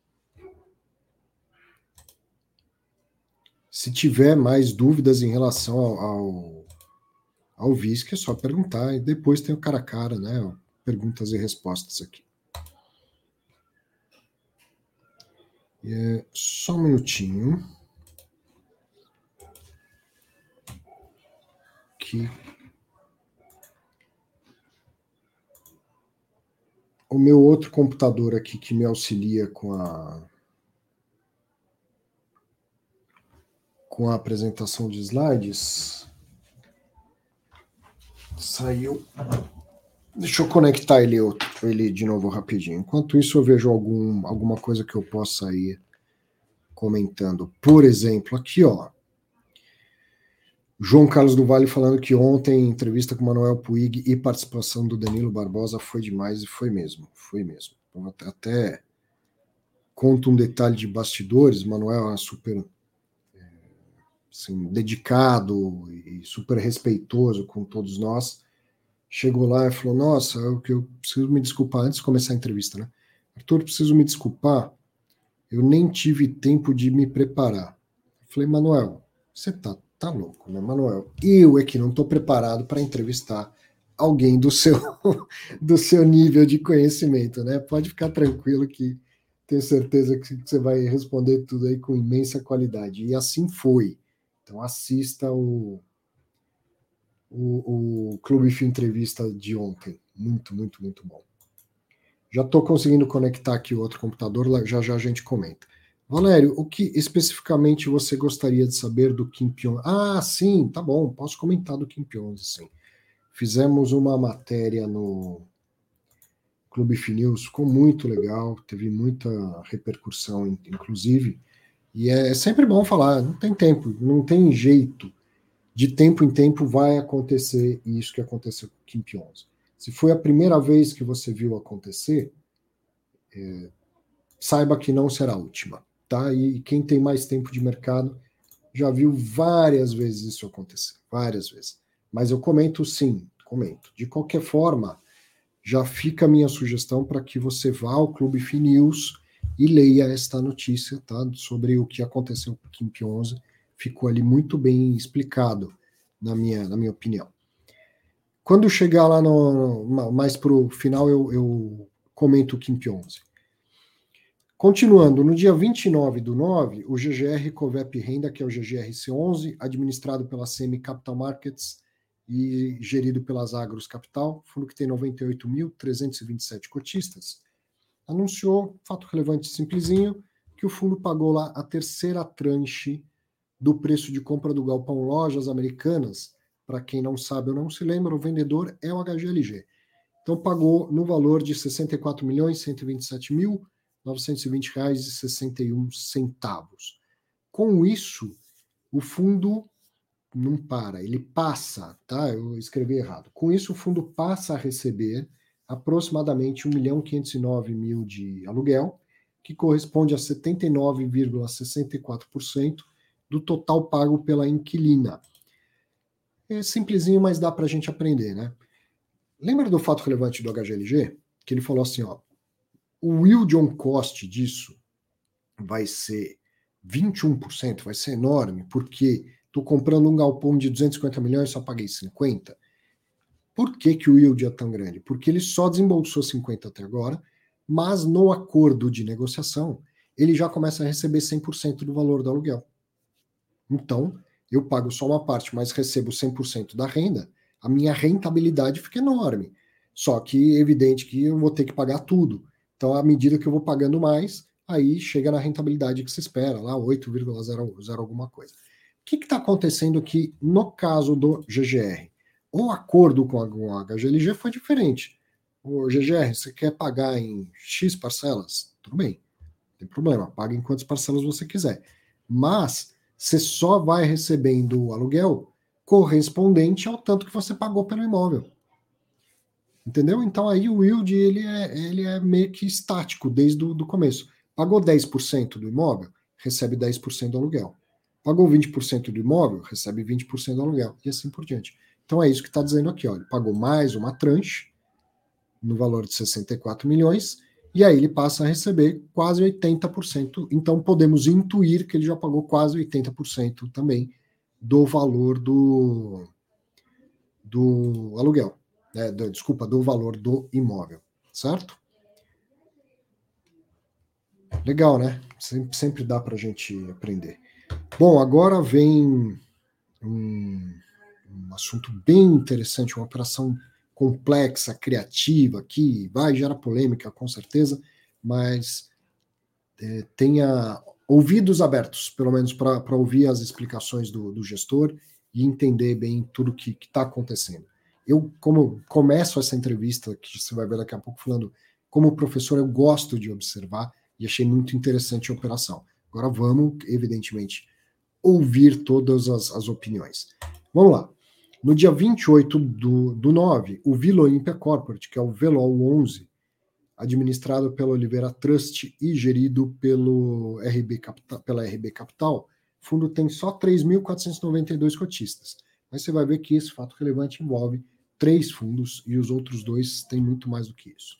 Speaker 1: Se tiver mais dúvidas em relação ao VISC, é só perguntar. E depois tem o cara a cara, né? Perguntas e respostas aqui. Só um minutinho. Que o meu outro computador aqui que me auxilia com a apresentação de slides saiu. Deixa eu conectar ele de novo rapidinho. Enquanto isso, eu vejo alguma coisa que eu possa ir comentando. Por exemplo, aqui, ó. João Carlos do Vale falando que ontem entrevista com Manuel Puig e participação do Danilo Barbosa foi demais, e foi mesmo. Então, até conto um detalhe de bastidores, Manuel é super assim, dedicado e super respeitoso com todos nós. Chegou lá e falou, nossa, eu preciso me desculpar antes de começar a entrevista, né? Arthur, preciso me desculpar, eu nem tive tempo de me preparar. Eu falei, Manuel, você tá louco, né, Manuel? Eu é que não estou preparado para entrevistar alguém do seu nível de conhecimento, né? Pode ficar tranquilo que tenho certeza que você vai responder tudo aí com imensa qualidade. E assim foi. Então assista o Clube Fim Entrevista de ontem. Muito, muito, muito bom. Já estou conseguindo conectar aqui o outro computador, já a gente comenta. Valério, o que especificamente você gostaria de saber do Kim Pyong? Ah, sim, tá bom, posso comentar do Kim Pyong, sim. Fizemos uma matéria no Clube News, ficou muito legal, teve muita repercussão, inclusive, e é sempre bom falar, não tem tempo, não tem jeito. De tempo em tempo vai acontecer isso que aconteceu com o Kim Pyong. Se foi a primeira vez que você viu acontecer, saiba que não será a última, tá? E quem tem mais tempo de mercado já viu várias vezes isso acontecer, várias vezes. Mas eu comento sim, comento. De qualquer forma, já fica a minha sugestão para que você vá ao Clube FINews e leia esta notícia, tá? Sobre o que aconteceu com o Kimp 11. Ficou ali muito bem explicado, na minha opinião. Quando chegar lá mais para o final, eu comento o Kimp 11. Continuando, no dia 29/9, o GGR Covep Renda, que é o GGRC11, administrado pela CM Capital Markets e gerido pelas Agros Capital, fundo que tem 98.327 cotistas, anunciou, fato relevante simplesinho, que o fundo pagou lá a terceira tranche do preço de compra do galpão Lojas Americanas. Para quem não sabe ou não se lembra, o vendedor é o HGLG. Então pagou no valor de R$ 64.127.920,61. Com isso, o fundo não para, ele passa, tá? Eu escrevi errado. Com isso, o fundo passa a receber aproximadamente 1.509.000 de aluguel, que corresponde a 79,64% do total pago pela inquilina. É simplesinho, mas dá para a gente aprender, né? Lembra do fato relevante do HGLG? Que ele falou assim, ó, o yield on cost disso vai ser 21%, vai ser enorme, porque estou comprando um galpão de 250 milhões e só paguei 50. Por que o yield é tão grande? Porque ele só desembolsou 50 até agora, mas no acordo de negociação, ele já começa a receber 100% do valor do aluguel. Então, eu pago só uma parte, mas recebo 100% da renda, a minha rentabilidade fica enorme. Só que é evidente que eu vou ter que pagar tudo. Então, à medida que eu vou pagando mais, aí chega na rentabilidade que se espera, lá 8,00 alguma coisa. O que está acontecendo aqui no caso do GGR? O acordo com a HGLG foi diferente. O GGR, você quer pagar em X parcelas? Tudo bem, não tem problema, paga em quantas parcelas você quiser. Mas você só vai recebendo o aluguel correspondente ao tanto que você pagou pelo imóvel. Entendeu? Então aí o yield ele é meio que estático desde o começo. Pagou 10% do imóvel, recebe 10% do aluguel. Pagou 20% do imóvel, recebe 20% do aluguel. E assim por diante. Então é isso que está dizendo aqui. Ó. Ele pagou mais uma tranche no valor de 64 milhões e aí ele passa a receber quase 80%. Então podemos intuir que ele já pagou quase 80% também do valor do aluguel. Desculpa, do valor do imóvel, certo? Legal, né? Sempre dá para a gente aprender. Bom, agora vem um assunto bem interessante, uma operação complexa, criativa, que vai gerar polêmica, com certeza, mas tenha ouvidos abertos, pelo menos para ouvir as explicações do gestor e entender bem tudo que está acontecendo. Eu, como começo essa entrevista, que você vai ver daqui a pouco, falando, como professor, eu gosto de observar e achei muito interessante a operação. Agora vamos, evidentemente, ouvir todas as opiniões. Vamos lá. No dia 28/9, o Vila Olímpia Corporate, que é o VELOL 11, administrado pela Oliveira Trust e gerido pela RB Capital, o fundo tem só 3.492 cotistas. Mas você vai ver que esse fato relevante envolve 3 fundos e os outros 2 têm muito mais do que isso.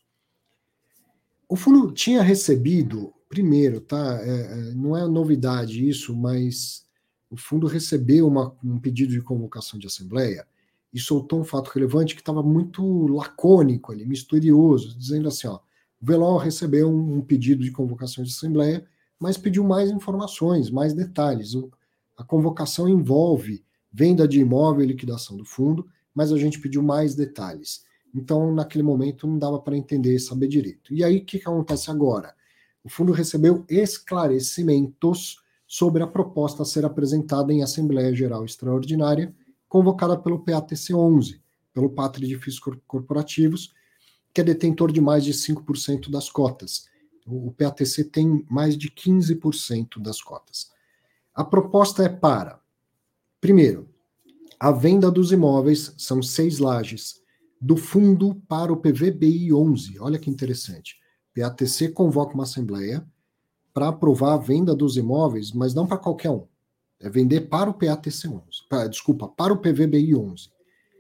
Speaker 1: O fundo tinha recebido, primeiro, tá? Não é novidade isso, mas o fundo recebeu um pedido de convocação de assembleia e soltou um fato relevante que estava muito lacônico ali, misterioso, dizendo assim, ó, o VELOL recebeu um pedido de convocação de assembleia, mas pediu mais informações, mais detalhes. A convocação envolve venda de imóvel e liquidação do fundo, mas a gente pediu mais detalhes. Então, naquele momento, não dava para entender e saber direito. E aí, o que acontece agora? O fundo recebeu esclarecimentos sobre a proposta a ser apresentada em Assembleia Geral Extraordinária, convocada pelo PATC11, pelo Pátrio de Edifícios Corporativos, que é detentor de mais de 5% das cotas. O PATC tem mais de 15% das cotas. A proposta é para, primeiro, a venda dos imóveis, são 6 lajes, do fundo para o PVBI 11. Olha que interessante. PATC convoca uma assembleia para aprovar a venda dos imóveis, mas não para qualquer um. É vender para o PATC 11. Para o PVBI 11.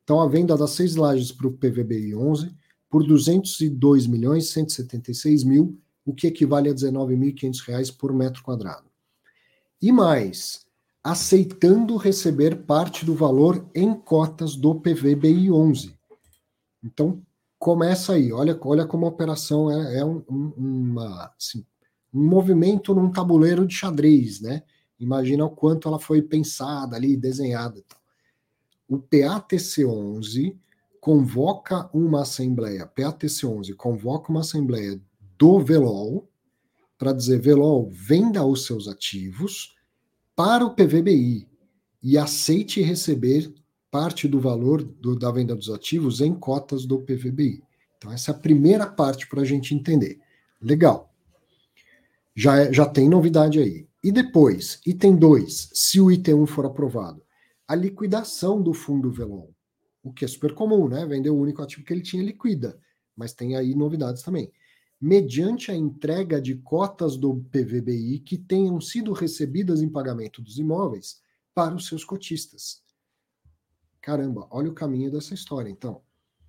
Speaker 1: Então, a venda das 6 lajes para o PVBI 11 por 202.176.000, o que equivale a R$19.500 por metro quadrado. E mais, aceitando receber parte do valor em cotas do PVBI 11. Então, começa aí. Olha como a operação é assim, um movimento num tabuleiro de xadrez, né? Imagina o quanto ela foi pensada ali, desenhada. O PATC11 convoca uma assembleia, PATC11 convoca uma assembleia do VELOL para dizer, VELOL, venda os seus ativos para o PVBI e aceite receber parte do valor da venda dos ativos em cotas do PVBI. Então, essa é a primeira parte para a gente entender. Legal. Já tem novidade aí. E depois, item 2, se o item 1 for aprovado, a liquidação do fundo VELOL, o que é super comum, né? Vender o único ativo que ele tinha, liquida. Mas tem aí novidades também. Mediante a entrega de cotas do PVBI que tenham sido recebidas em pagamento dos imóveis para os seus cotistas. Caramba, olha o caminho dessa história, então.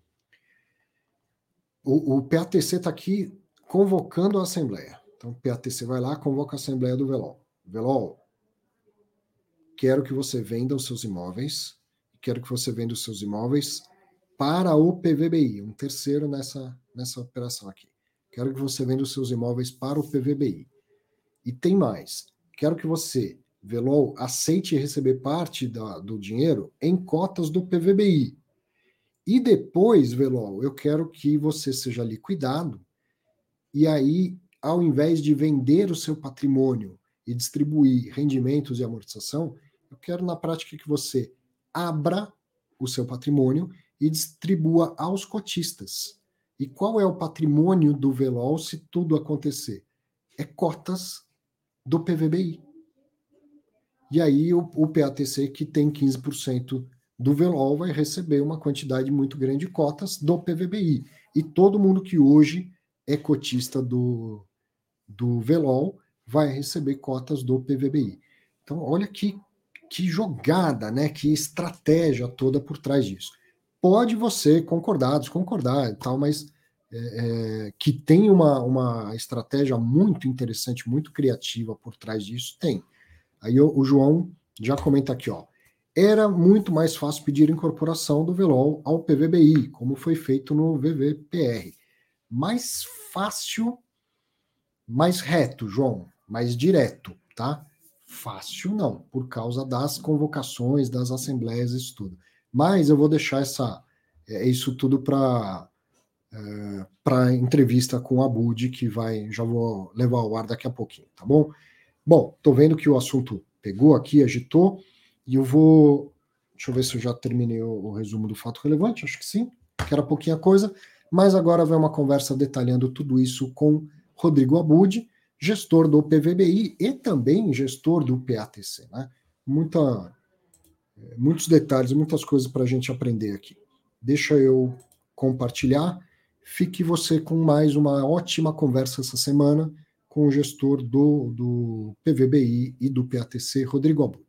Speaker 1: O PATC está aqui convocando a Assembleia. Então, o PATC vai lá, convoca a Assembleia do VELOL. VELOL, quero que você venda os seus imóveis, quero que você venda os seus imóveis para o PVBI, um terceiro nessa operação aqui. Quero que você venda os seus imóveis para o PVBI. E tem mais. Quero que você, VELOL, aceite receber parte do dinheiro em cotas do PVBI. E depois, VELOL, eu quero que você seja liquidado e aí, ao invés de vender o seu patrimônio e distribuir rendimentos e amortização, eu quero na prática que você abra o seu patrimônio e distribua aos cotistas. E qual é o patrimônio do VELOL se tudo acontecer? É cotas do PVBI. E aí o PATC, que tem 15% do VELOL, vai receber uma quantidade muito grande de cotas do PVBI. E todo mundo que hoje é cotista do VELOL vai receber cotas do PVBI. Então, olha que jogada, né? Que estratégia toda por trás disso. Pode você concordar, desconcordar e tal, mas que tem uma estratégia muito interessante, muito criativa por trás disso, tem. Aí o João já comenta aqui, ó. Era muito mais fácil pedir incorporação do VELOL ao PVBI, como foi feito no VVPR. Mais fácil, mais reto, João, mais direto, tá? Fácil não, por causa das convocações, das assembleias, isso tudo. Mas eu vou deixar isso tudo para entrevista com a Bud, que já vou levar ao ar daqui a pouquinho, tá bom? Bom, tô vendo que o assunto pegou aqui, agitou, e eu vou. Deixa eu ver se eu já terminei o resumo do fato relevante, acho que sim, que era pouquinha coisa, mas agora vem uma conversa detalhando tudo isso com Rodrigo Abud, gestor do PVBI e também gestor do PATC, né? Muitos detalhes, muitas coisas para a gente aprender aqui. Deixa eu compartilhar. Fique você com mais uma ótima conversa essa semana com o gestor do PVBI e do PATC, Rodrigo Abud.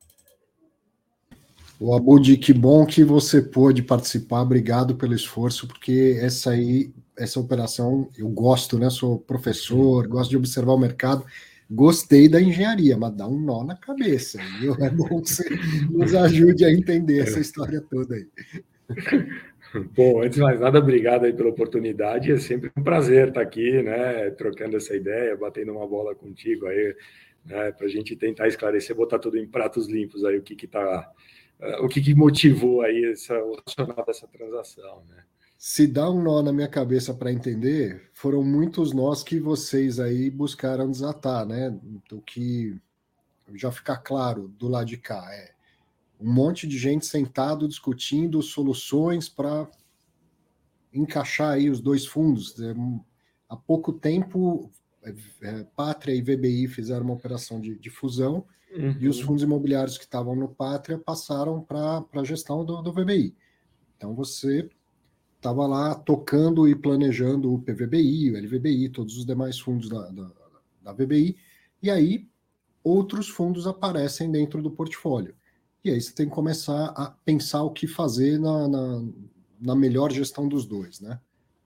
Speaker 1: O Abud, que bom que você pôde participar, obrigado pelo esforço, porque essa operação, eu gosto, né? Sou professor, gosto de observar o mercado, gostei da engenharia, mas dá um nó na cabeça, viu? É bom que você nos ajude a entender essa história toda aí.
Speaker 3: Bom, antes de mais nada, obrigado aí pela oportunidade. É sempre um prazer estar aqui, né, trocando essa ideia, batendo uma bola contigo aí, né, para a gente tentar esclarecer, botar tudo em pratos limpos aí, o que motivou aí o racional dessa transação, né?
Speaker 1: Se dá um nó na minha cabeça para entender, foram muitos nós que vocês aí buscaram desatar, né? O que já fica claro do lado de cá um monte de gente sentado discutindo soluções para encaixar aí os dois fundos. Há pouco tempo, Pátria e VBI fizeram uma operação de fusão e os fundos imobiliários que estavam no Pátria passaram para a gestão do VBI. Então você estava lá tocando e planejando o PVBI, o LVBI, todos os demais fundos da VBI, e aí outros fundos aparecem dentro do portfólio. E aí você tem que começar a pensar o que fazer na melhor gestão dos dois, né?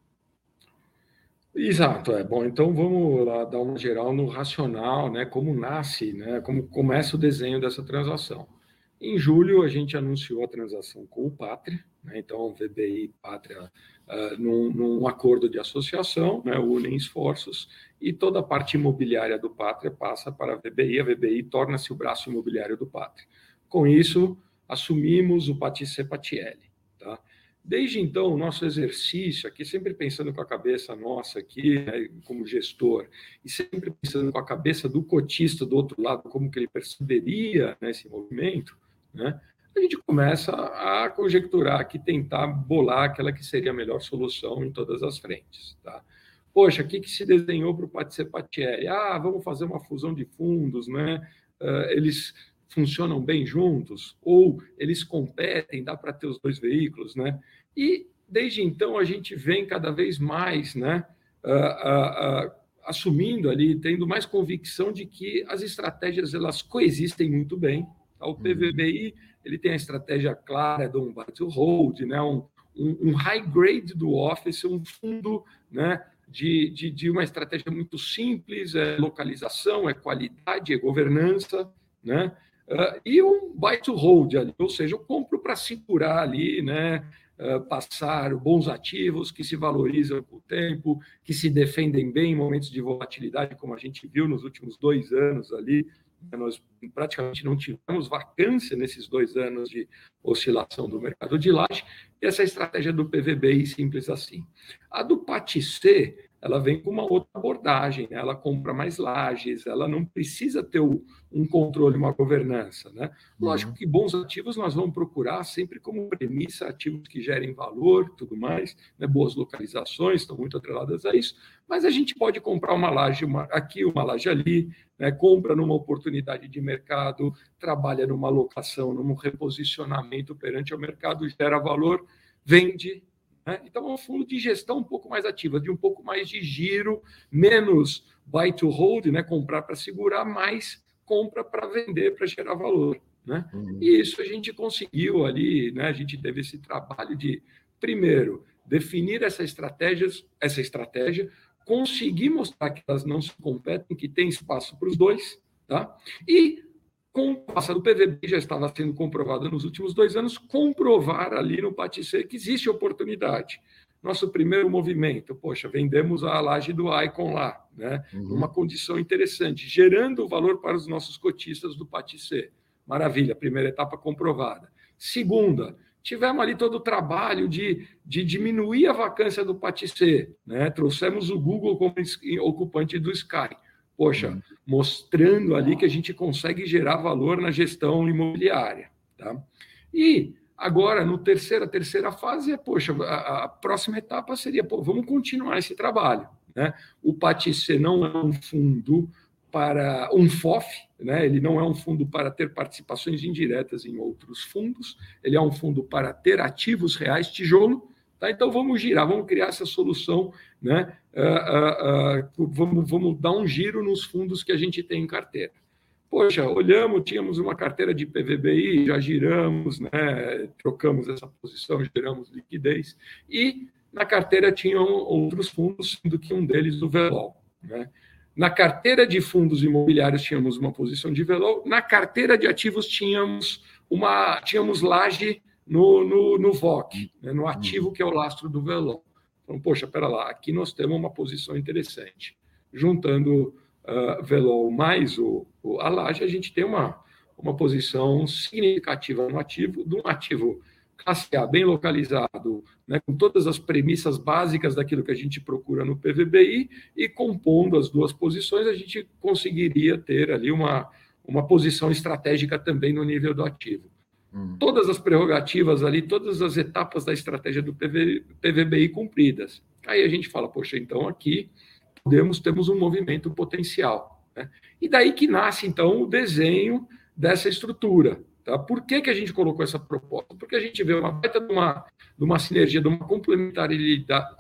Speaker 3: Exato, bom, então vamos lá dar uma geral no racional, né, como nasce, né, como começa o desenho dessa transação. Em julho, a gente anunciou a transação com o Pátria, né, então VBI e Pátria num acordo de associação, né, unem esforços, e toda a parte imobiliária do Pátria passa para a VBI torna-se o braço imobiliário do Pátria. Com isso, assumimos o Patissé Patielli, tá? Desde então, o nosso exercício aqui, sempre pensando com a cabeça nossa aqui, né, como gestor, e sempre pensando com a cabeça do cotista do outro lado, como que ele perceberia, né, esse movimento, né, a gente começa a conjecturar aqui, tentar bolar aquela que seria a melhor solução em todas as frentes. Tá? Poxa, o que se desenhou para o Patissé Patielli? Vamos fazer uma fusão de fundos, né? Eles funcionam bem juntos, ou eles competem, dá para ter os dois veículos, né? E desde então a gente vem cada vez mais, né, assumindo ali, tendo mais convicção de que as estratégias elas coexistem muito bem. Tá? O PVBI ele tem a estratégia clara de um buy to hold, né, um high grade do office, um fundo, né, de uma estratégia muito simples, localização, qualidade, governança, né? E um buy to hold ali, ou seja, eu compro para segurar ali, né? Passar bons ativos que se valorizam com o tempo, que se defendem bem em momentos de volatilidade, como a gente viu nos últimos 2 anos ali. Nós praticamente não tivemos vacância nesses 2 anos de oscilação do mercado de laje, e essa estratégia do PVBI simples assim. A do Patissé, ela vem com uma outra abordagem, né? Ela compra mais lajes, ela não precisa ter um controle, uma governança, né? Lógico que bons ativos nós vamos procurar sempre como premissa, ativos que gerem valor, tudo mais, né? Boas localizações estão muito atreladas a isso, mas a gente pode comprar uma laje aqui, uma laje ali, né? Compra numa oportunidade de mercado, trabalha numa locação, num reposicionamento perante o mercado, gera valor, vende. Então, é um fundo de gestão um pouco mais ativa, de um pouco mais de giro, menos buy to hold, né? Comprar para segurar, mais compra para vender, para gerar valor. Né? E isso a gente conseguiu ali, né? A gente teve esse trabalho de, primeiro, definir essa estratégia, conseguir mostrar que elas não se competem, que tem espaço para os dois, tá? E com o passar do PVB, já estava sendo comprovado nos últimos 2 anos, comprovar ali no Patissé que existe oportunidade. Nosso primeiro movimento, poxa, vendemos a laje do Icon lá, né? Uma condição interessante, gerando valor para os nossos cotistas do Patissé. Maravilha, primeira etapa comprovada. Segunda, tivemos ali todo o trabalho de diminuir a vacância do Patissé, né? Trouxemos o Google como ocupante do Sky. Poxa, mostrando ali que a gente consegue gerar valor na gestão imobiliária. Tá? E agora, no terceira fase, poxa, a próxima etapa seria, vamos continuar esse trabalho. Né? O Patissé não é um fundo para um FOF, né? Ele não é um fundo para ter participações indiretas em outros fundos, ele é um fundo para ter ativos reais, tijolo. Tá? Então, vamos girar, vamos criar essa solução, né? Vamos dar um giro nos fundos que a gente tem em carteira. Poxa, olhamos, tínhamos uma carteira de PVBI, já giramos, né? Trocamos essa posição, geramos liquidez, e na carteira tinham outros fundos, sendo que um deles o VELOL. Né? Na carteira de fundos imobiliários tínhamos uma posição de VELOL, na carteira de ativos tínhamos laje no VOC, né, no ativo que é o lastro do VELOL. Então, poxa, espera lá, aqui nós temos uma posição interessante. Juntando VELOL mais a laje, a gente tem uma posição significativa no ativo, de um ativo classe A, bem localizado, né, com todas as premissas básicas daquilo que a gente procura no PVBI, e compondo as duas posições, a gente conseguiria ter ali uma posição estratégica também no nível do ativo. Todas as prerrogativas ali, todas as etapas da estratégia do PVBI cumpridas. Aí a gente fala, poxa, então aqui temos um movimento potencial. Né? E daí que nasce, então, o desenho dessa estrutura. Tá? Por que a gente colocou essa proposta? Porque a gente vê uma baita de uma sinergia, de uma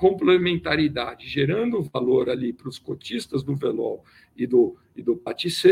Speaker 3: complementaridade, gerando valor ali para os cotistas do VELOL e do Patissé,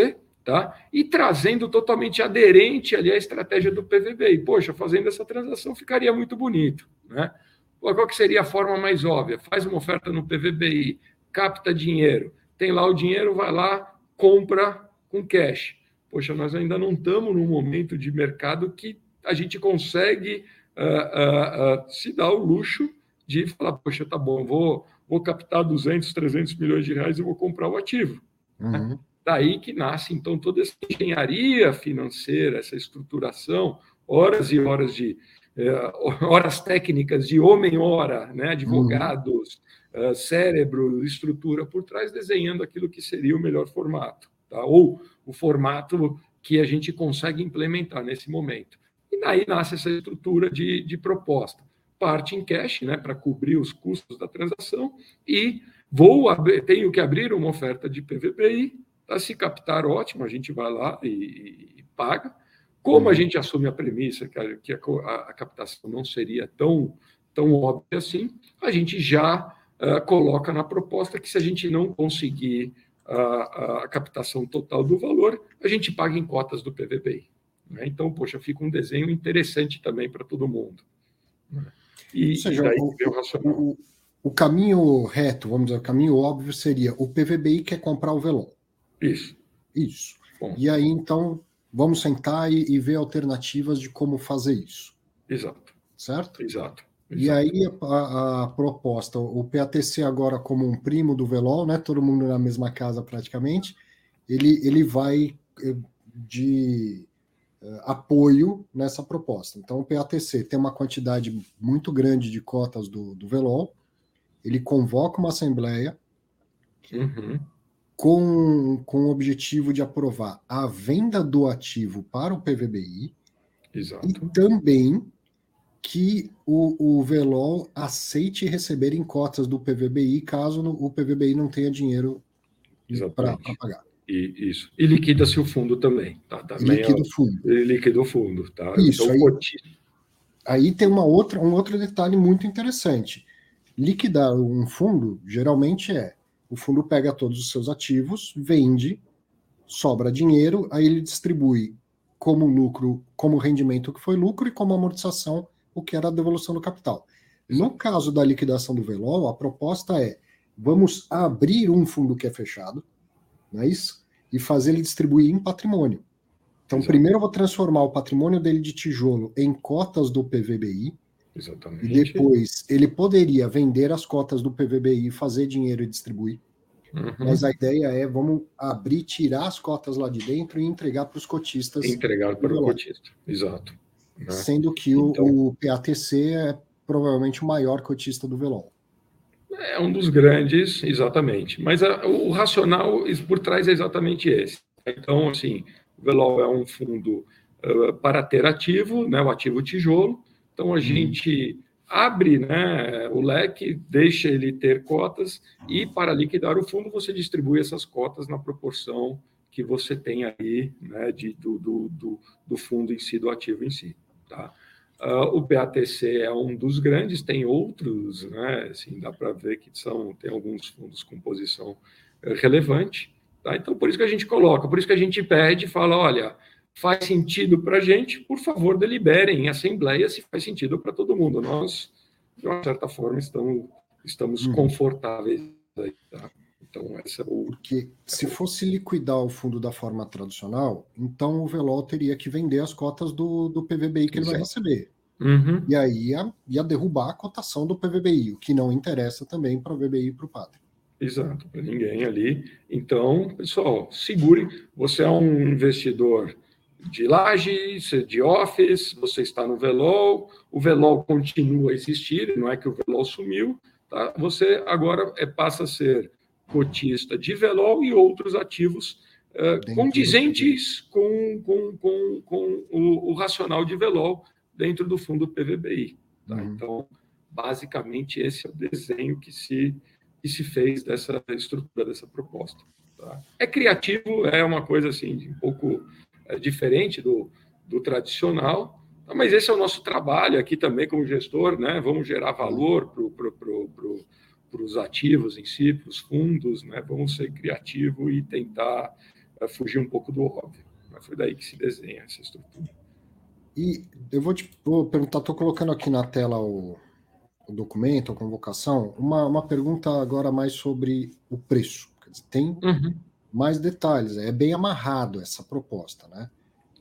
Speaker 3: tá? E trazendo totalmente aderente ali à estratégia do PVBI. Poxa, fazendo essa transação ficaria muito bonito, né? Qual que seria a forma mais óbvia? Faz uma oferta no PVBI, capta dinheiro, tem lá o dinheiro, vai lá, compra com cash. Poxa, nós ainda não estamos num momento de mercado que a gente consegue se dar o luxo de falar, poxa, tá bom, vou captar 200, 300 milhões de reais e vou comprar o ativo. Né? Daí que nasce, então, toda essa engenharia financeira, essa estruturação, horas e horas horas técnicas de homem-hora, né? Advogados, cérebro, estrutura por trás, desenhando aquilo que seria o melhor formato, tá? Ou o formato que a gente consegue implementar nesse momento. E daí nasce essa estrutura de proposta. Parte em cash, né, para cobrir os custos da transação, e tenho que abrir uma oferta de PVBI, tá? Se captar, ótimo, a gente vai lá e paga. Como a gente assume a premissa que a captação não seria tão óbvia assim, a gente já coloca na proposta que se a gente não conseguir a captação total do valor, a gente paga em cotas do PVBI. Né? Então, poxa, fica um desenho interessante também para todo mundo. Né?
Speaker 1: Ou seja, o caminho reto, vamos dizer, o caminho óbvio seria o PVBI quer comprar o Velol. Isso. Bom. E aí, então, vamos sentar e ver alternativas de como fazer isso.
Speaker 3: Exato.
Speaker 1: Certo?
Speaker 3: Exato.
Speaker 1: E aí a proposta, o PATC agora como um primo do Velol, né, todo mundo na mesma casa praticamente, ele vai de apoio nessa proposta. Então o PATC tem uma quantidade muito grande de cotas do Velol, ele convoca uma assembleia com o objetivo de aprovar a venda do ativo para o PVBI.
Speaker 3: Exato.
Speaker 1: E também que o Velol aceite receber em cotas do PVBI caso o PVBI não tenha dinheiro para pagar.
Speaker 3: Isso. E liquida-se o fundo também. Tá?
Speaker 1: Liquida o fundo.
Speaker 3: Liquida o fundo. Tá?
Speaker 1: Isso.
Speaker 3: Então,
Speaker 1: aí tem um outro detalhe muito interessante. Liquidar um fundo, geralmente o fundo pega todos os seus ativos, vende, sobra dinheiro, aí ele distribui como lucro, como rendimento que foi lucro e como amortização o que era a devolução do capital. No caso da liquidação do Velol, a proposta vamos abrir um fundo que é fechado, não é isso? E fazer ele distribuir em patrimônio. Então, primeiro eu vou transformar o patrimônio dele de tijolo em cotas do PVBI.
Speaker 3: Exatamente.
Speaker 1: E depois ele poderia vender as cotas do PVBI, fazer dinheiro e distribuir. Mas a ideia vamos abrir, tirar as cotas lá de dentro e entregar para os cotistas.
Speaker 3: Entregar para o cotista, exato. Né?
Speaker 1: Sendo que o PATC é provavelmente o maior cotista do Velol.
Speaker 3: É um dos grandes, exatamente. Mas o racional por trás é exatamente esse. Então, assim, o Velol é um fundo para ter ativo, né, o ativo tijolo. Então, a gente abre, né, o leque, deixa ele ter cotas e, para liquidar o fundo, você distribui essas cotas na proporção que você tem aí, né, do fundo em si, do ativo em si. Tá? O PATC é um dos grandes, tem outros, né, assim, dá para ver que tem alguns fundos com posição relevante. Tá? Então, por isso que a gente coloca, por isso que a gente pede, fala, olha, faz sentido para a gente, por favor, deliberem em assembleia se faz sentido para todo mundo. Nós, de uma certa forma, estamos confortáveis aí, tá? Então, essa é
Speaker 1: Porque se fosse liquidar o fundo da forma tradicional, então o Velol teria que vender as cotas do PVBI que ele vai receber. E aí ia derrubar a cotação do PVBI, o que não interessa também para o VBI e para o Pátria.
Speaker 3: Exato, para ninguém ali. Então, pessoal, segure. Você é um investidor de laje, de office, você está no Velol, o Velol continua a existir, não é que o Velol sumiu, tá? Você agora passa a ser cotista de Velol e outros ativos condizentes com o racional de Velol dentro do fundo PVBI. Tá? Então, basicamente, esse é o desenho que se fez dessa estrutura, dessa proposta. Tá? É criativo, é uma coisa assim, um pouco diferente do tradicional, tá? Mas esse é o nosso trabalho aqui também como gestor, né? Vamos gerar valor para os ativos em si, para os fundos, né? Vamos ser criativos e tentar fugir um pouco do óbvio. Mas foi daí que se desenha essa estrutura.
Speaker 1: E eu vou perguntar, estou colocando aqui na tela o documento, a convocação, uma pergunta agora mais sobre o preço. Quer dizer, tem mais detalhes, é bem amarrado essa proposta, né?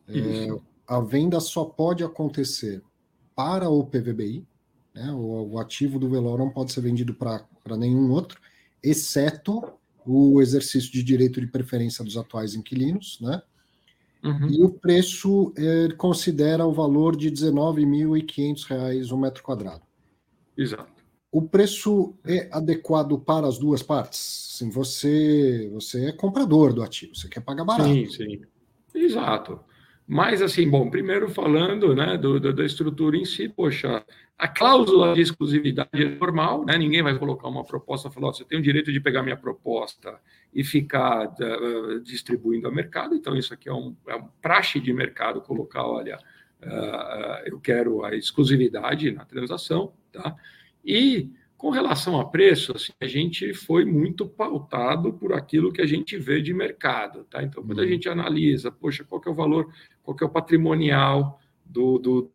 Speaker 1: A venda só pode acontecer para o PVBI, né? O ativo do Velol não pode ser vendido para nenhum outro, exceto o exercício de direito de preferência dos atuais inquilinos, né? E o preço considera o valor de R$ 19.500 um metro quadrado.
Speaker 3: Exato.
Speaker 1: O preço é adequado para as duas partes? Sim, você é comprador do ativo, você quer pagar barato.
Speaker 3: Sim. Exato. Mas, assim, bom, primeiro falando, né, da estrutura em si, poxa, a cláusula de exclusividade é normal, né? Ninguém vai colocar uma proposta e falar, você tem o direito de pegar minha proposta e ficar distribuindo ao mercado. Então, isso aqui é um praxe de mercado colocar, olha, eu quero a exclusividade na transação, tá? E com relação a preço, assim, a gente foi muito pautado por aquilo que a gente vê de mercado, tá? Então, quando a gente analisa, poxa, qual que é o valor, qual que é o patrimonial do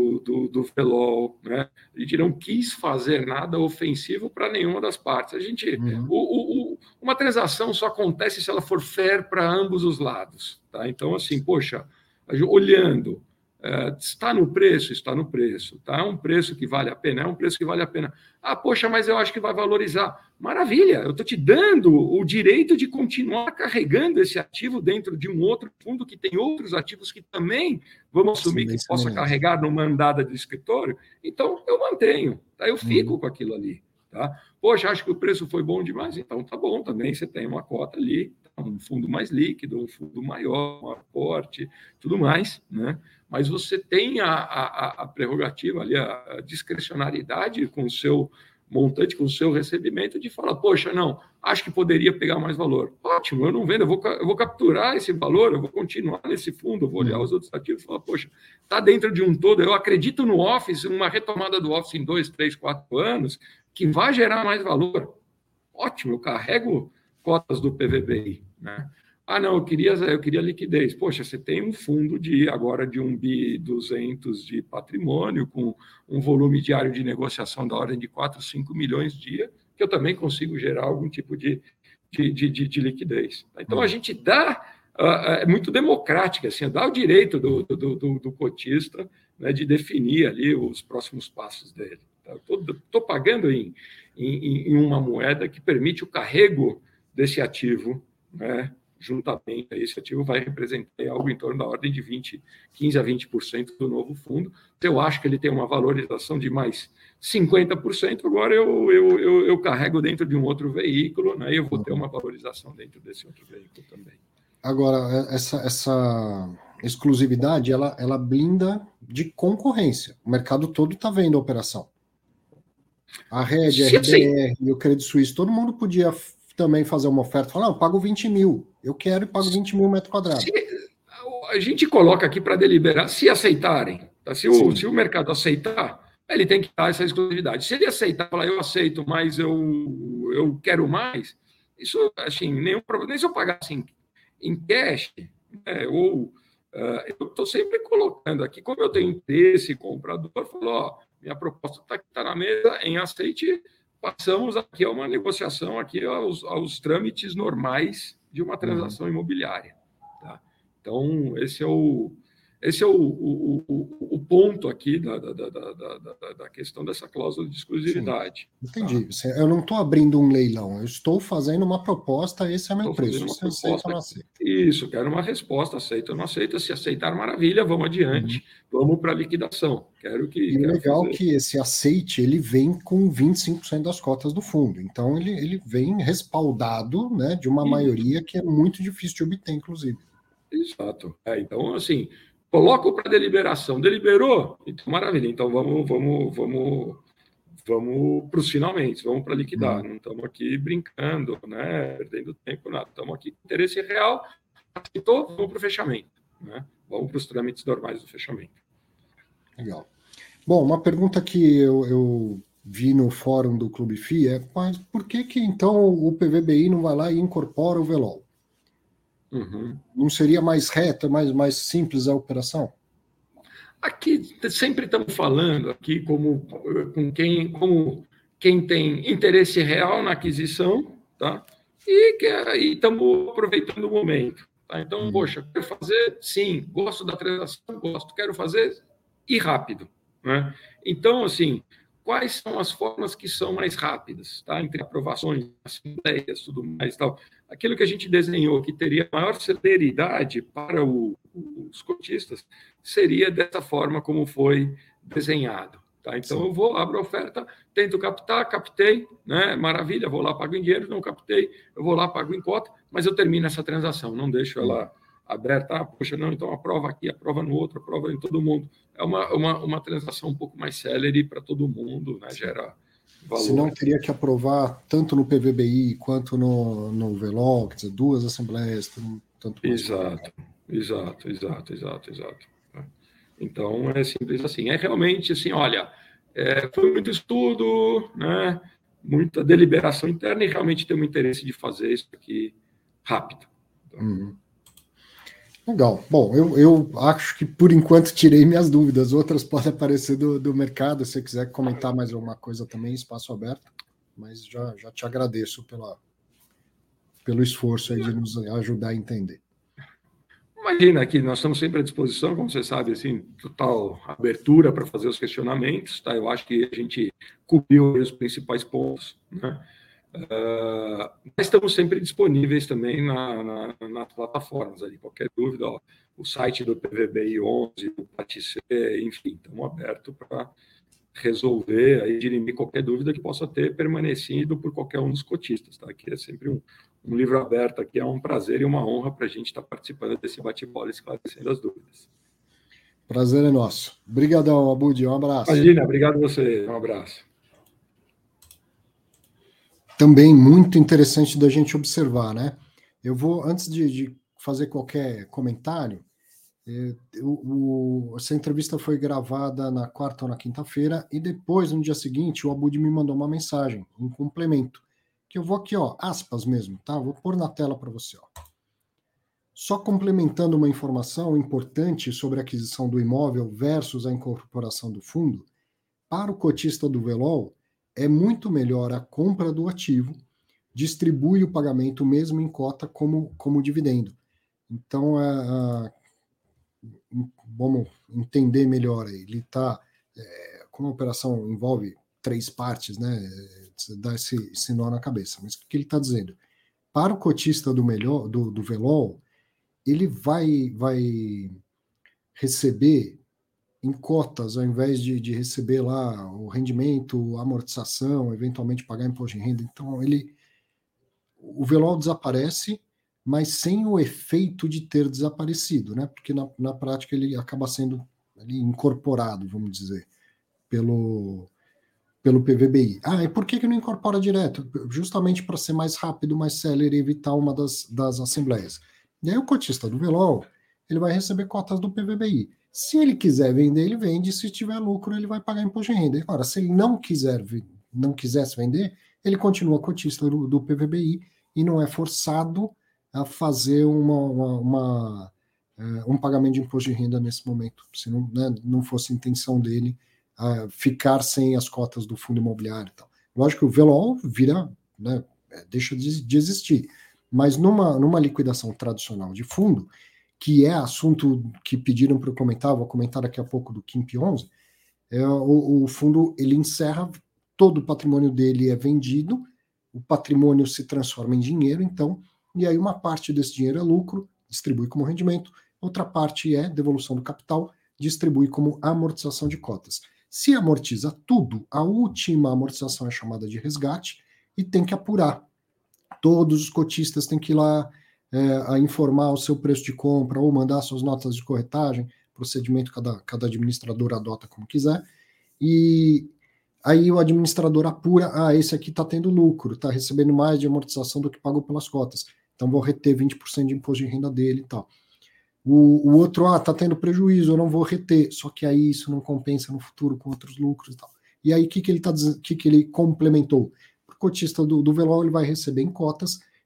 Speaker 3: Velol, né? A gente não quis fazer nada ofensivo para nenhuma das partes. A gente, uma transação só acontece se ela for fair para ambos os lados, tá? Então, assim, poxa, olhando, está no preço, tá? É um preço que vale a pena, é um preço que vale a pena. Ah, poxa, mas eu acho que vai valorizar. Maravilha, eu estou te dando o direito de continuar carregando esse ativo dentro de um outro fundo que tem outros ativos que também vamos assumir que possa carregar numa andada do escritório. Então, eu mantenho, tá? Eu fico com aquilo ali, tá? Poxa, acho que o preço foi bom demais, então tá bom também, você tem uma cota ali, um fundo mais líquido, um fundo maior, maior porte, tudo mais, né? Mas você tem a prerrogativa ali, a discrecionalidade com o seu montante, com o seu recebimento, de falar, poxa, não, acho que poderia pegar mais valor. Ótimo, eu não vendo, eu vou capturar esse valor, eu vou continuar nesse fundo, eu vou olhar os outros ativos e falar, poxa, está dentro de um todo, eu acredito no Office, uma retomada do Office em 2, 3, 4 anos, que vai gerar mais valor. Ótimo, eu carrego cotas do PVBI, né? Ah, não, eu queria liquidez. Poxa, você tem um fundo agora de 1.200 bi de patrimônio, com um volume diário de negociação da ordem de 4, 5 milhões dia, que eu também consigo gerar algum tipo de liquidez. Então, a gente dá, é muito democrática, assim, dá o direito do cotista, né, de definir ali os próximos passos dele. Estou pagando em uma moeda que permite o carrego desse ativo, né? Juntamente a esse ativo vai representar algo em torno da ordem de 15% a 20% do novo fundo. Eu acho que ele tem uma valorização de mais 50%, agora eu carrego dentro de um outro veículo, né? E eu vou ter uma valorização dentro desse outro veículo também.
Speaker 1: Agora, essa exclusividade, ela blinda de concorrência. O mercado todo está vendo a operação. A Red, a RBR e o Credit Suisse, todo mundo podia também fazer uma oferta, falar, eu pago 20 mil, eu quero e pago 20 mil metro quadrado.
Speaker 3: A gente coloca aqui para deliberar, se aceitarem, tá? Se o mercado aceitar, ele tem que dar essa exclusividade. Se ele aceitar, falar, eu aceito, mas eu quero mais, isso, assim, nenhum problema. Nem se eu pagar assim, em cash, né, ou eu estou sempre colocando aqui, como eu tenho interesse comprador, falou, ó, minha proposta está na mesa, em aceite, passamos aqui a uma negociação, aqui aos trâmites normais de uma transação imobiliária. Tá? Então, esse é o ponto aqui da questão dessa cláusula de exclusividade.
Speaker 1: Sim, entendi. Tá? Eu não estou abrindo um leilão, eu estou fazendo uma proposta, esse é meu preço.
Speaker 3: Você aceita ou não aceita? Isso, quero uma resposta, aceita ou não aceita. Se aceitar, maravilha, vamos adiante, vamos para a liquidação. E
Speaker 1: o legal é que esse aceite, ele vem com 25% das cotas do fundo. Então, ele vem respaldado, né, de uma maioria que é muito difícil de obter, inclusive.
Speaker 3: Exato. Então, assim, coloco para deliberação. Deliberou? Então, maravilha. Então, vamos para os finalmente, vamos para liquidar. Não estamos aqui brincando, né, perdendo tempo, nada. Estamos aqui com interesse real. Aceitou? Vamos para o fechamento. Né? Vamos para os trâmites normais do fechamento.
Speaker 1: Legal. Bom, uma pergunta que eu vi no fórum do Clube FI é, mas por que então o PVBI não vai lá e incorpora o Velol? Não seria mais reta, mais simples a operação?
Speaker 3: Aqui sempre estamos falando aqui como quem tem interesse real na aquisição, tá? E estamos aproveitando o momento. Tá? Então, poxa, quero fazer, sim, gosto da transação, quero fazer e rápido. Né? Então, assim, quais são as formas que são mais rápidas, tá? Entre aprovações, assembleias, tudo mais, tal. Aquilo que a gente desenhou que teria maior celeridade para os cotistas seria dessa forma como foi desenhado. Tá? Então, eu vou, abro a oferta, tento captar, captei, né? Maravilha, vou lá, pago em dinheiro, não captei, eu vou lá, pago em cota, mas eu termino essa transação, não deixo ela aberta, poxa, não, então aprova aqui, aprova no outro, aprova em todo mundo. É uma transação um pouco mais célere para todo mundo, né? Gera valor.
Speaker 1: Se não, teria que aprovar tanto no PVBI quanto no VELOL, quer dizer, duas assembleias, tanto mais.
Speaker 3: Exato. Então, é simples assim. É realmente assim, olha, foi muito estudo, né? Muita deliberação interna e realmente tem um interesse de fazer isso aqui rápido. Então,
Speaker 1: legal. Bom, eu acho que por enquanto tirei minhas dúvidas. Outras podem aparecer do mercado. Se você quiser comentar mais alguma coisa também, espaço aberto. Mas já te agradeço pelo esforço aí de nos ajudar a entender.
Speaker 3: Imagina que nós estamos sempre à disposição, como você sabe, assim, total abertura para fazer os questionamentos. Tá? Eu acho que a gente cobriu os principais pontos, né? Mas estamos sempre disponíveis também nas plataformas. Ali. Qualquer dúvida, ó, o site do PVBI 11, o PATIC, enfim, estamos abertos para resolver, aí, dirimir qualquer dúvida que possa ter permanecido por qualquer um dos cotistas. Tá? Aqui é sempre um livro aberto, aqui é um prazer e uma honra para a gente estar participando desse bate-bola e esclarecendo as dúvidas.
Speaker 1: Prazer é nosso. Obrigadão, Abud, um abraço.
Speaker 3: Imagina, obrigado a você, um abraço.
Speaker 1: Também muito interessante da gente observar, né? Eu vou, antes de fazer qualquer comentário, essa entrevista foi gravada na quarta ou na quinta-feira, e depois, no dia seguinte, o Abud me mandou uma mensagem, um complemento, que eu vou aqui, ó, aspas mesmo, tá? Vou pôr na tela para você, ó. Só complementando uma informação importante sobre a aquisição do imóvel versus a incorporação do fundo, para o cotista do VELOL, é muito melhor a compra do ativo, distribui o pagamento mesmo em cota como dividendo. Então, vamos entender melhor aí. Ele está, como a operação envolve 3 partes, né? Dá esse nó na cabeça. Mas o que ele está dizendo? Para o cotista do VELOL, ele vai receber em cotas, ao invés de receber lá o rendimento, a amortização, eventualmente pagar imposto de renda. Então, o VELOL desaparece, mas sem o efeito de ter desaparecido, né? Porque na prática ele acaba sendo ali incorporado, vamos dizer, pelo PVBI. E por que não incorpora direto? Justamente para ser mais rápido, mais célere e evitar uma das assembleias. E aí o cotista do VELOL, ele vai receber cotas do PVBI. Se ele quiser vender, ele vende. Se tiver lucro, ele vai pagar imposto de renda. Agora, se ele não quisesse vender, ele continua cotista do PVBI e não é forçado a fazer um pagamento de imposto de renda nesse momento, se não fosse a intenção dele ficar sem as cotas do fundo imobiliário e tal. Lógico que o VELOL vira, né, deixa de existir, mas numa liquidação tradicional de fundo, que é assunto que pediram para eu comentar, vou comentar daqui a pouco do KIMP 11, o fundo ele encerra, todo o patrimônio dele é vendido, o patrimônio se transforma em dinheiro, então, e aí uma parte desse dinheiro é lucro, distribui como rendimento, outra parte é devolução do capital, distribui como amortização de cotas. Se amortiza tudo, a última amortização é chamada de resgate e tem que apurar. Todos os cotistas têm que ir lá a informar o seu preço de compra ou mandar suas notas de corretagem, procedimento cada administrador adota como quiser, e aí o administrador apura, esse aqui está tendo lucro, está recebendo mais de amortização do que pagou pelas cotas, então vou reter 20% de imposto de renda dele e tal. O outro, está tendo prejuízo, eu não vou reter, só que aí isso não compensa no futuro com outros lucros e tal. E aí o que ele complementou? O cotista do VELOL ele vai receber em cotas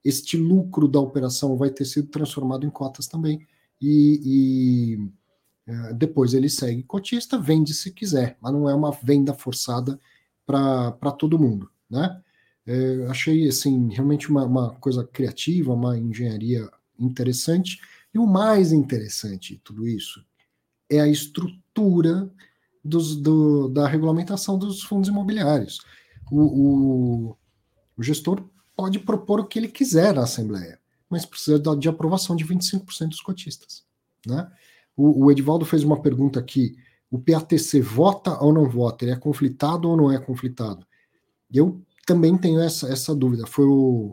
Speaker 1: este lucro da operação vai ter sido transformado em cotas também, e depois ele segue cotista, vende se quiser, mas não é uma venda forçada para todo mundo, né? Achei, assim, realmente uma coisa criativa, uma engenharia interessante, e o mais interessante de tudo isso é a estrutura da regulamentação dos fundos imobiliários. O gestor pode propor o que ele quiser na Assembleia, mas precisa de aprovação de 25% dos cotistas, né? O Edivaldo fez uma pergunta aqui: o PATC vota ou não vota? Ele é conflitado ou não é conflitado? Eu também tenho essa dúvida. Foi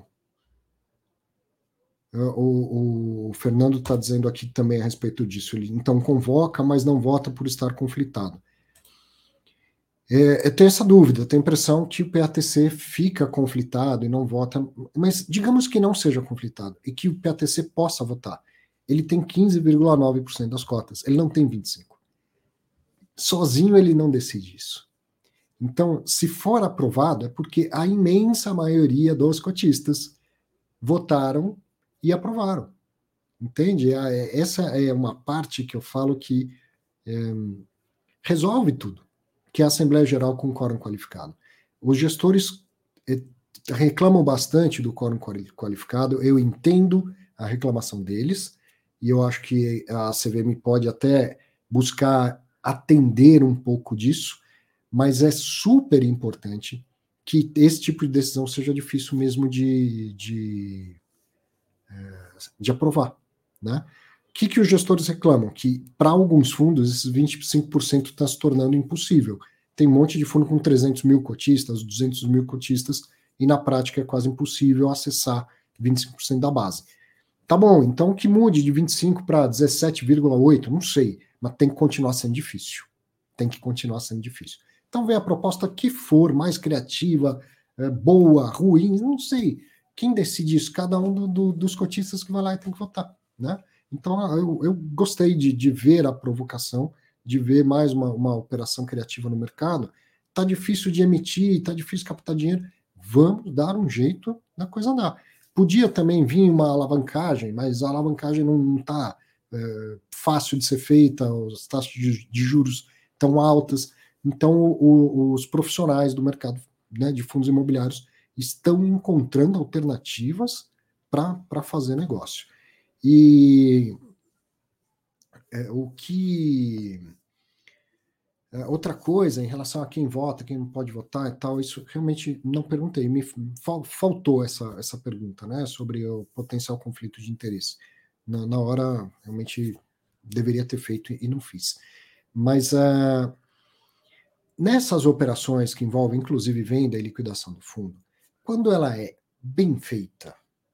Speaker 1: o Fernando está dizendo aqui também a respeito disso. Ele então convoca, mas não vota por estar conflitado. Eu tenho essa dúvida, tenho a impressão que o PATC fica conflitado e não vota, mas digamos que não seja conflitado e que o PATC possa votar. Ele tem 15,9% das cotas, ele não tem 25%. Sozinho ele não decide isso. Então, se for aprovado, é porque a imensa maioria dos cotistas votaram e aprovaram. Entende? Essa é uma parte que eu falo que resolve tudo, que é a Assembleia Geral com quórum qualificado. Os gestores reclamam bastante do quórum qualificado, eu entendo a reclamação deles, e eu acho que a CVM pode até buscar atender um pouco disso, mas é super importante que esse tipo de decisão seja difícil mesmo de aprovar, né? O que os gestores reclamam? Que para alguns fundos esses 25% está se tornando impossível. Tem um monte de fundo com 300 mil cotistas, 200 mil cotistas, e na prática é quase impossível acessar 25% da base. Tá bom, então que mude de 25 para 17,8, não sei, mas tem que continuar sendo difícil. Tem que continuar sendo difícil. Então vem a proposta que for, mais criativa, boa, ruim, não sei. Quem decide isso? Cada um dos cotistas que vai lá e tem que votar, né? Então eu gostei de ver a provocação, de ver mais uma operação criativa no mercado. Tá difícil de emitir, tá difícil captar dinheiro. Vamos dar um jeito da coisa andar. Podia também vir uma alavancagem, mas a alavancagem não está fácil de ser feita, as taxas de juros estão altas. Então, os profissionais do mercado, né, de fundos imobiliários estão encontrando alternativas para fazer negócio. E outra coisa, em relação a quem vota, quem não pode votar e tal, isso realmente não perguntei, me faltou essa pergunta, né, sobre o potencial conflito de interesse. Na hora, realmente, deveria ter feito e não fiz. Mas nessas operações que envolvem, inclusive, venda e liquidação do fundo, quando ela é bem feita,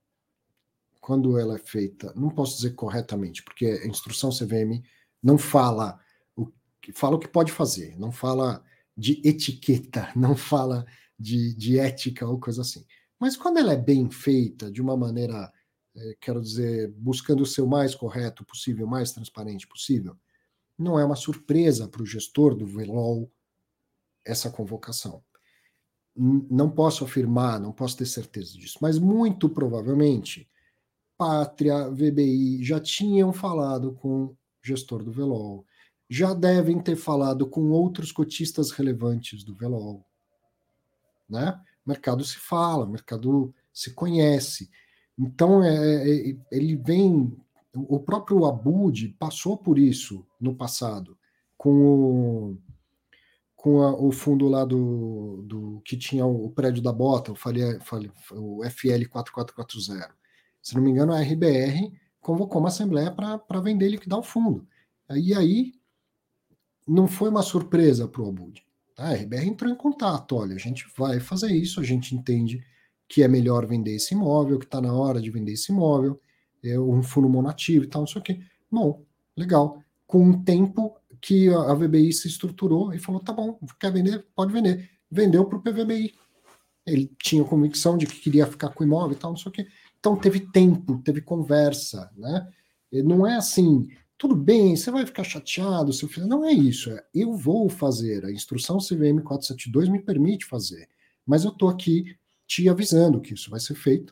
Speaker 1: não posso dizer corretamente, porque a instrução CVM não fala o que pode fazer, não fala de etiqueta, não fala de ética ou coisa assim. Mas quando ela é bem feita, de uma maneira, quero dizer, buscando ser o mais correto possível, mais transparente possível, não é uma surpresa para o gestor do VLOL essa convocação. Não posso afirmar, não posso ter certeza disso, mas muito provavelmente Pátria, VBI já tinham falado com o gestor do VLOL, já devem ter falado com outros cotistas relevantes do VLOL, né? O mercado se fala, o mercado se conhece. Então, ele vem... O próprio Abud passou por isso no passado, com o fundo lá do que tinha o prédio da Bota, o FL 4440. Se não me engano, a RBR convocou uma assembleia para vender e liquidar o fundo. E aí não foi uma surpresa para o Abud. A RBR entrou em contato, olha, a gente vai fazer isso, a gente entende que é melhor vender esse imóvel, que está na hora de vender esse imóvel, um fundo monativo e tal, não sei o quê. Bom, legal. Com um tempo que a VBI se estruturou e falou, tá bom, quer vender? Pode vender. Vendeu para o PVBI. Ele tinha convicção de que queria ficar com o imóvel e tal, não sei o quê. Então teve tempo, teve conversa, né? Não é assim, tudo bem, você vai ficar chateado se eu fizer. Não é isso, eu vou fazer. A instrução CVM 472 me permite fazer. Mas eu estou aqui te avisando que isso vai ser feito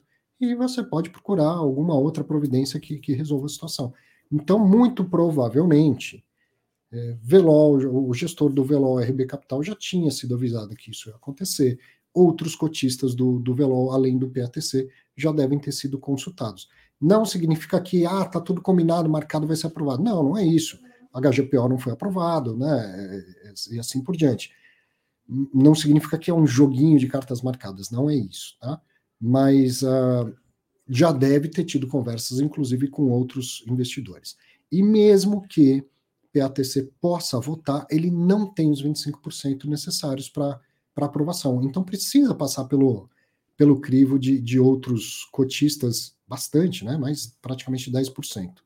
Speaker 1: e você pode procurar alguma outra providência que resolva a situação. Então, muito provavelmente, Velol, o gestor do Velol RB Capital já tinha sido avisado que isso ia acontecer. Outros cotistas do Velol, além do PATC, já devem ter sido consultados. Não significa que tá tudo combinado, marcado, vai ser aprovado. Não, não é isso. A HGPO não foi aprovado, né? E assim por diante. Não significa que é um joguinho de cartas marcadas, não é isso, tá? Mas já deve ter tido conversas, inclusive, com outros investidores. E mesmo que PATC possa votar, ele não tem os 25% necessários para aprovação. Então precisa passar pelo crivo de outros cotistas, bastante, né? Mas praticamente 10%.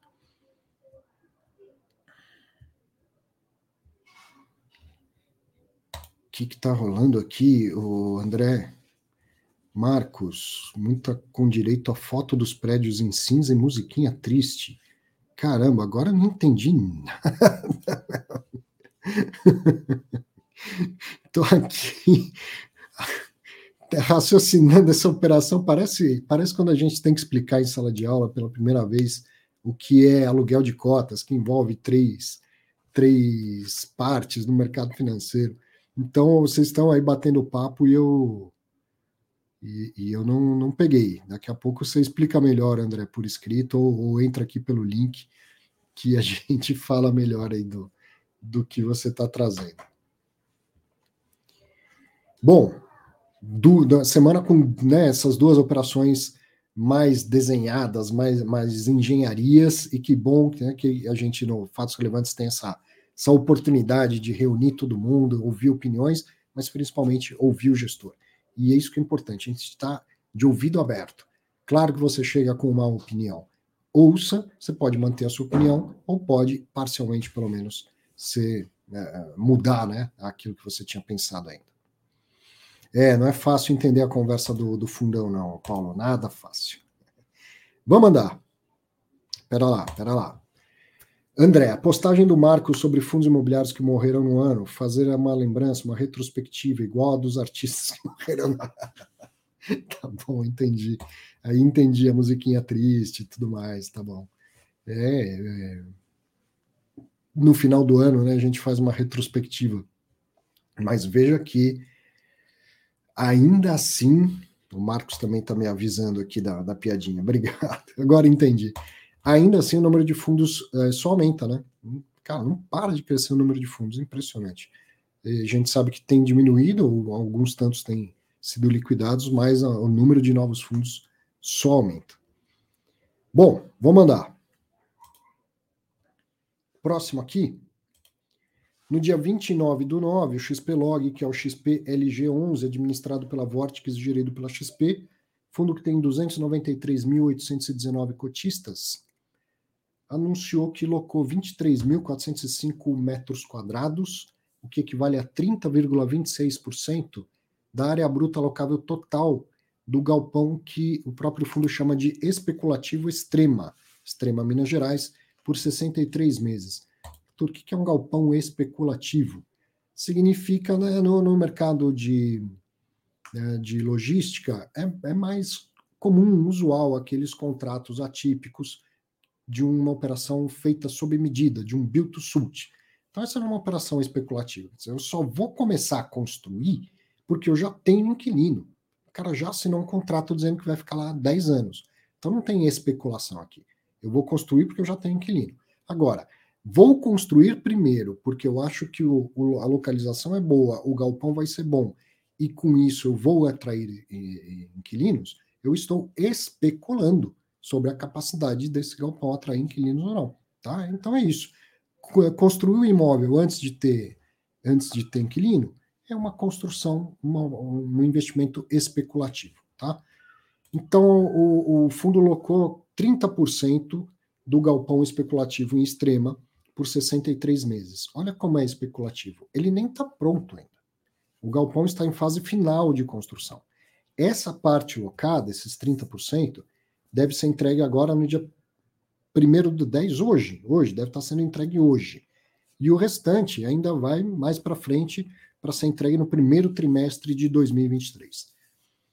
Speaker 1: O que está rolando aqui, o André? Marcos, muita com direito a foto dos prédios em cinza e musiquinha triste. Caramba, agora eu não entendi nada. Estou aqui raciocinando essa operação. Parece quando a gente tem que explicar em sala de aula pela primeira vez o que é aluguel de cotas, que envolve três partes no mercado financeiro. Então, vocês estão aí batendo papo e eu não peguei. Daqui a pouco você explica melhor, André, por escrito, ou entra aqui pelo link, que a gente fala melhor aí do que você está trazendo. Bom, da semana com, né, essas duas operações mais desenhadas, mais engenharias, e que bom, né, que a gente no Fatos Relevantes tem essa oportunidade de reunir todo mundo, ouvir opiniões, mas principalmente ouvir o gestor. E é isso que é importante, a gente está de ouvido aberto. Claro que você chega com uma opinião. Ouça, você pode manter a sua opinião, ou pode, parcialmente pelo menos, mudar, né, aquilo que você tinha pensado ainda. Não é fácil entender a conversa do fundão, não, Paulo. Nada fácil. Vamos andar. Pera lá. André, a postagem do Marcos sobre fundos imobiliários que morreram no ano, fazer uma lembrança, uma retrospectiva igual a dos artistas que morreram no ano. Tá bom, entendi. Aí entendi a musiquinha triste e tudo mais, tá bom. No final do ano, né, a gente faz uma retrospectiva. Mas veja que ainda assim, o Marcos também está me avisando aqui da piadinha. Obrigado. Agora entendi. Ainda assim, o número de fundos só aumenta, né? Cara, não para de crescer o número de fundos. Impressionante. E a gente sabe que tem diminuído, alguns tantos têm sido liquidados, mas o número de novos fundos só aumenta. Bom, vamos andar. Próximo aqui. No dia 29/9, o XPlog, que é o XPLG11, administrado pela Vortex e gerido pela XP, fundo que tem 293.819 cotistas, anunciou que locou 23.405 metros quadrados, o que equivale a 30,26% da área bruta alocável total do galpão que o próprio fundo chama de especulativo Extrema Minas Gerais, por 63 meses. O que é um galpão especulativo? Significa, né, no mercado de logística, é mais comum, usual, aqueles contratos atípicos de uma operação feita sob medida, de um build to suit. Então essa não é uma operação especulativa. Eu só vou começar a construir porque eu já tenho um inquilino. O cara já assinou um contrato dizendo que vai ficar lá 10 anos. Então não tem especulação aqui. Eu vou construir porque eu já tenho inquilino. Agora, vou construir primeiro, porque eu acho que a localização é boa, o galpão vai ser bom, e com isso eu vou atrair inquilinos, eu estou especulando sobre a capacidade desse galpão atrair inquilinos ou não. Tá? Então é isso. Construir o imóvel antes de ter inquilino é uma construção, um investimento especulativo. Tá? Então o fundo locou 30% do galpão especulativo em Extrema por 63 meses. Olha como é especulativo. Ele nem está pronto ainda. O galpão está em fase final de construção. Essa parte locada, esses 30%, deve ser entregue agora no dia 1/10, hoje. Deve estar sendo entregue hoje. E o restante ainda vai mais para frente para ser entregue no primeiro trimestre de 2023.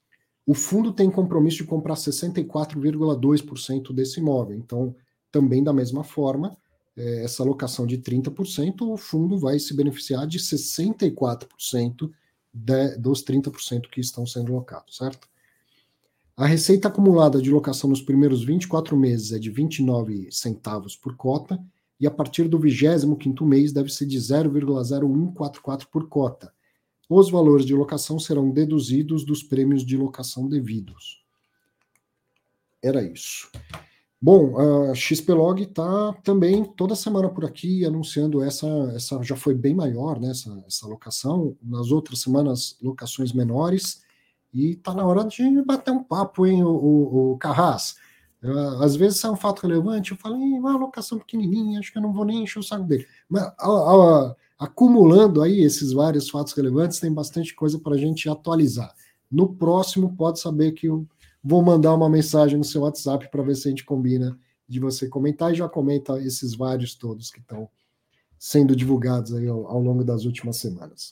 Speaker 1: O fundo tem compromisso de comprar 64,2% desse imóvel. Então, também da mesma forma, essa alocação de 30%, o fundo vai se beneficiar de 64% dos 30% que estão sendo locados, certo? A receita acumulada de locação nos primeiros 24 meses é de 29 centavos por cota, e a partir do 25º mês deve ser de 0,0144 por cota. Os valores de locação serão deduzidos dos prêmios de locação devidos. Era isso. Bom, a XPlog está também toda semana por aqui anunciando essa já foi bem maior, né, essa locação. Nas outras semanas, locações menores. E está na hora de bater um papo, hein, o Carras. Às vezes é um fato relevante, eu falo, uma locação pequenininha, acho que eu não vou nem encher o saco dele. Mas acumulando aí esses vários fatos relevantes, tem bastante coisa para a gente atualizar. No próximo, pode saber que eu vou mandar uma mensagem no seu WhatsApp para ver se a gente combina de você comentar, e já comenta esses vários todos que estão sendo divulgados aí ao longo das últimas semanas.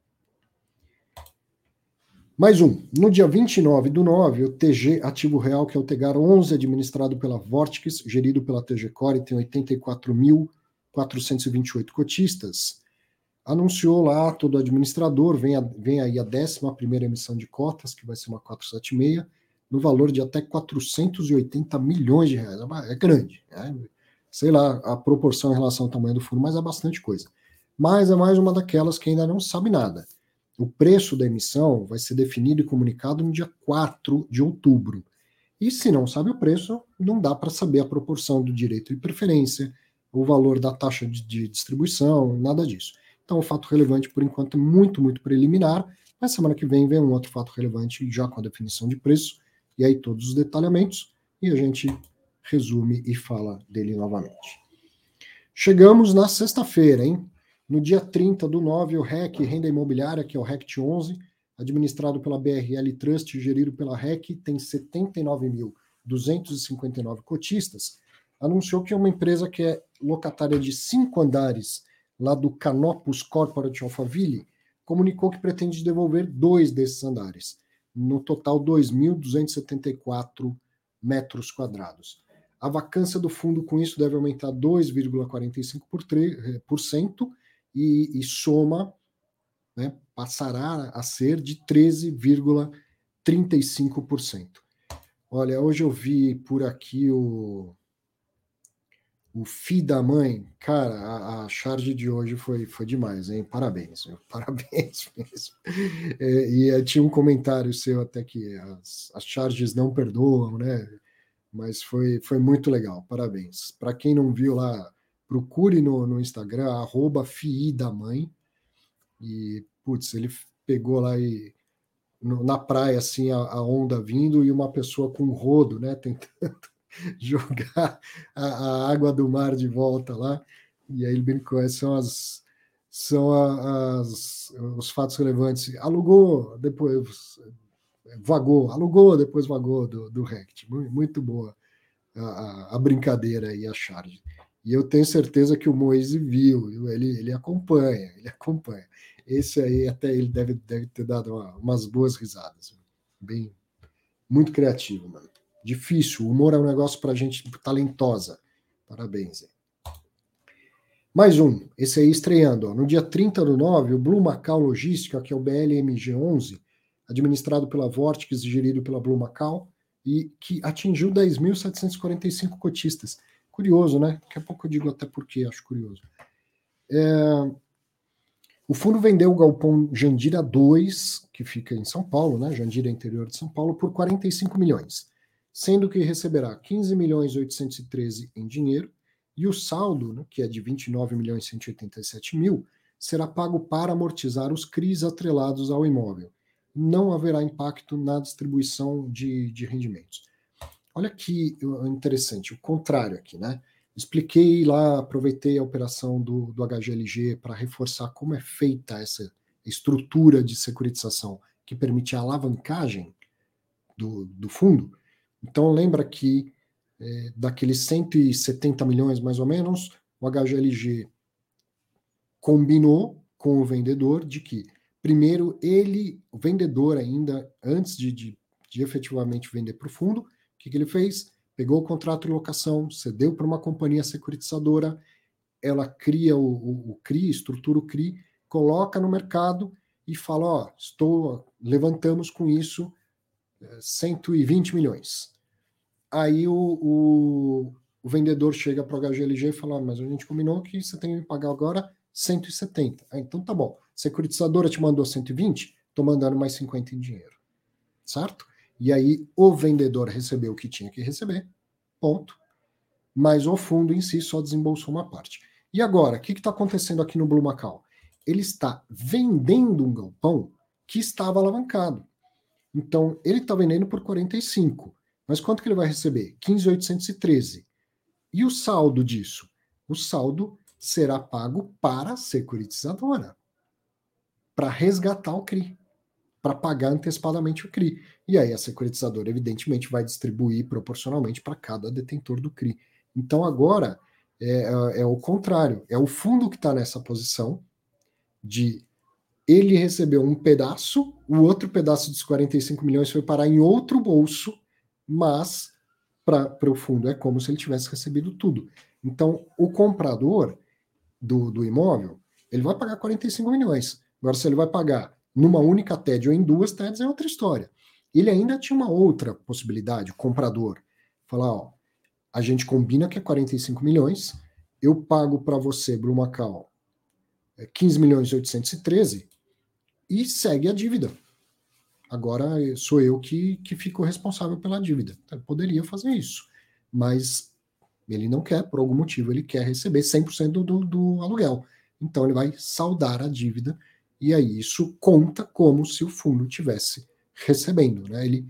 Speaker 1: Mais um. No dia 29/9, o TG Ativo Real, que é o Tegar 11, administrado pela Vortex, gerido pela TG Core, tem 84.428 cotistas, anunciou lá, todo administrador, vem aí a 11ª emissão de cotas, que vai ser uma 476, no valor de até 480 milhões de reais. É grande, né? Sei lá a proporção em relação ao tamanho do fundo, mas é bastante coisa. Mas é mais uma daquelas que ainda não sabe nada. O preço da emissão vai ser definido e comunicado no dia 4 de outubro. E se não sabe o preço, não dá para saber a proporção do direito de preferência, o valor da taxa de distribuição, nada disso. Então, o fato relevante, por enquanto, é muito, muito preliminar. Na semana que vem um outro fato relevante já com a definição de preço, e aí todos os detalhamentos, e a gente resume e fala dele novamente. Chegamos na sexta-feira, hein? No dia 30/9, o REC Renda Imobiliária, que é o RECT 11, administrado pela BRL Trust e gerido pela REC, tem 79.259 cotistas, anunciou que é uma empresa que é locatária de 5 andares lá do Canopus Corporate Alphaville, comunicou que pretende devolver 2 desses andares, no total 2.274 metros quadrados. A vacância do fundo com isso deve aumentar 2,45%, e soma, né, passará a ser de 13,35%. Olha, hoje eu vi por aqui o FII da mãe. Cara, a charge de hoje foi demais, hein? Parabéns, viu? Parabéns mesmo. E tinha um comentário seu até que as charges não perdoam, né? Mas foi muito legal, parabéns. Para quem não viu lá, procure no Instagram, @FII da mãe. E, putz, ele pegou lá e na praia, assim, a onda vindo e uma pessoa com um rodo, né, tentando jogar a água do mar de volta lá. E aí ele brincou, são os fatos relevantes. Alugou, depois vagou, alugou, depois vagou do RECT. Muito boa a brincadeira e a charge. E eu tenho certeza que o Moise viu, ele acompanha. Esse aí até ele deve ter dado umas boas risadas. Bem, muito criativo, mano. Difícil, o humor é um negócio para gente talentosa. Parabéns. Mais um, esse aí estreando. Ó. No dia 30/9, o Blue Macau Logística, que é o BLMG11, administrado pela Vortex e gerido pela Blue Macau, e que atingiu 10.745 cotistas. Curioso, né? Daqui a pouco eu digo até por que acho curioso. O fundo vendeu o galpão Jandira 2, que fica em São Paulo, né? Jandira, interior de São Paulo, por 45 milhões, sendo que receberá 15.813 em dinheiro, e o saldo, né, que é de 29.187.000, será pago para amortizar os CRIs atrelados ao imóvel. Não haverá impacto na distribuição de rendimentos. Olha que interessante, o contrário aqui, né? Expliquei lá, aproveitei a operação do HGLG para reforçar como é feita essa estrutura de securitização que permite a alavancagem do fundo. Então, lembra que daqueles 170 milhões, mais ou menos, o HGLG combinou com o vendedor de que, primeiro, o vendedor ainda, antes de de efetivamente vender para o fundo. O que ele fez? Pegou o contrato de locação, cedeu para uma companhia securitizadora, ela cria o CRI, estrutura o CRI, coloca no mercado e fala, ó, levantamos com isso 120 milhões. Aí o vendedor chega para o HGLG e fala, mas a gente combinou que você tem que me pagar agora 170. Então tá bom, securitizadora te mandou 120, estou mandando mais 50 em dinheiro. Certo? E aí o vendedor recebeu o que tinha que receber, ponto. Mas o fundo em si só desembolsou uma parte. E agora, o que está acontecendo aqui no Blue Macau? Ele está vendendo um galpão que estava alavancado. Então, ele está vendendo por 45. Mas quanto que ele vai receber? 15.813. E o saldo disso? O saldo será pago para a securitizadora, para resgatar o CRI, para pagar antecipadamente o CRI. E aí a securitizadora, evidentemente, vai distribuir proporcionalmente para cada detentor do CRI. Então, agora, é o contrário. É o fundo que está nessa posição de ele recebeu um pedaço, o outro pedaço dos 45 milhões foi parar em outro bolso, mas para o fundo é como se ele tivesse recebido tudo. Então, o comprador do imóvel, ele vai pagar 45 milhões. Agora, se ele vai pagar numa única TED ou em duas TEDs, é outra história. Ele ainda tinha uma outra possibilidade, o comprador, falar, ó, a gente combina que é 45 milhões, eu pago para você, Blue Macau, 15 milhões e 813 e segue a dívida. Agora sou eu que fico responsável pela dívida. Ele poderia fazer isso, mas ele não quer, por algum motivo, ele quer receber 100% do aluguel. Então ele vai saldar a dívida e aí isso conta como se o fundo tivesse recebendo, né? Ele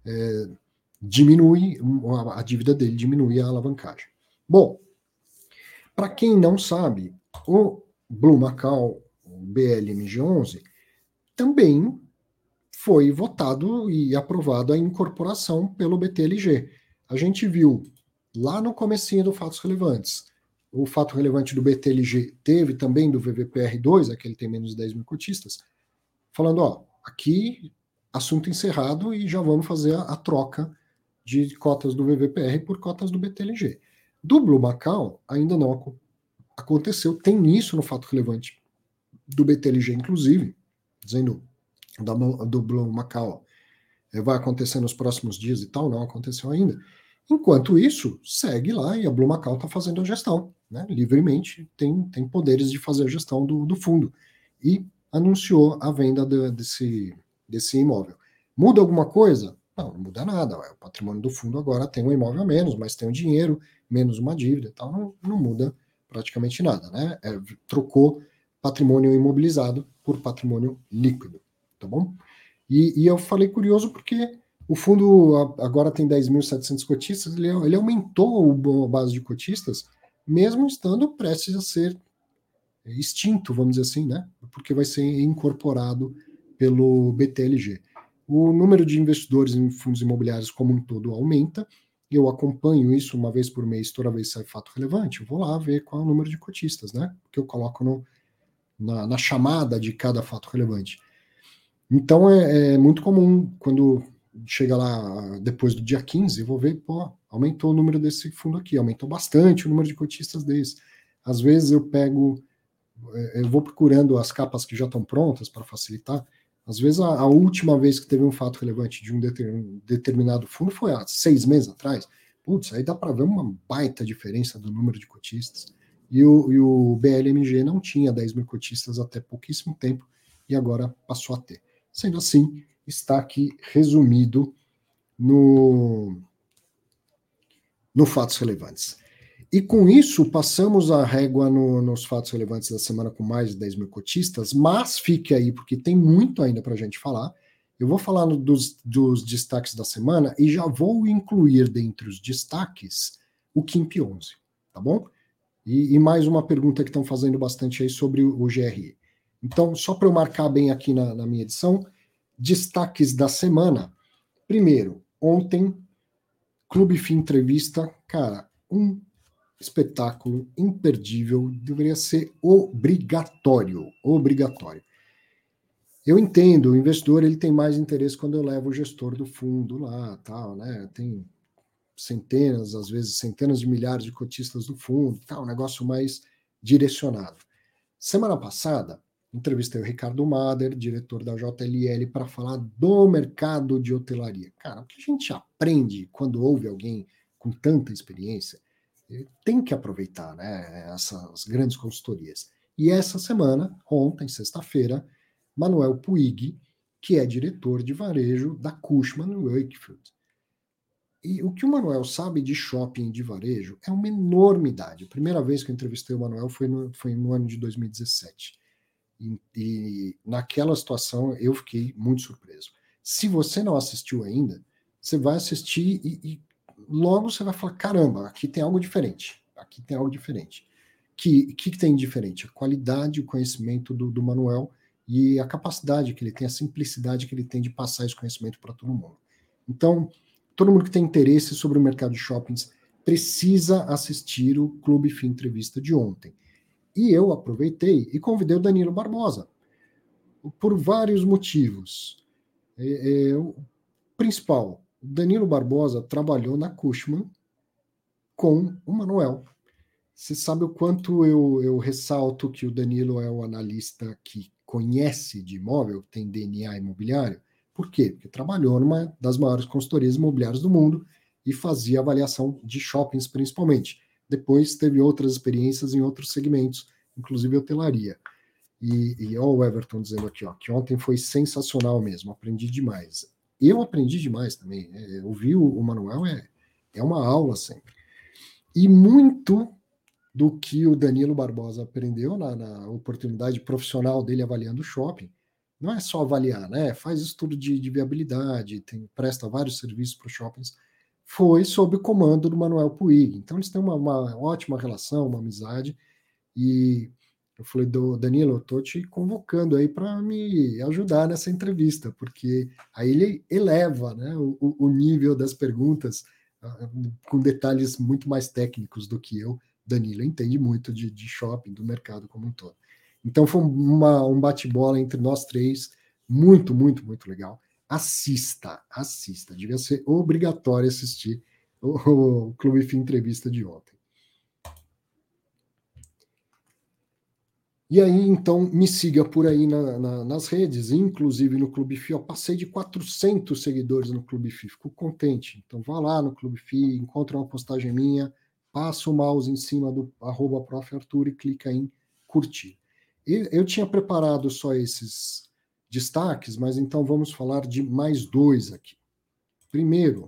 Speaker 1: diminui, a dívida dele diminui a alavancagem. Bom, para quem não sabe, o Blue Macau, o BLMG11, também foi votado e aprovado a incorporação pelo BTLG. A gente viu lá no comecinho do Fatos Relevantes, o fato relevante do BTLG teve também do VVPR2, aquele tem menos de 10 mil cotistas, falando, ó, aqui assunto encerrado e já vamos fazer a troca de cotas do VVPR por cotas do BTLG. Do Blue Macau ainda não aconteceu, tem isso no fato relevante do BTLG, inclusive, dizendo do Blue Macau vai acontecer nos próximos dias e tal, não aconteceu ainda. Enquanto isso, segue lá e a Blue Macau está fazendo a gestão, né? Livremente, tem poderes de fazer a gestão do fundo. E anunciou a venda desse imóvel. Muda alguma coisa? Não muda nada. O patrimônio do fundo agora tem um imóvel a menos, mas tem um dinheiro, menos uma dívida e tal, não muda praticamente nada, né? Trocou patrimônio imobilizado por patrimônio líquido, tá bom? E eu falei curioso porque o fundo agora tem 10.700 cotistas, ele aumentou a base de cotistas, mesmo estando prestes a ser extinto, vamos dizer assim, né? Porque vai ser incorporado pelo BTLG. O número de investidores em fundos imobiliários como um todo aumenta, eu acompanho isso uma vez por mês, toda vez que sai fato relevante, eu vou lá ver qual é o número de cotistas, né? Que eu coloco na chamada de cada fato relevante. Então é muito comum, quando chega lá depois do dia 15, eu vou ver, pô, aumentou o número desse fundo aqui, aumentou bastante o número de cotistas desse. Às vezes eu vou procurando as capas que já estão prontas para facilitar. Às vezes a última vez que teve um fato relevante de um determinado fundo foi há 6 meses atrás. Putz, aí dá para ver uma baita diferença do número de cotistas. E o BLMG não tinha 10 mil cotistas até pouquíssimo tempo e agora passou a ter. Sendo assim, está aqui resumido no Fatos Relevantes. E com isso, passamos a régua nos fatos relevantes da semana com mais de 10 mil cotistas, mas fique aí, porque tem muito ainda para a gente falar. Eu vou falar dos destaques da semana e já vou incluir dentre os destaques o KIMP 11, tá bom? E mais uma pergunta que estão fazendo bastante aí sobre o GRI. Então, só para eu marcar bem aqui na minha edição, destaques da semana. Primeiro, ontem, Clube Fim Entrevista, cara, um espetáculo imperdível, deveria ser obrigatório. Eu entendo, o investidor ele tem mais interesse quando eu levo o gestor do fundo lá, tal, né? Tem centenas, às vezes centenas de milhares de cotistas do fundo, tal, um negócio mais direcionado. Semana passada, entrevistei o Ricardo Mader, diretor da JLL, para falar do mercado de hotelaria. Cara, o que a gente aprende quando ouve alguém com tanta experiência, tem que aproveitar, né, essas grandes consultorias. E essa semana, ontem, sexta-feira, Manuel Puig, que é diretor de varejo da Cushman & Wakefield. E o que o Manuel sabe de shopping de varejo é uma enormidade. A primeira vez que eu entrevistei o Manuel foi no ano de 2017. E naquela situação eu fiquei muito surpreso. Se você não assistiu ainda, você vai assistir e logo você vai falar, caramba, aqui tem algo diferente. Aqui tem algo diferente. Que tem de diferente? A qualidade, o conhecimento do Manuel e a capacidade que ele tem, a simplicidade que ele tem de passar esse conhecimento para todo mundo. Então, todo mundo que tem interesse sobre o mercado de shoppings precisa assistir o Clube Fim Entrevista de ontem. E eu aproveitei e convidei o Danilo Barbosa, por vários motivos. O principal, o Danilo Barbosa trabalhou na Cushman com o Manuel. Você sabe o quanto eu ressalto que o Danilo é o analista que conhece de imóvel, tem DNA imobiliário? Por quê? Porque trabalhou numa das maiores consultorias imobiliárias do mundo e fazia avaliação de shoppings principalmente. Depois teve outras experiências em outros segmentos, inclusive hotelaria. E ó, o Everton dizendo aqui, ó, que ontem foi sensacional mesmo, aprendi demais. Eu aprendi demais também. Ouvir o Manuel é uma aula sempre. E muito do que o Danilo Barbosa aprendeu na oportunidade profissional dele avaliando o shopping, não é só avaliar, né? Faz estudo de viabilidade, presta vários serviços para os shoppings, foi sob o comando do Manuel Puig. Então eles têm uma ótima relação, uma amizade, e eu falei, Danilo, eu estou te convocando aí para me ajudar nessa entrevista, porque aí ele eleva, né, o nível das perguntas com detalhes muito mais técnicos do que eu. Danilo entende muito de shopping, do mercado como um todo. Então foi um bate-bola entre nós três, muito, muito, muito legal. Assista. Devia ser obrigatório assistir o Clube Fim Entrevista de ontem. E aí, então, me siga por aí nas redes, inclusive no Clube FI. Eu passei de 400 seguidores no Clube FI, fico contente. Então, vá lá no Clube FI, encontra uma postagem minha, passa o mouse em cima do @profarthur e clica em curtir. Eu tinha preparado só esses destaques, mas então vamos falar de mais dois aqui. Primeiro,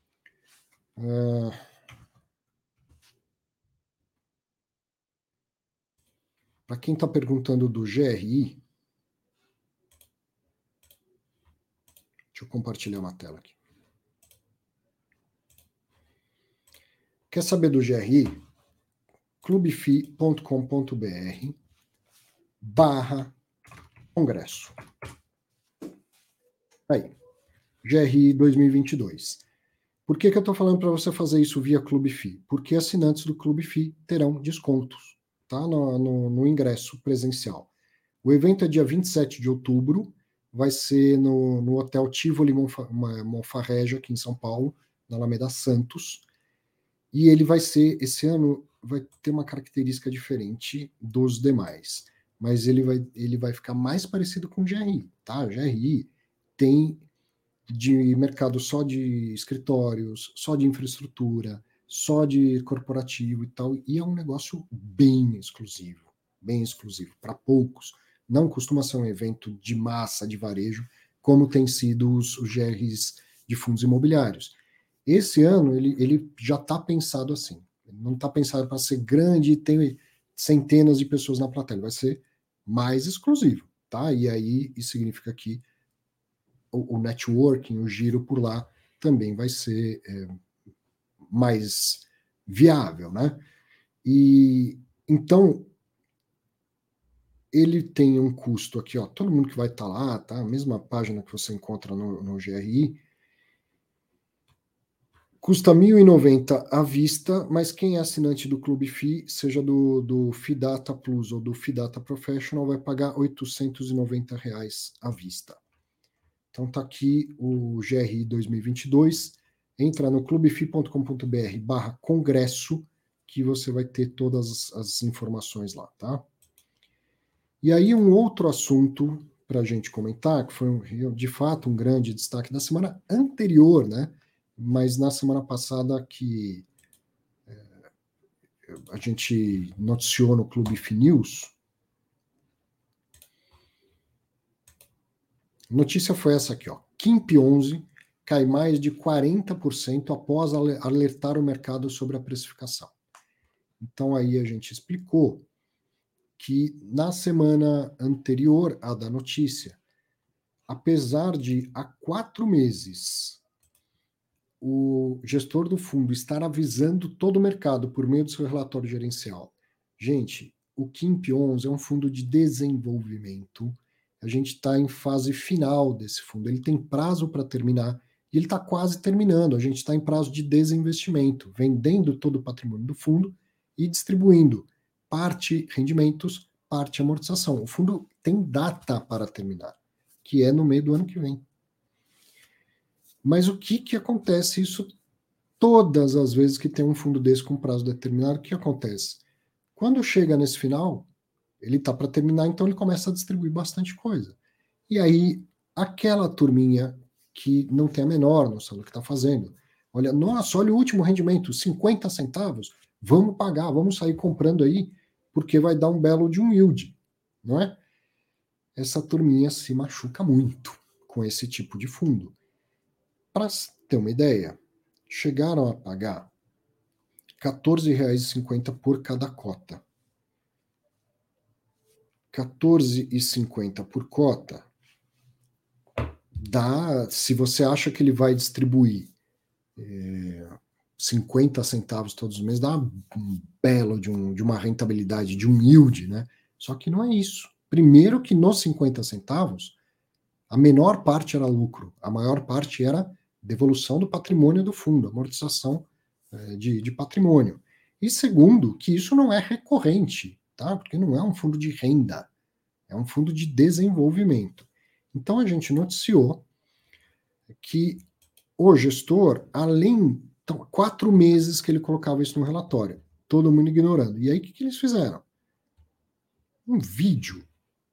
Speaker 1: para quem está perguntando do GRI, deixa eu compartilhar uma tela aqui. Quer saber do GRI? clubefi.com.br/congresso. Aí, GRI 2022. Por que eu estou falando para você fazer isso via Clube FI? Porque assinantes do Clube FI terão descontos, tá? No ingresso presencial. O evento é dia 27 de outubro, vai ser no Hotel Tivoli Monfarrege, aqui em São Paulo, na Alameda Santos. E ele vai ser, esse ano, vai ter uma característica diferente dos demais. Mas ele vai ficar mais parecido com o GRI, tá? O GRI tem de mercado só de escritórios, só de infraestrutura, só de corporativo e tal, e é um negócio bem exclusivo para poucos. Não costuma ser um evento de massa, de varejo, como tem sido os GRs de fundos imobiliários. Esse ano ele já está pensado assim. Ele não está pensado para ser grande e ter centenas de pessoas na plateia. Ele vai ser mais exclusivo, tá? E aí isso significa que o networking, o giro por lá também vai ser mais viável, né? E então ele tem um custo aqui, ó. Todo mundo que vai estar lá, tá? A mesma página que você encontra no GRI. Custa R$ 1.090 à vista, mas quem é assinante do Clube FI, seja do FIDATA Plus ou do FIDATA Professional, vai pagar R$ 890 à vista. Então tá aqui o GRI 2022. Entra no clubefi.com.br/congresso que você vai ter todas as informações lá, tá? E aí um outro assunto para a gente comentar, que foi de fato um grande destaque da semana anterior, né? Mas na semana passada que a gente noticiou no Clube FI News, a notícia foi essa aqui, ó. KIMP 11 cai mais de 40% após alertar o mercado sobre a precificação. Então aí a gente explicou que na semana anterior à da notícia, apesar de há 4 meses o gestor do fundo estar avisando todo o mercado por meio do seu relatório gerencial, gente, o KIMP 11 é um fundo de desenvolvimento, a gente está em fase final desse fundo, ele tem prazo para terminar, e ele está quase terminando, a gente está em prazo de desinvestimento, vendendo todo o patrimônio do fundo e distribuindo parte rendimentos, parte amortização. O fundo tem data para terminar, que é no meio do ano que vem. Mas o que acontece? Isso todas as vezes que tem um fundo desse com prazo determinado, o que acontece? Quando chega nesse final, ele está para terminar, então ele começa a distribuir bastante coisa. E aí, aquela turminha que não tem a menor noção do que está fazendo, olha, nossa, olha o último rendimento, 50 centavos, vamos pagar, vamos sair comprando aí, porque vai dar um belo de um yield, não é? Essa turminha se machuca muito com esse tipo de fundo. Para ter uma ideia, chegaram a pagar R$ 14,50 por cada cota. R$ 14,50 por cota dá, se você acha que ele vai distribuir 50 centavos todos os meses, dá um belo de uma rentabilidade, de um yield, né? Só que não é isso. Primeiro que nos 50 centavos, a menor parte era lucro, a maior parte era devolução do patrimônio do fundo, amortização de patrimônio. E segundo, que isso não é recorrente, tá? Porque não é um fundo de renda, é um fundo de desenvolvimento. Então a gente noticiou que o gestor, além, então, 4 meses que ele colocava isso no relatório, todo mundo ignorando. E aí o que eles fizeram? Um vídeo.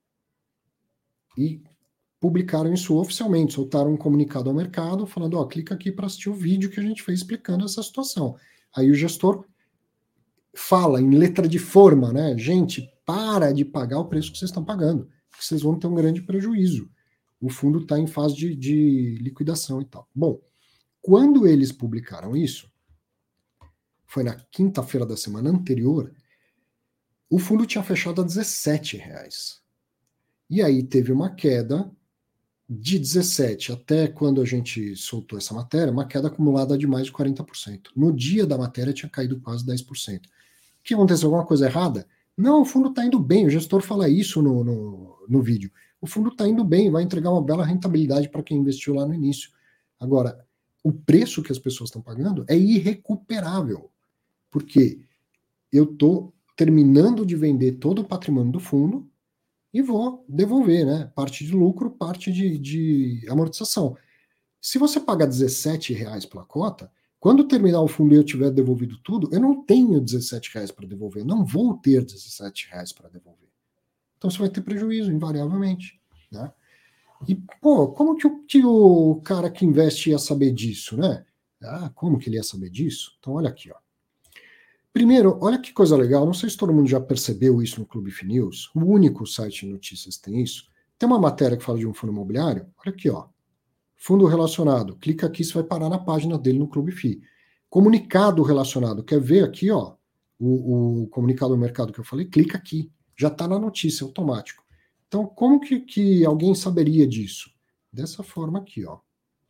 Speaker 1: E publicaram isso oficialmente, soltaram um comunicado ao mercado falando, ó, clica aqui para assistir o vídeo que a gente fez explicando essa situação. Aí o gestor fala em letra de forma, né? Gente, para de pagar o preço que vocês estão pagando, porque vocês vão ter um grande prejuízo. O fundo está em fase de liquidação e tal. Bom, quando eles publicaram isso, foi na quinta-feira da semana anterior, o fundo tinha fechado a R$17. E aí teve uma queda de 17 até quando a gente soltou essa matéria, uma queda acumulada de mais de 40%. No dia da matéria tinha caído quase 10%. O que aconteceu? Alguma coisa errada? Não, o fundo está indo bem, o gestor fala isso no vídeo. O fundo está indo bem, vai entregar uma bela rentabilidade para quem investiu lá no início. Agora, o preço que as pessoas estão pagando é irrecuperável, porque eu estou terminando de vender todo o patrimônio do fundo e vou devolver, né? Parte de lucro, parte de amortização. Se você pagar R$17 pela cota, quando terminar o fundo e eu tiver devolvido tudo, eu não tenho R$17 para devolver, eu não vou ter R$17 para devolver. Então você vai ter prejuízo, invariavelmente, né? E, pô, como que o cara que investe ia saber disso, né? Ah, como que ele ia saber disso? Então olha aqui, ó. Primeiro, olha que coisa legal, não sei se todo mundo já percebeu isso no Clube FI News, o único site de notícias que tem isso. Tem uma matéria que fala de um fundo imobiliário, olha aqui, ó. Fundo relacionado, clica aqui, você vai parar na página dele no Clube FI. Comunicado relacionado, quer ver aqui, ó, o comunicado do mercado que eu falei? Clica aqui, já está na notícia, automático. Então, como que alguém saberia disso? Dessa forma aqui, ó.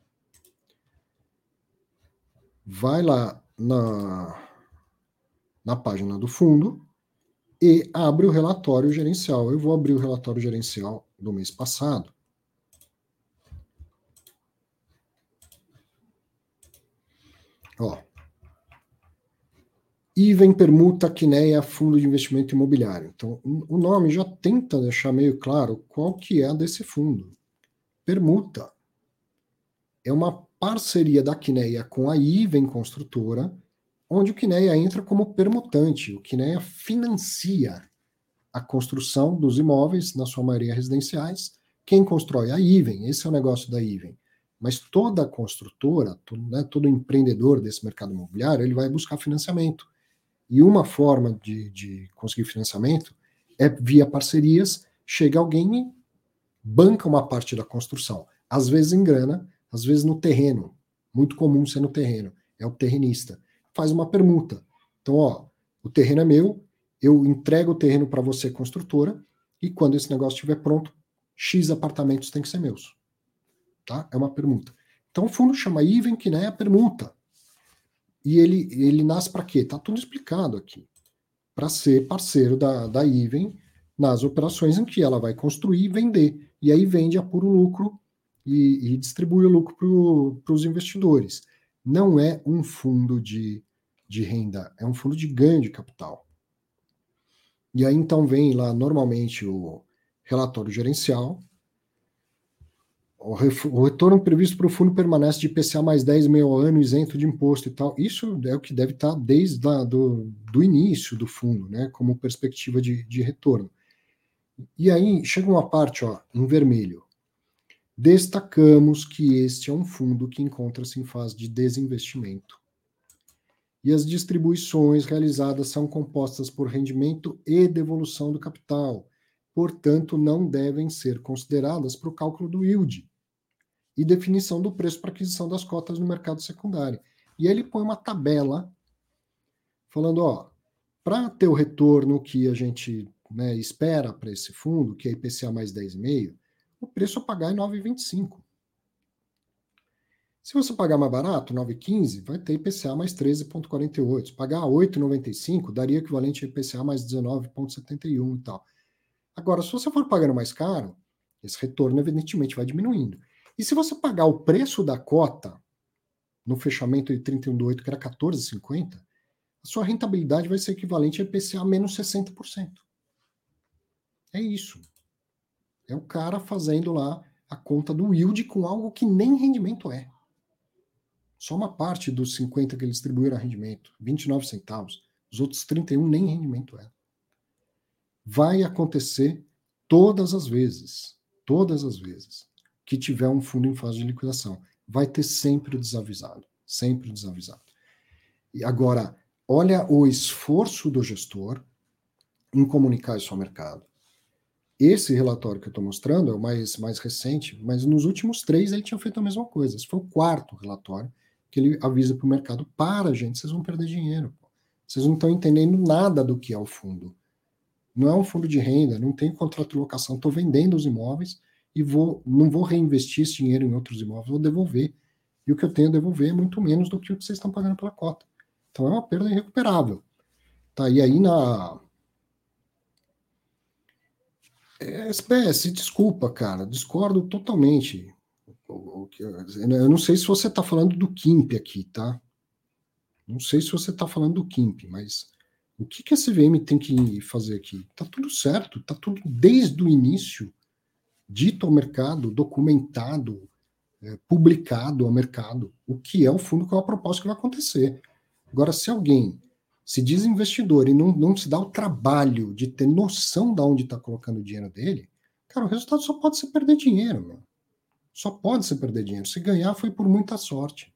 Speaker 1: Vai lá na página do fundo e abre o relatório gerencial. Eu vou abrir o relatório gerencial do mês passado. Ó, Iven Permuta Quineia Fundo de Investimento Imobiliário. Então, o nome já tenta deixar meio claro qual que é desse fundo. Permuta é uma parceria da Quineia com a Iven Construtora, onde o Quineia entra como permutante. O Quineia financia a construção dos imóveis, na sua maioria residenciais. Quem constrói? A Iven. Esse é o negócio da Iven. Mas toda construtora, todo empreendedor desse mercado imobiliário, ele vai buscar financiamento. E uma forma de conseguir financiamento é via parcerias, chega alguém e banca uma parte da construção. Às vezes em grana, às vezes no terreno. Muito comum ser no terreno. É o terrenista. Faz uma permuta. Então, ó, o terreno é meu, eu entrego o terreno para você, construtora, e quando esse negócio estiver pronto, X apartamentos tem que ser meus. Tá? É uma permuta. Então o fundo chama Iven, que é a permuta. E ele nasce para quê? Está tudo explicado aqui. Para ser parceiro da Iven nas operações em que ela vai construir e vender. E aí vende a puro lucro e distribui o lucro para os investidores. Não é um fundo de renda, é um fundo de ganho de capital. E aí então vem lá normalmente o relatório gerencial. O retorno previsto para o fundo permanece de IPCA mais 10 meio ano, isento de imposto e tal. Isso é o que deve estar desde do início do fundo, né, como perspectiva de retorno. E aí chega uma parte, ó, em vermelho. Destacamos que este é um fundo que encontra-se em fase de desinvestimento. E as distribuições realizadas são compostas por rendimento e devolução do capital. Portanto, não devem ser consideradas para o cálculo do yield e definição do preço para aquisição das cotas no mercado secundário. E aí ele põe uma tabela falando, ó, para ter o retorno que a gente, né, espera para esse fundo, que é IPCA mais 10,5, o preço a pagar é 9,25. Se você pagar mais barato, 9,15, vai ter IPCA mais 13,48. Se pagar 8,95, daria equivalente a IPCA mais 19,71 e tal. Agora, se você for pagando mais caro, esse retorno evidentemente vai diminuindo. E se você pagar o preço da cota no fechamento de 31 de 8, que era 14,50, a sua rentabilidade vai ser equivalente a IPCA menos 60%. É isso. É o cara fazendo lá a conta do yield com algo que nem rendimento é. Só uma parte dos 50 que eles distribuíram a rendimento, 29 centavos. Os outros 31 nem rendimento é. Vai acontecer todas as vezes que tiver um fundo em fase de liquidação. Vai ter sempre o desavisado. Sempre o desavisado. E agora, olha o esforço do gestor em comunicar isso ao mercado. Esse relatório que eu estou mostrando é o mais recente, mas nos últimos 3 ele tinha feito a mesma coisa. Esse foi o 4º relatório que ele avisa para o mercado: para, gente, vocês vão perder dinheiro. Vocês não estão entendendo nada do que é o fundo. Não é um fundo de renda, não tem contrato de locação. Estou vendendo os imóveis e não vou reinvestir esse dinheiro em outros imóveis, vou devolver. E o que eu tenho a devolver é muito menos do que o que vocês estão pagando pela cota. Então é uma perda irrecuperável. Tá, e aí SPS, desculpa, cara, discordo totalmente. Eu não sei se você está falando do KIMP aqui, tá? Não sei se você está falando do KIMP, mas o que a CVM tem que fazer aqui? Tá tudo certo, tá tudo desde o início dito ao mercado, documentado, publicado ao mercado, o que é o fundo, qual é a proposta que vai acontecer. Agora, se alguém se diz investidor e não se dá o trabalho de ter noção de onde está colocando o dinheiro dele, cara, o resultado só pode ser perder dinheiro, meu. Só pode ser perder dinheiro. Se ganhar, foi por muita sorte.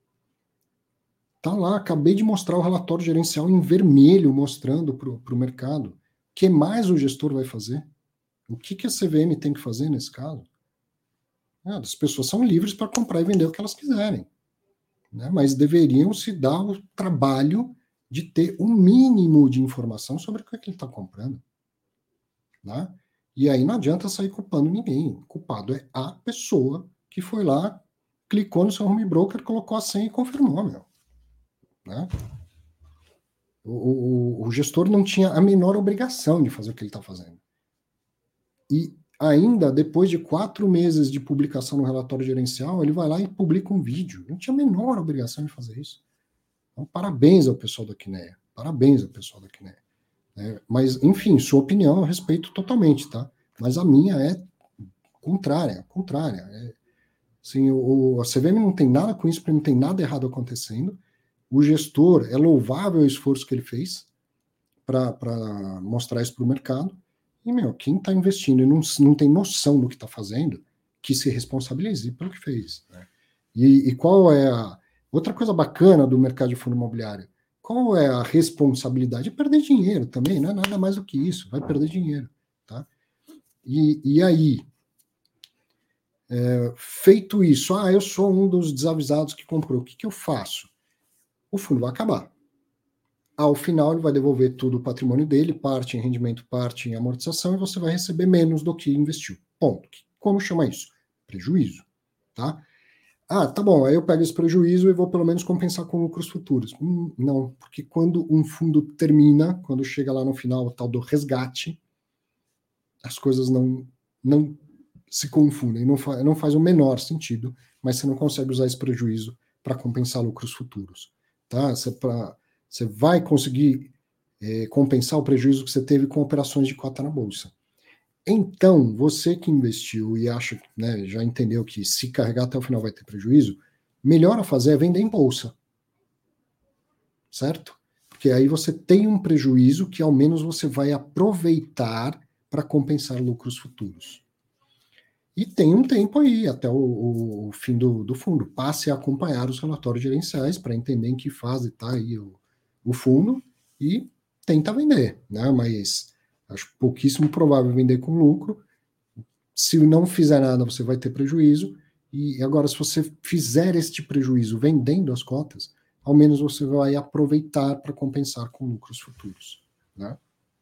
Speaker 1: Tá lá, acabei de mostrar o relatório gerencial em vermelho, mostrando para o mercado. O que mais o gestor vai fazer? O que a CVM tem que fazer nesse caso? As pessoas são livres para comprar e vender o que elas quiserem, né? Mas deveriam se dar o trabalho de ter um mínimo de informação sobre o que ele está comprando, né? E aí não adianta sair culpando ninguém. O culpado é a pessoa que foi lá, clicou no seu home broker, colocou a senha e confirmou, meu. Né? O gestor não tinha a menor obrigação de fazer o que ele está fazendo. E ainda, depois de 4 meses de publicação no relatório gerencial, ele vai lá e publica um vídeo. Não tinha a menor obrigação de fazer isso. Então, parabéns ao pessoal da Kinea. Parabéns ao pessoal da Kinea. Mas, enfim, sua opinião eu respeito totalmente, tá? Mas a minha é contrária. Assim, a CVM não tem nada com isso, porque não tem nada errado acontecendo. O gestor, é louvável o esforço que ele fez para mostrar isso para o mercado. E, quem está investindo e não tem noção do que está fazendo, que se responsabilize pelo que fez. Né? E qual é a... Outra coisa bacana do mercado de fundo imobiliário, qual é a responsabilidade? É perder dinheiro também, não é nada mais do que isso, vai perder dinheiro. Tá? E aí, feito isso, eu sou um dos desavisados que comprou, o que eu faço? O fundo vai acabar. Ao final, ele vai devolver tudo o patrimônio dele, parte em rendimento, parte em amortização, e você vai receber menos do que investiu. Ponto. Como chama isso? Prejuízo. Tá? Tá bom, aí eu pego esse prejuízo e vou pelo menos compensar com lucros futuros. Não, porque quando um fundo termina, quando chega lá no final, o tal do resgate, as coisas não se confundem, não faz o menor sentido, mas você não consegue usar esse prejuízo para compensar lucros futuros. Tá? Você vai conseguir compensar o prejuízo que você teve com operações de cota na bolsa. Então, você que investiu e acha, né, já entendeu que se carregar até o final vai ter prejuízo, melhor a fazer é vender em bolsa. Certo? Porque aí você tem um prejuízo que ao menos você vai aproveitar para compensar lucros futuros. E tem um tempo aí, até o fim do fundo. Passe a acompanhar os relatórios gerenciais para entender em que fase está aí o fundo e tenta vender, né? Mas acho pouquíssimo provável vender com lucro. Se não fizer nada, você vai ter prejuízo. E agora, se você fizer este prejuízo vendendo as cotas, ao menos você vai aproveitar para compensar com lucros futuros. Né?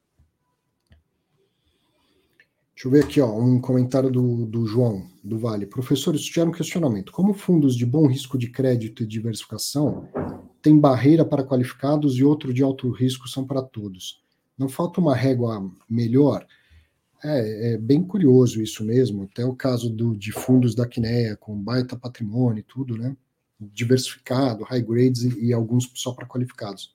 Speaker 1: Deixa eu ver aqui, um comentário do João, do Vale. Professor, isso gera um questionamento. Como fundos de bom risco de crédito e diversificação têm barreira para qualificados e outro de alto risco são para todos? Não falta uma régua melhor? É bem curioso isso mesmo. Até o caso de fundos da Kinea, com baita patrimônio e tudo, né? Diversificado, high grades e alguns só para qualificados.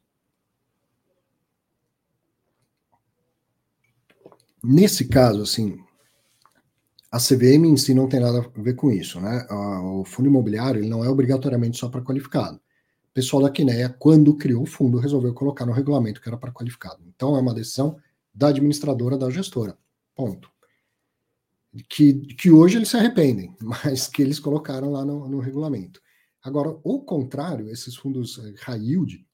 Speaker 1: Nesse caso, assim, a CVM em si não tem nada a ver com isso, né? O fundo imobiliário ele não é obrigatoriamente só para qualificado. O pessoal da Kinea, quando criou o fundo, resolveu colocar no regulamento que era para qualificado. Então, é uma decisão da administradora, da gestora. Ponto. Que hoje eles se arrependem, mas que eles colocaram lá no regulamento. Agora, o contrário, esses fundos high yield,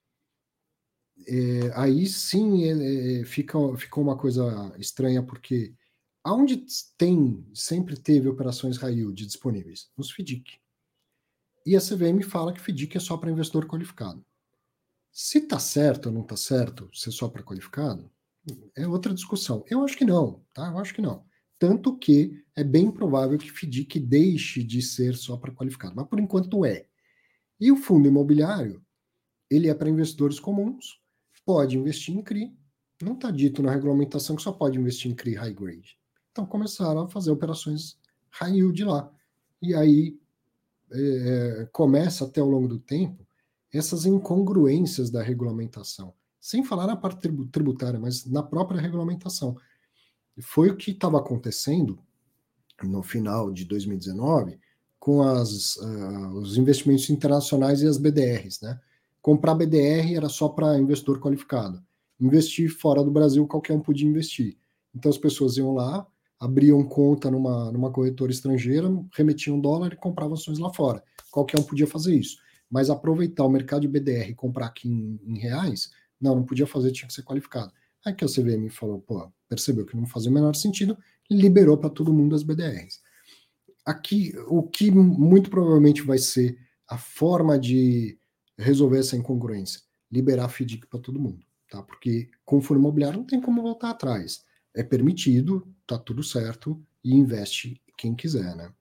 Speaker 1: aí sim ficou uma coisa estranha, porque aonde sempre teve operações high yield disponíveis? Nos FDIC. E a CVM fala que FDIC é só para investidor qualificado. Se está certo ou não está certo ser só para qualificado, é outra discussão. Eu acho que não, tá? Eu acho que não. Tanto que é bem provável que FDIC deixe de ser só para qualificado, mas por enquanto é. E o fundo imobiliário, ele é para investidores comuns, pode investir em CRI, não está dito na regulamentação que só pode investir em CRI high grade. Então começaram a fazer operações high yield lá. E aí começa até ao longo do tempo essas incongruências da regulamentação. Sem falar na parte tributária, mas na própria regulamentação. Foi o que estava acontecendo no final de 2019 com os investimentos internacionais e as BDRs. Né? Comprar BDR era só para investidor qualificado. Investir fora do Brasil, qualquer um podia investir. Então as pessoas iam lá, abriam conta numa corretora estrangeira, remetiam dólar e compravam ações lá fora. Qualquer um podia fazer isso. Mas aproveitar o mercado de BDR e comprar aqui em reais, não podia fazer, tinha que ser qualificado. Aí que a CVM falou, percebeu que não fazia o menor sentido, liberou para todo mundo as BDRs. Aqui, o que muito provavelmente vai ser a forma de resolver essa incongruência, liberar FDIC para todo mundo, tá? Porque com fundo imobiliário não tem como voltar atrás. É permitido, tá tudo certo, e investe quem quiser, né?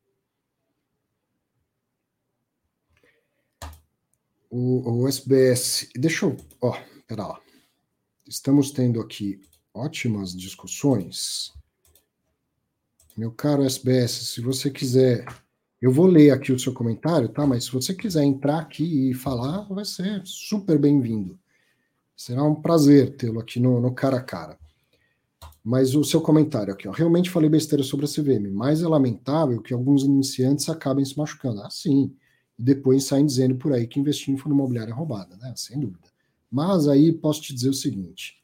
Speaker 1: O SBS, deixa eu, pera lá. Estamos tendo aqui ótimas discussões. Meu caro SBS, se você quiser Eu vou ler aqui o seu comentário, tá? Mas se você quiser entrar aqui e falar, vai ser super bem-vindo. Será um prazer tê-lo aqui no cara a cara. Mas o seu comentário aqui, ó. Realmente falei besteira sobre a CVM, mas é lamentável que alguns iniciantes acabem se machucando. Ah, sim. E depois saem dizendo por aí que investir em fundo imobiliário é roubada, né? Sem dúvida. Mas aí posso te dizer o seguinte: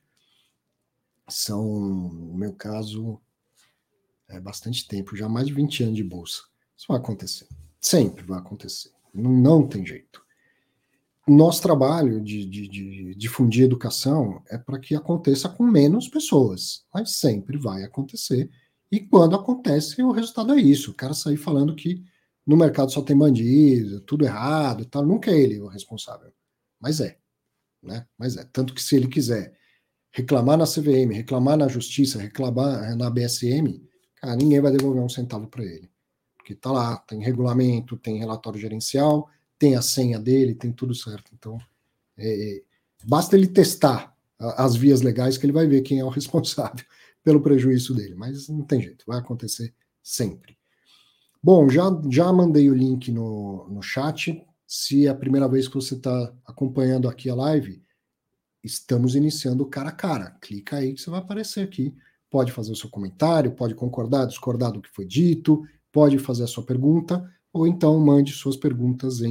Speaker 1: no meu caso, é bastante tempo, já mais de 20 anos de bolsa. Isso vai acontecer. Sempre vai acontecer. Não tem jeito. Nosso trabalho de difundir educação é para que aconteça com menos pessoas, mas sempre vai acontecer. E quando acontece, o resultado é isso. O cara sair falando que no mercado só tem bandido, tudo errado e tal. Nunca é ele o responsável. Mas é, né? Mas é. Tanto que se ele quiser reclamar na CVM, reclamar na Justiça, reclamar na BSM, cara, ninguém vai devolver um centavo para ele. Porque tá lá, tem regulamento, tem relatório gerencial, tem a senha dele, tem tudo certo. Então, basta ele testar as vias legais que ele vai ver quem é o responsável pelo prejuízo dele. Mas não tem jeito, vai acontecer sempre. Bom, já mandei o link no chat. Se é a primeira vez que você está acompanhando aqui a live, estamos iniciando o cara a cara. Clica aí que você vai aparecer aqui. Pode fazer o seu comentário, pode concordar, discordar do que foi dito, pode fazer a sua pergunta, ou então mande suas perguntas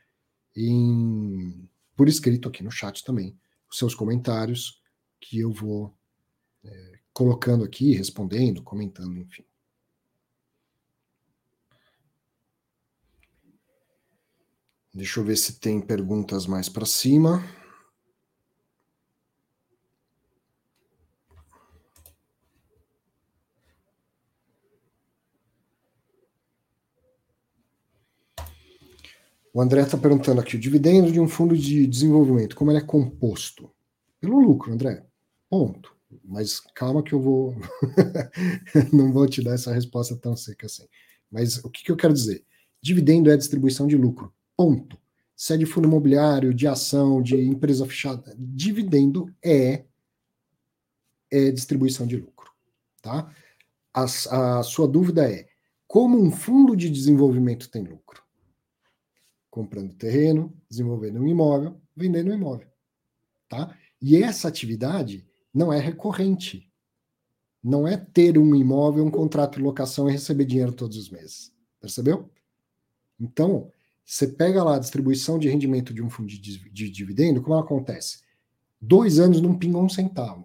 Speaker 1: por escrito aqui no chat também. Os seus comentários, que eu vou colocando aqui, respondendo, comentando, enfim. Deixa eu ver se tem perguntas mais para cima. O André está perguntando aqui, o dividendo de um fundo de desenvolvimento, como ele é composto? Pelo lucro, André. Ponto. Mas calma que eu vou... não vou te dar essa resposta tão seca assim. Mas o que eu quero dizer? Dividendo é distribuição de lucro. Ponto. Se é de fundo imobiliário, de ação, de empresa fechada, dividendo é distribuição de lucro. Tá? A sua dúvida é, como um fundo de desenvolvimento tem lucro? Comprando terreno, desenvolvendo um imóvel, vendendo um imóvel. Tá? E essa atividade não é recorrente. Não é ter um imóvel, um contrato de locação e receber dinheiro todos os meses. Percebeu? Então, você pega lá a distribuição de rendimento de um fundo de dividendo, como ela acontece? 2 anos não pinga um centavo.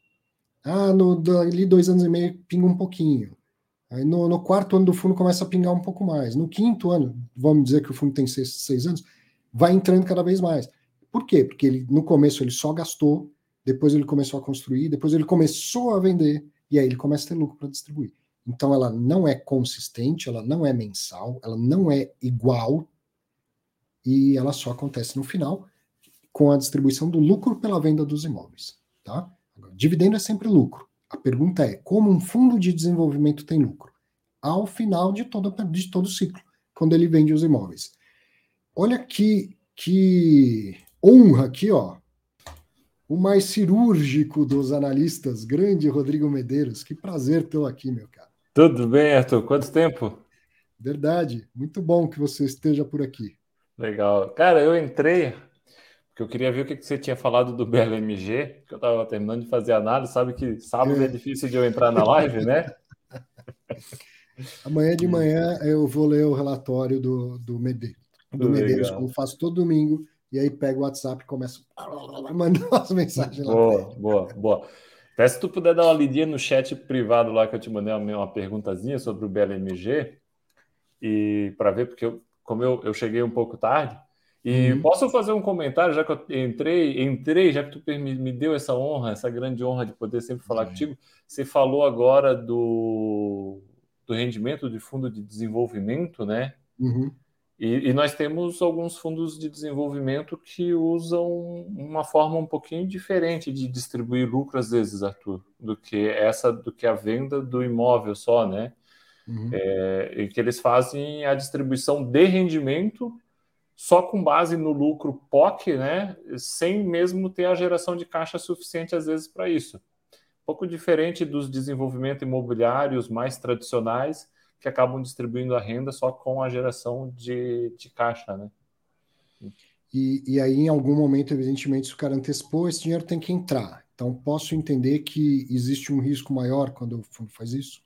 Speaker 1: Ali 2 anos e meio pinga um pouquinho. Aí no quarto ano do fundo começa a pingar um pouco mais. No quinto ano, vamos dizer que o fundo tem 6 anos, vai entrando cada vez mais. Por quê? Porque no começo ele só gastou, depois ele começou a construir, depois ele começou a vender, e aí ele começa a ter lucro para distribuir. Então ela não é consistente, ela não é mensal, ela não é igual, e ela só acontece no final com a distribuição do lucro pela venda dos imóveis. Tá? Agora, dividendo é sempre lucro. A pergunta é, como um fundo de desenvolvimento tem lucro? Ao final de todo o ciclo, quando ele vende os imóveis. Olha que honra aqui, ó. O mais cirúrgico dos analistas, grande Rodrigo Medeiros. Que prazer tê-lo aqui, meu cara.
Speaker 4: Tudo bem, Arthur? Quanto tempo?
Speaker 1: Verdade. Muito bom que você esteja por aqui.
Speaker 4: Legal. Cara, eu entrei porque eu queria ver o que você tinha falado do BLMG, que eu estava terminando de fazer análise. Sabe que sábado é difícil de eu entrar na live, né?
Speaker 1: Amanhã de manhã eu vou ler o relatório do Medeiros, como faço todo domingo, e aí pego o WhatsApp e começo a mandar as mensagens lá.
Speaker 4: Boa. Até se tu puder dar uma lidinha no chat privado lá que eu te mandei uma perguntazinha sobre o BLMG, e para ver, porque como eu cheguei um pouco tarde, e posso fazer um comentário, já que eu entrei, já que tu me deu essa honra, essa grande honra de poder sempre falar contigo. Você falou agora do rendimento de fundo de desenvolvimento, né? E nós temos alguns fundos de desenvolvimento que usam uma forma um pouquinho diferente de distribuir lucro, às vezes, Arthur, do que a venda do imóvel só, né? Em que eles fazem a distribuição de rendimento só com base no lucro POC, né? Sem mesmo ter a geração de caixa suficiente, às vezes, para isso. Um pouco diferente dos desenvolvimentos imobiliários mais tradicionais, que acabam distribuindo a renda só com a geração de caixa, né?
Speaker 1: E aí, em algum momento, evidentemente, se o cara antecipou, esse dinheiro tem que entrar. Então, posso entender que existe um risco maior quando o fundo faz isso?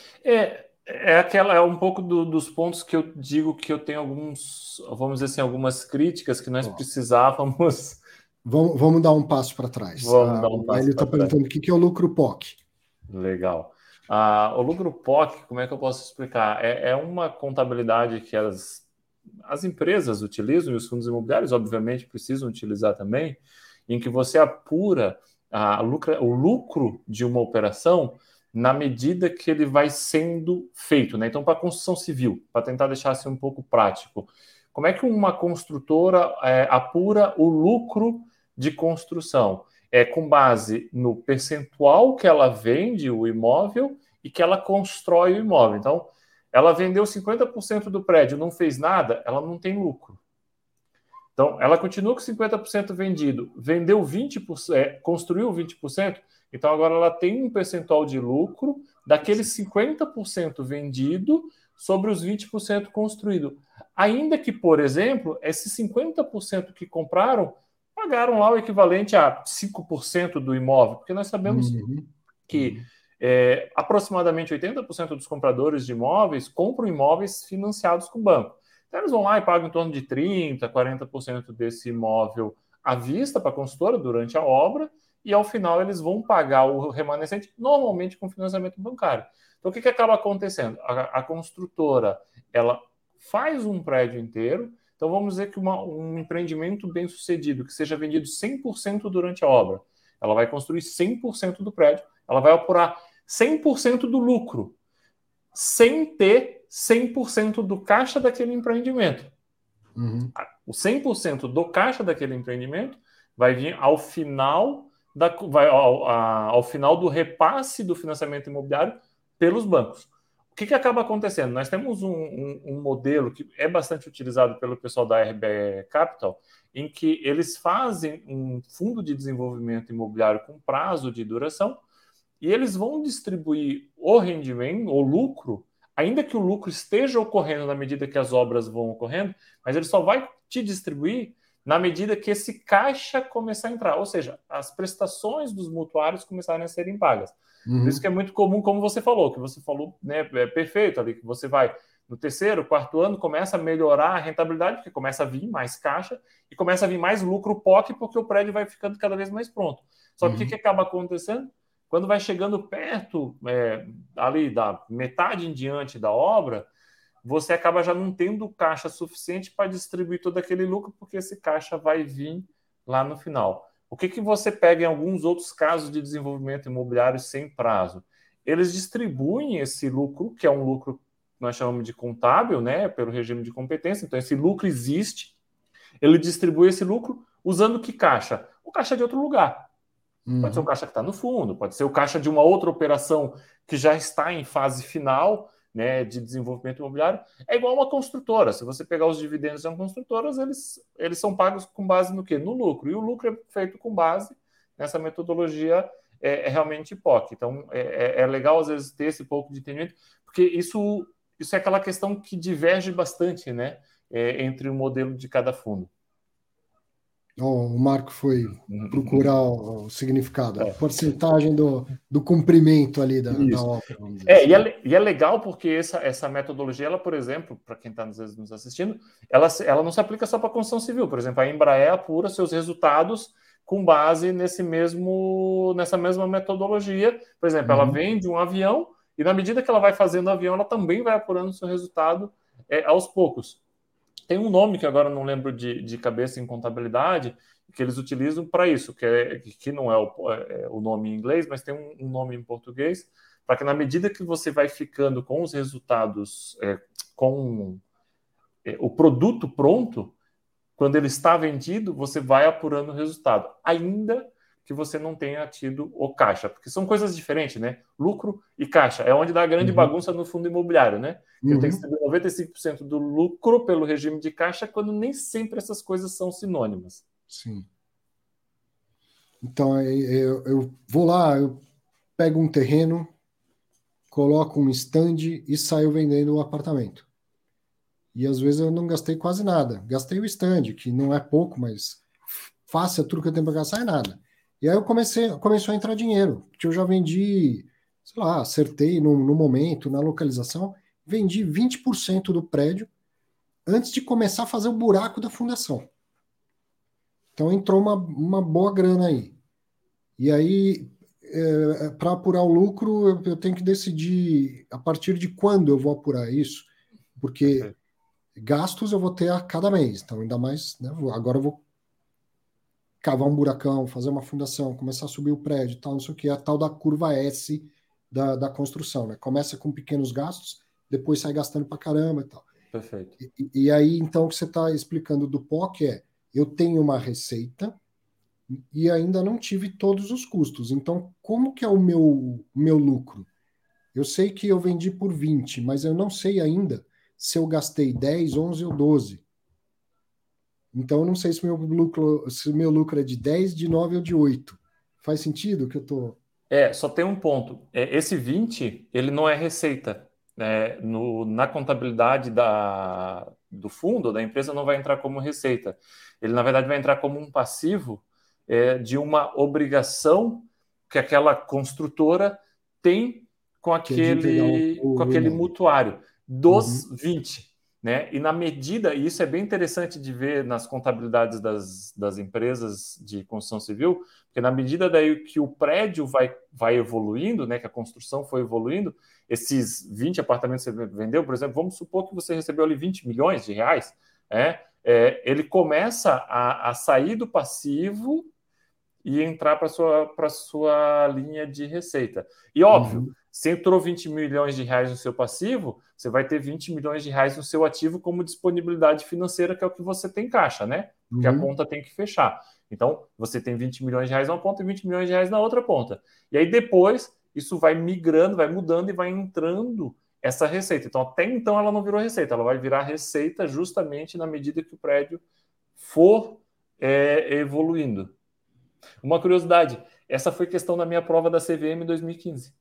Speaker 4: É um pouco dos pontos que eu digo que eu tenho alguns, vamos dizer assim, algumas críticas que nós precisávamos.
Speaker 1: Vamos dar um passo para trás.
Speaker 4: Vamos dar um
Speaker 1: O
Speaker 4: passo
Speaker 1: Hélio está
Speaker 4: para trás.
Speaker 1: perguntando o que é o lucro POC.
Speaker 4: Legal. O lucro POC, como é que eu posso explicar? É uma contabilidade que as empresas utilizam, e os fundos imobiliários, obviamente, precisam utilizar também, em que você apura o lucro de uma operação na medida que ele vai sendo feito, né? Então, para a construção civil, para tentar deixar assim um pouco prático, como é que uma construtora apura o lucro de construção? É com base no percentual que ela vende o imóvel e que ela constrói o imóvel. Então, ela vendeu 50% do prédio, não fez nada, ela não tem lucro. Então, ela continua com 50% vendido, vendeu 20%, construiu 20%, então agora ela tem um percentual de lucro daquele 50% vendido sobre os 20% construído. Ainda que, por exemplo, esses 50% que compraram pagaram lá o equivalente a 5% do imóvel, porque nós sabemos que aproximadamente 80% dos compradores de imóveis compram imóveis financiados com o banco. Então, eles vão lá e pagam em torno de 30%, 40% desse imóvel à vista para a consultora durante a obra, e ao final eles vão pagar o remanescente, normalmente com financiamento bancário. Então, o que acaba acontecendo? A construtora ela faz um prédio inteiro. Então, vamos dizer que um empreendimento bem sucedido, que seja vendido 100% durante a obra, ela vai construir 100% do prédio, ela vai apurar 100% do lucro, sem ter 100% do caixa daquele empreendimento. O 100% do caixa daquele empreendimento vai vir ao final, ao final do repasse do financiamento imobiliário pelos bancos. O que acaba acontecendo? Nós temos um modelo que é bastante utilizado pelo pessoal da RBE Capital, em que eles fazem um fundo de desenvolvimento imobiliário com prazo de duração, e eles vão distribuir o rendimento, o lucro, ainda que o lucro esteja ocorrendo na medida que as obras vão ocorrendo, mas ele só vai te distribuir na medida que esse caixa começar a entrar, ou seja, as prestações dos mutuários começarem a serem pagas. Por isso que é muito comum, como você falou, né, é perfeito ali, que você vai no terceiro, quarto ano, começa a melhorar a rentabilidade, porque começa a vir mais caixa e começa a vir mais lucro POC, porque o prédio vai ficando cada vez mais pronto. Só que o que acaba acontecendo? Quando vai chegando perto ali da metade em diante da obra, você acaba já não tendo caixa suficiente para distribuir todo aquele lucro, porque esse caixa vai vir lá no final. O que você pega em alguns outros casos de desenvolvimento imobiliário sem prazo? Eles distribuem esse lucro, que é um lucro que nós chamamos de contábil, né, pelo regime de competência. Então, esse lucro existe, ele distribui esse lucro usando que caixa? O caixa de outro lugar. Pode ser o caixa que está no fundo, pode ser o caixa de uma outra operação que já está em fase final, né, de desenvolvimento imobiliário. É igual uma construtora. Se você pegar os dividendos de uma construtora, eles são pagos com base no quê? No lucro. E o lucro é feito com base nessa metodologia realmente POC. Então, é legal, às vezes, ter esse pouco de entendimento, porque isso é aquela questão que diverge bastante, né, entre o modelo de cada fundo.
Speaker 1: O Marco foi procurar o significado, a porcentagem do comprimento ali da obra. Vamos dizer assim.
Speaker 4: E é legal porque essa metodologia, ela, por exemplo, para quem está nos assistindo, ela não se aplica só para a construção civil. Por exemplo, a Embraer apura seus resultados com base nessa mesma metodologia. Por exemplo, ela vende um avião e na medida que ela vai fazendo o avião, ela também vai apurando o seu resultado aos poucos. Tem um nome que agora não lembro de cabeça em contabilidade, que eles utilizam para isso, que não é o nome em inglês, mas tem um nome em português, para que na medida que você vai ficando com os resultados, com o produto pronto, quando ele está vendido, você vai apurando o resultado, ainda que você não tenha tido o caixa, porque são coisas diferentes, né? Lucro e caixa é onde dá a grande bagunça no fundo imobiliário, né? Ele tem que distribuir 95% do lucro pelo regime de caixa, quando nem sempre essas coisas são sinônimas.
Speaker 1: Sim. Então, eu vou lá, eu pego um terreno, coloco um stand e saio vendendo o apartamento. E às vezes eu não gastei quase nada. Gastei o stand, que não é pouco, mas faça tudo que eu tenho para gastar é nada. E aí começou a entrar dinheiro, que eu já vendi, sei lá, acertei no momento, na localização, vendi 20% do prédio antes de começar a fazer o buraco da fundação. Então entrou uma boa grana aí. E aí, para apurar o lucro, eu tenho que decidir a partir de quando eu vou apurar isso, porque gastos eu vou ter a cada mês. Então, ainda mais, né, agora eu vou cavar um buracão, fazer uma fundação, começar a subir o prédio, tal, não sei o que, a tal da curva S da construção, né? Começa com pequenos gastos, depois sai gastando pra caramba e tal.
Speaker 4: Perfeito.
Speaker 1: E aí, então, o que você está explicando do POC é, eu tenho uma receita e ainda não tive todos os custos. Então, como que é o meu lucro? Eu sei que eu vendi por 20, mas eu não sei ainda se eu gastei 10, 11 ou 12. Então, eu não sei se o meu lucro é de 10, de 9 ou de 8. Faz sentido que eu tô...
Speaker 4: Só tem um ponto. Esse 20, ele não é receita. Na contabilidade do fundo, da empresa, não vai entrar como receita. Ele, na verdade, vai entrar como um passivo de uma obrigação que aquela construtora tem com aquele mutuário dos 20. Né? E na medida, e isso é bem interessante de ver nas contabilidades das empresas de construção civil, porque na medida daí que o prédio vai evoluindo, né, que a construção foi evoluindo, esses 20 apartamentos que você vendeu, por exemplo, vamos supor que você recebeu ali 20 milhões de reais, ele começa a sair do passivo e entrar para sua linha de receita. E óbvio, se entrou 20 milhões de reais no seu passivo, você vai ter 20 milhões de reais no seu ativo como disponibilidade financeira, que é o que você tem em caixa, né? Porque a conta tem que fechar. Então, você tem 20 milhões de reais numa ponta e 20 milhões de reais na outra ponta. E aí depois, isso vai migrando, vai mudando e vai entrando essa receita. Então, até então, ela não virou receita. Ela vai virar receita justamente na medida que o prédio for evoluindo. Uma curiosidade, essa foi questão da minha prova da CVM em 2015.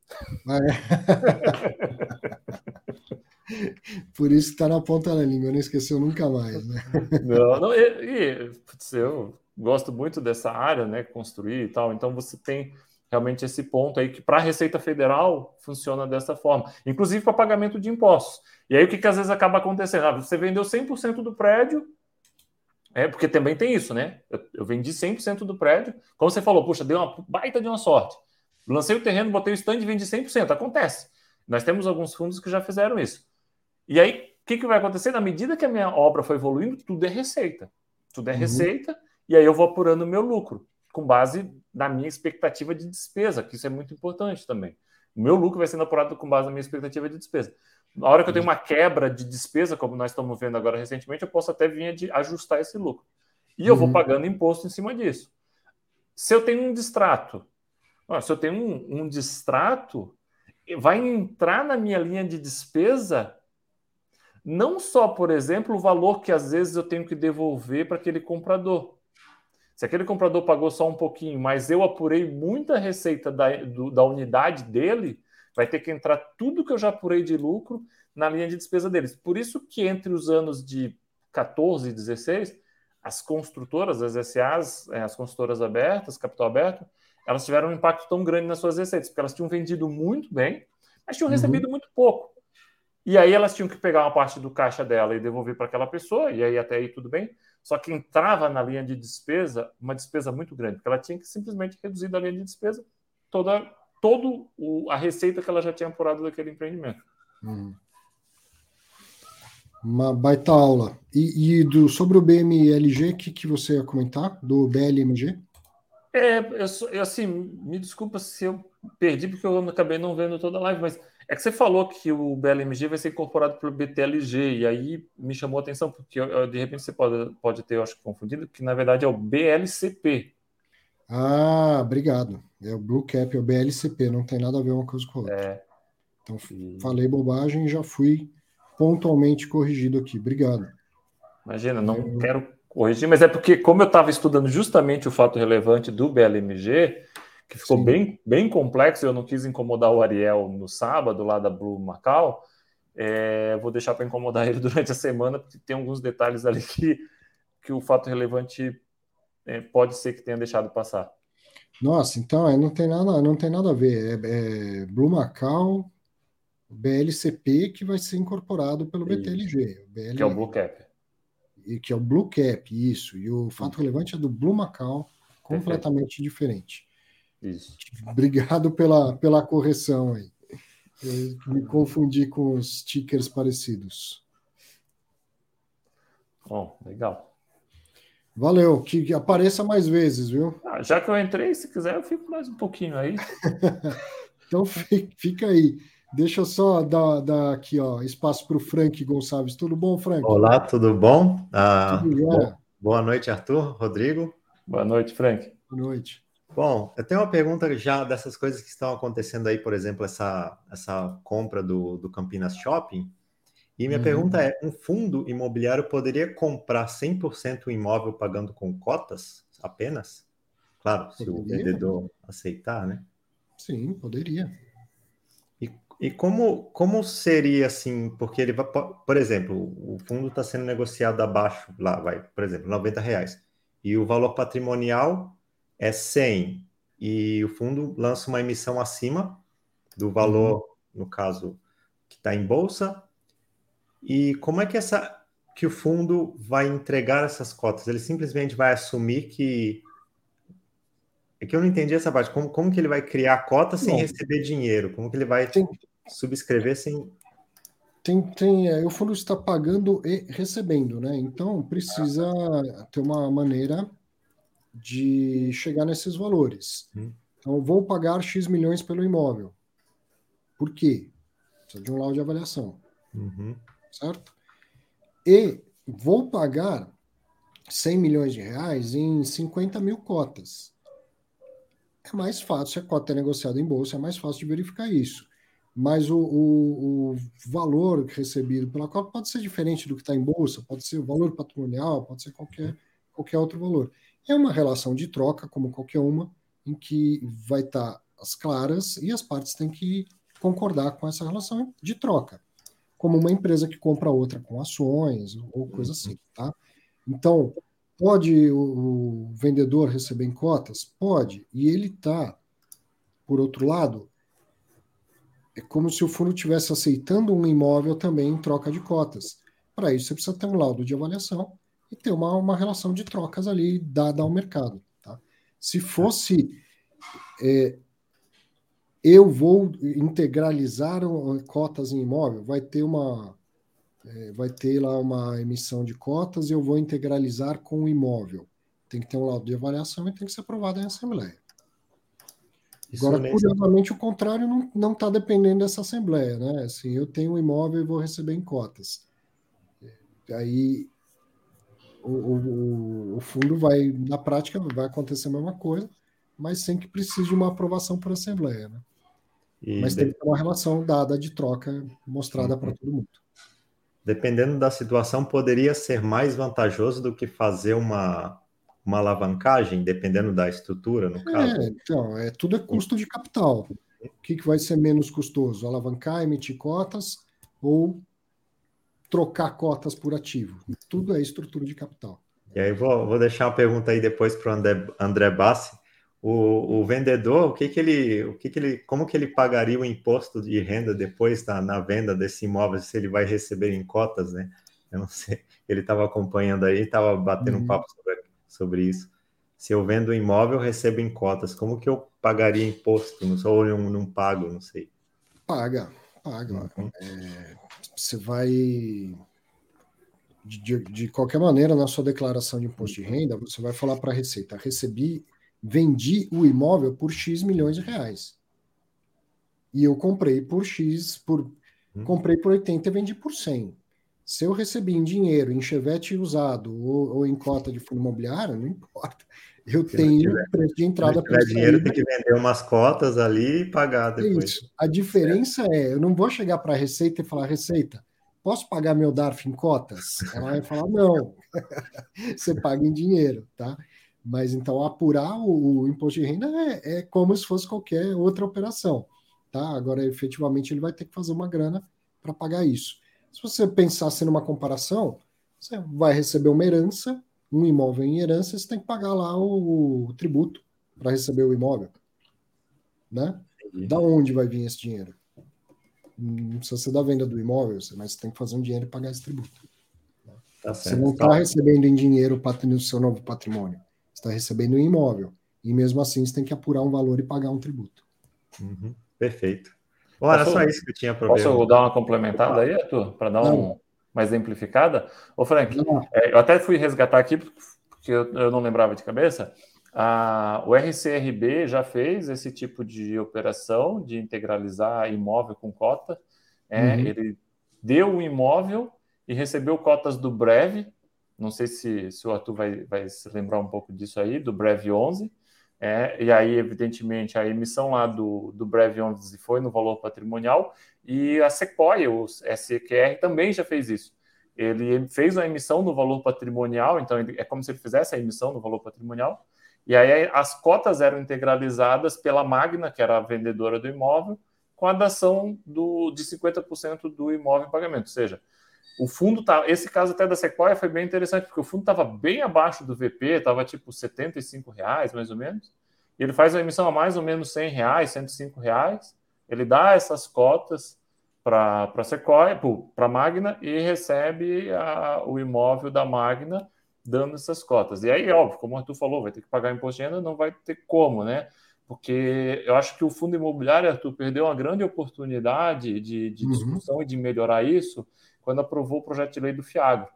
Speaker 1: Por isso que está na ponta da língua, não esqueceu nunca mais, né?
Speaker 4: Não, eu gosto muito dessa área, né, construir e tal, então você tem realmente esse ponto aí que para a Receita Federal funciona dessa forma, inclusive para pagamento de impostos. E aí o que às vezes acaba acontecendo? Você vendeu 100% do prédio, porque também tem isso, né? Eu vendi 100% do prédio, como você falou, puxa, deu uma baita de uma sorte. Lancei o terreno, botei o stand e vendi 100%. Acontece. Nós temos alguns fundos que já fizeram isso. E aí, o que vai acontecer? Na medida que a minha obra foi evoluindo, tudo é receita. Tudo é receita, e aí eu vou apurando o meu lucro, com base na minha expectativa de despesa, que isso é muito importante também. O meu lucro vai sendo apurado com base na minha expectativa de despesa. Na hora que eu tenho uma quebra de despesa, como nós estamos vendo agora recentemente, eu posso até vir de ajustar esse lucro. E eu vou pagando imposto em cima disso. Se eu tenho um distrato, um distrato, vai entrar na minha linha de despesa não só, por exemplo, o valor que às vezes eu tenho que devolver para aquele comprador. Se aquele comprador pagou só um pouquinho, mas eu apurei muita receita da unidade dele, vai ter que entrar tudo que eu já apurei de lucro na linha de despesa deles. Por isso que entre os anos de 14 e 16, as construtoras, as SAs, as construtoras abertas, capital aberto, elas tiveram um impacto tão grande nas suas receitas, porque elas tinham vendido muito bem, mas tinham recebido muito pouco. E aí elas tinham que pegar uma parte do caixa dela e devolver para aquela pessoa, e aí até aí tudo bem. Só que entrava na linha de despesa uma despesa muito grande, porque ela tinha que simplesmente reduzir da linha de despesa toda a receita que ela já tinha apurado daquele empreendimento.
Speaker 1: Uma baita aula. Sobre o BMLG, o que você ia comentar do BLMG?
Speaker 4: Eu assim, me desculpa se eu perdi, porque eu acabei não vendo toda a live, mas é que você falou que o BLMG vai ser incorporado pelo BTLG, e aí me chamou a atenção, porque de repente você pode ter, eu acho, confundido, que na verdade é o BLCP.
Speaker 1: Ah, obrigado. É o Blue Cap, é o BLCP, não tem nada a ver uma coisa com a outra. Então, falei bobagem e já fui pontualmente corrigido aqui. Obrigado.
Speaker 4: Imagina, não quero corrigir, mas é porque, como eu estava estudando justamente o fato relevante do BLMG, que ficou bem, bem complexo. Eu não quis incomodar o Ariel no sábado, lá da Blue Macau. Vou deixar para incomodar ele durante a semana, porque tem alguns detalhes ali que o fato relevante pode ser que tenha deixado passar.
Speaker 1: Nossa, então não tem nada a ver. É Blue Macau, BLCP, que vai ser incorporado pelo BTLG.
Speaker 4: Que é o Blue Cap.
Speaker 1: E que é o Blue Cap, isso. E o fato relevante é do Blue Macau, completamente diferente.
Speaker 4: Isso.
Speaker 1: Obrigado pela correção aí. Eu me confundi com os stickers parecidos.
Speaker 4: Bom, legal.
Speaker 1: Valeu, que apareça mais vezes, viu?
Speaker 4: Já que eu entrei, se quiser, eu fico mais um pouquinho aí.
Speaker 1: Então fica aí. Deixa eu só dar aqui, ó, espaço para o Frank Gonçalves. Tudo bom, Frank?
Speaker 5: Olá, tudo bom?
Speaker 1: Tudo
Speaker 5: boa noite, Arthur, Rodrigo.
Speaker 4: Boa noite, Frank.
Speaker 1: Boa noite.
Speaker 5: Bom, eu tenho uma pergunta já dessas coisas que estão acontecendo aí, por exemplo, essa compra do Campinas Shopping. E minha pergunta é, um fundo imobiliário poderia comprar 100% o imóvel pagando com cotas apenas? Claro, se o vendedor aceitar, né?
Speaker 1: Sim, poderia.
Speaker 5: E como seria assim? Porque ele vai, por exemplo, o fundo está sendo negociado abaixo, lá vai, por exemplo, R$90. E o valor patrimonial é 100. E o fundo lança uma emissão acima do valor, no caso, que está em bolsa. E como é que o fundo vai entregar essas cotas? Ele simplesmente vai assumir que... É que eu não entendi essa parte. Como que ele vai criar cota sem receber dinheiro? Como que ele vai subscrever sem...
Speaker 1: O fundo está pagando e recebendo, né? Então, precisa ter uma maneira de chegar nesses valores. Então, eu vou pagar X milhões pelo imóvel. Por quê? Precisa de um laudo de avaliação. Certo? E vou pagar 100 milhões de reais em 50 mil cotas. É mais fácil, se a cota é negociada em bolsa, é mais fácil de verificar isso. Mas o valor recebido pela cota pode ser diferente do que está em bolsa, pode ser o valor patrimonial, pode ser qualquer outro valor. É uma relação de troca, como qualquer uma, em que vai estar as claras e as partes têm que concordar com essa relação de troca, como uma empresa que compra outra com ações ou coisa assim, tá? Então, pode o vendedor receber em cotas? Pode. E ele está, por outro lado, é como se o fundo estivesse aceitando um imóvel também em troca de cotas. Para isso, você precisa ter um laudo de avaliação e ter uma relação de trocas ali dada ao mercado. Tá? Se fosse eu vou integralizar cotas em imóvel, vai ter lá uma emissão de cotas e eu vou integralizar com o imóvel. Tem que ter um laudo de avaliação e tem que ser aprovado em assembleia. Agora, curiosamente, o contrário não está dependendo dessa assembleia, né? Assim, eu tenho um imóvel e vou receber em cotas. Aí o fundo vai, na prática, vai acontecer a mesma coisa, mas sem que precise de uma aprovação por assembleia, né? Mas tem que ter uma relação dada de troca mostrada para todo mundo.
Speaker 5: Dependendo da situação, poderia ser mais vantajoso do que fazer uma alavancagem, dependendo da estrutura, no caso?
Speaker 1: Então, tudo é custo de capital. O que vai ser menos custoso? Alavancar, emitir cotas ou trocar cotas por ativo? Tudo é estrutura de capital.
Speaker 5: E aí vou deixar uma pergunta aí depois para o André Bassi. O vendedor, como que ele pagaria o imposto de renda depois na venda desse imóvel, se ele vai receber em cotas, né? Eu não sei. Ele estava acompanhando aí, estava batendo um papo sobre isso. Se eu vendo um imóvel, recebo em cotas. Como que eu pagaria imposto? Ou eu não pago, não sei.
Speaker 1: Paga. Você vai... De qualquer maneira, na sua declaração de imposto de renda, você vai falar para a Receita, vendi o imóvel por X milhões de reais. E eu comprei por X, comprei por 80 e vendi por 100. Se eu recebi em dinheiro, em chevette usado ou em cota de fundo imobiliário, não importa. Eu tenho preço de entrada para
Speaker 5: dinheiro, tem que vender umas cotas ali e pagar depois.
Speaker 1: Isso. A diferença eu não vou chegar para a Receita e falar, Receita, posso pagar meu DARF em cotas? Ela vai falar, não. Você paga em dinheiro, tá? Mas então apurar o imposto de renda é como se fosse qualquer outra operação, tá? Agora, efetivamente, ele vai ter que fazer uma grana para pagar isso. Se você pensasse numa comparação, você vai receber uma herança, um imóvel em herança, você tem que pagar lá o tributo para receber o imóvel, né? Da onde vai vir esse dinheiro? Não precisa ser da venda do imóvel, mas você tem que fazer um dinheiro e pagar esse tributo.
Speaker 5: Tá
Speaker 1: Você
Speaker 5: certo.
Speaker 1: não está recebendo em dinheiro no seu novo patrimônio. Você está recebendo em imóvel. E mesmo assim, você tem que apurar um valor e pagar um tributo.
Speaker 5: Uhum, perfeito. Bom, era só isso que eu tinha para ver.
Speaker 4: Posso dar uma complementada aí, Arthur? Para dar uma exemplificada? Ô, Frank, eu até fui resgatar aqui, porque eu não lembrava de cabeça. O RCRB já fez esse tipo de operação de integralizar imóvel com cota. Ele deu o imóvel e recebeu cotas do BREV. Não sei se o Arthur vai se lembrar um pouco disso aí, do BREV 11. E aí, evidentemente, a emissão lá do BREV 11 foi no valor patrimonial e a Sequoia, o SEQR, também já fez isso. Ele fez a emissão no valor patrimonial, então é como se ele fizesse a emissão no valor patrimonial, e aí as cotas eram integralizadas pela Magna, que era a vendedora do imóvel, com a dação de 50% do imóvel em pagamento. Ou seja, o fundo esse caso até da Sequoia foi bem interessante, porque o fundo estava bem abaixo do VP, estava tipo R$75, mais ou menos. E ele faz a emissão a mais ou menos R$100, R$105. Ele dá essas cotas para a Sequoia, para a Magna, e recebe o imóvel da Magna dando essas cotas. E aí, óbvio, como o Arthur falou, vai ter que pagar imposto de renda, não vai ter como, né? Porque eu acho que o fundo imobiliário, Arthur, perdeu uma grande oportunidade de discussão e de melhorar isso quando aprovou o projeto de lei do FIAGRO.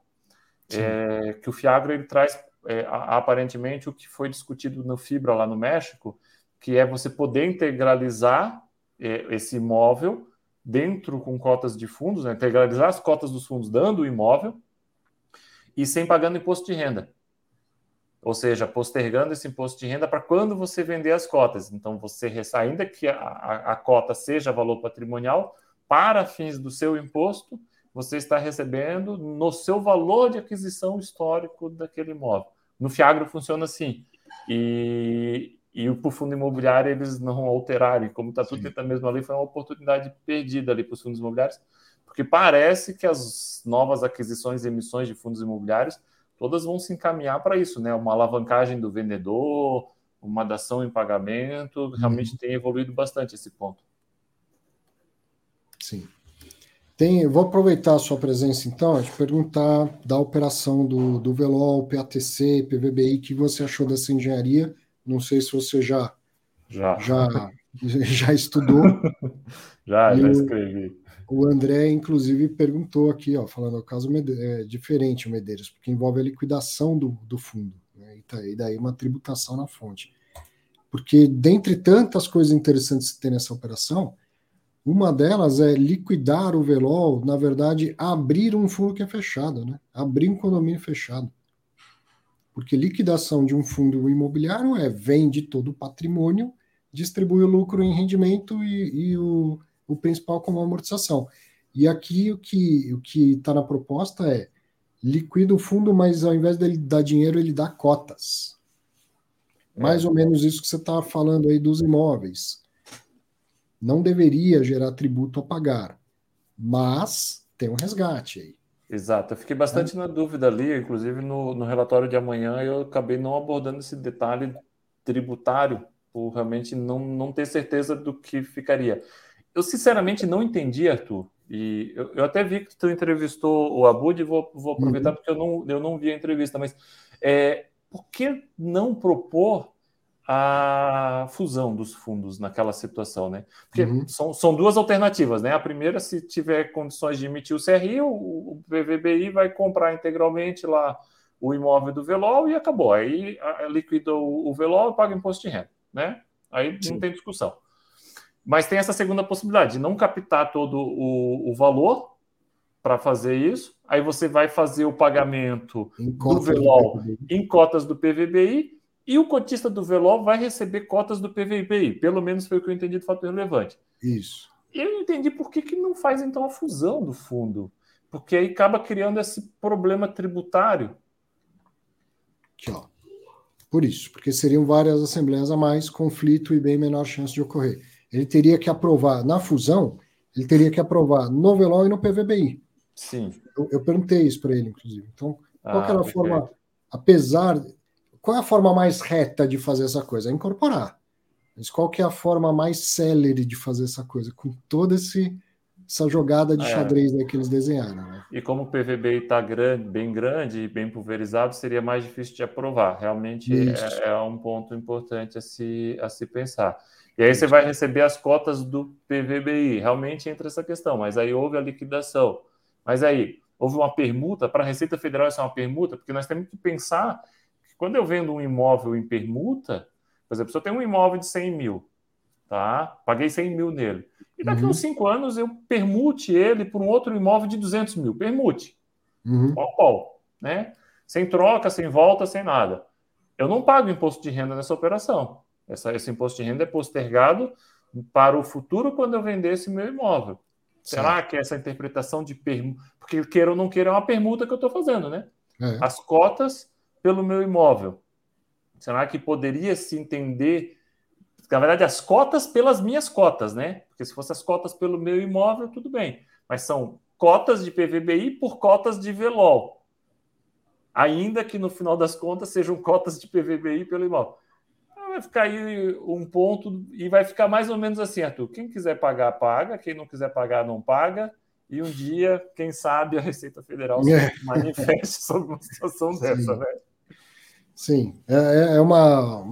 Speaker 4: Que o FIAGRO ele traz, aparentemente, o que foi discutido no FIBRA lá no México, que é você poder integralizar esse imóvel dentro com cotas de fundos, né, integralizar as cotas dos fundos dando o imóvel e sem pagando imposto de renda. Ou seja, postergando esse imposto de renda para quando você vender as cotas. Então, você, ainda que a cota seja valor patrimonial, para fins do seu imposto, você está recebendo no seu valor de aquisição histórico daquele imóvel. No FIAGRO funciona assim. E para o fundo imobiliário eles não alteraram. E como está tudo dentro da mesma lei, foi uma oportunidade perdida ali para os fundos imobiliários, porque parece que as novas aquisições e emissões de fundos imobiliários todas vão se encaminhar para isso, né? Uma alavancagem do vendedor, uma dação em pagamento, realmente tem evoluído bastante esse ponto.
Speaker 1: Sim. Eu vou aproveitar a sua presença, então, a te perguntar da operação do VELOL, PATC, PVBI, que você achou dessa engenharia? Não sei se você já estudou.
Speaker 4: já escrevi.
Speaker 1: O André, inclusive, perguntou aqui, falando o caso diferente, o Medeiros, porque envolve a liquidação do fundo, né? E daí uma tributação na fonte. Porque, dentre tantas coisas interessantes que tem nessa operação, uma delas é liquidar o VELOL, na verdade, abrir um fundo que é fechado, né? Abrir um condomínio fechado. Porque liquidação de um fundo imobiliário vende todo o patrimônio, distribui o lucro em rendimento e o principal como amortização. E aqui o que está na proposta é liquida o fundo, mas ao invés dele dar dinheiro, ele dá cotas. Mais ou menos isso que você está falando aí dos imóveis. Não deveria gerar tributo a pagar, mas tem um resgate aí.
Speaker 4: Exato, eu fiquei bastante na dúvida ali, inclusive no relatório de amanhã eu acabei não abordando esse detalhe tributário, por realmente não ter certeza do que ficaria. Eu sinceramente não entendi, Arthur, e eu até vi que tu entrevistou o Abud e vou aproveitar porque eu não vi a entrevista, mas por que não propor a fusão dos fundos naquela situação, né? Porque são duas alternativas, né? A primeira, se tiver condições de emitir o CRI, o PVBI vai comprar integralmente lá o imóvel do VELOL e acabou. Aí liquida o VELOL e paga imposto de renda, né? Aí não tem discussão. Mas tem essa segunda possibilidade, de não captar todo o valor para fazer isso. Aí você vai fazer o pagamento do VELOL em cotas do PVBI e o cotista do VELOL vai receber cotas do PVBI. Pelo menos foi o que eu entendi do fator relevante.
Speaker 1: Isso.
Speaker 4: E eu entendi por que não faz, então, a fusão do fundo. Porque aí acaba criando esse problema tributário.
Speaker 1: Aqui, ó. Por isso, porque seriam várias assembleias a mais, conflito e bem menor chance de ocorrer. Ele teria que aprovar, na fusão, ele teria que aprovar no VLOL e no PVBI.
Speaker 4: Sim.
Speaker 1: Eu perguntei isso para ele, inclusive. Então, qual que era a
Speaker 4: perfeito.
Speaker 1: forma, qual é a forma mais reta de fazer essa coisa? É incorporar. Mas qual que é a forma mais célere de fazer essa coisa? Com toda essa jogada de xadrez aí que eles desenharam, né?
Speaker 4: E como o PVBI está bem grande e bem pulverizado, seria mais difícil de aprovar. Realmente é um ponto importante a se pensar. E aí você vai receber as cotas do PVBI. Realmente entra essa questão, mas aí houve a liquidação. Mas aí, houve uma permuta, para a Receita Federal isso é uma permuta, porque nós temos que pensar que quando eu vendo um imóvel em permuta, por exemplo, se eu tenho um imóvel de 100 mil, tá? Paguei 100 mil nele. E daqui a uns 5 anos eu permute ele por um outro imóvel de 200 mil. Permute. Qual, né? Sem troca, sem volta, sem nada. Eu não pago imposto de renda nessa operação. Esse imposto de renda é postergado para o futuro quando eu vender esse meu imóvel. Será que essa interpretação de permuta... Porque queira ou não queira é uma permuta que eu estou fazendo, né? As cotas pelo meu imóvel. Será que poderia se entender... Na verdade, as cotas pelas minhas cotas, né? Porque se fossem as cotas pelo meu imóvel, tudo bem. Mas são cotas de PVBI por cotas de VLOL. Ainda que no final das contas sejam cotas de PVBI pelo imóvel. Então, vai ficar aí um ponto e vai ficar mais ou menos assim, Arthur. Quem quiser pagar, paga. Quem não quiser pagar, não paga. E um dia, quem sabe, a Receita Federal se manifeste sobre uma situação dessa, né?
Speaker 1: Sim, é uma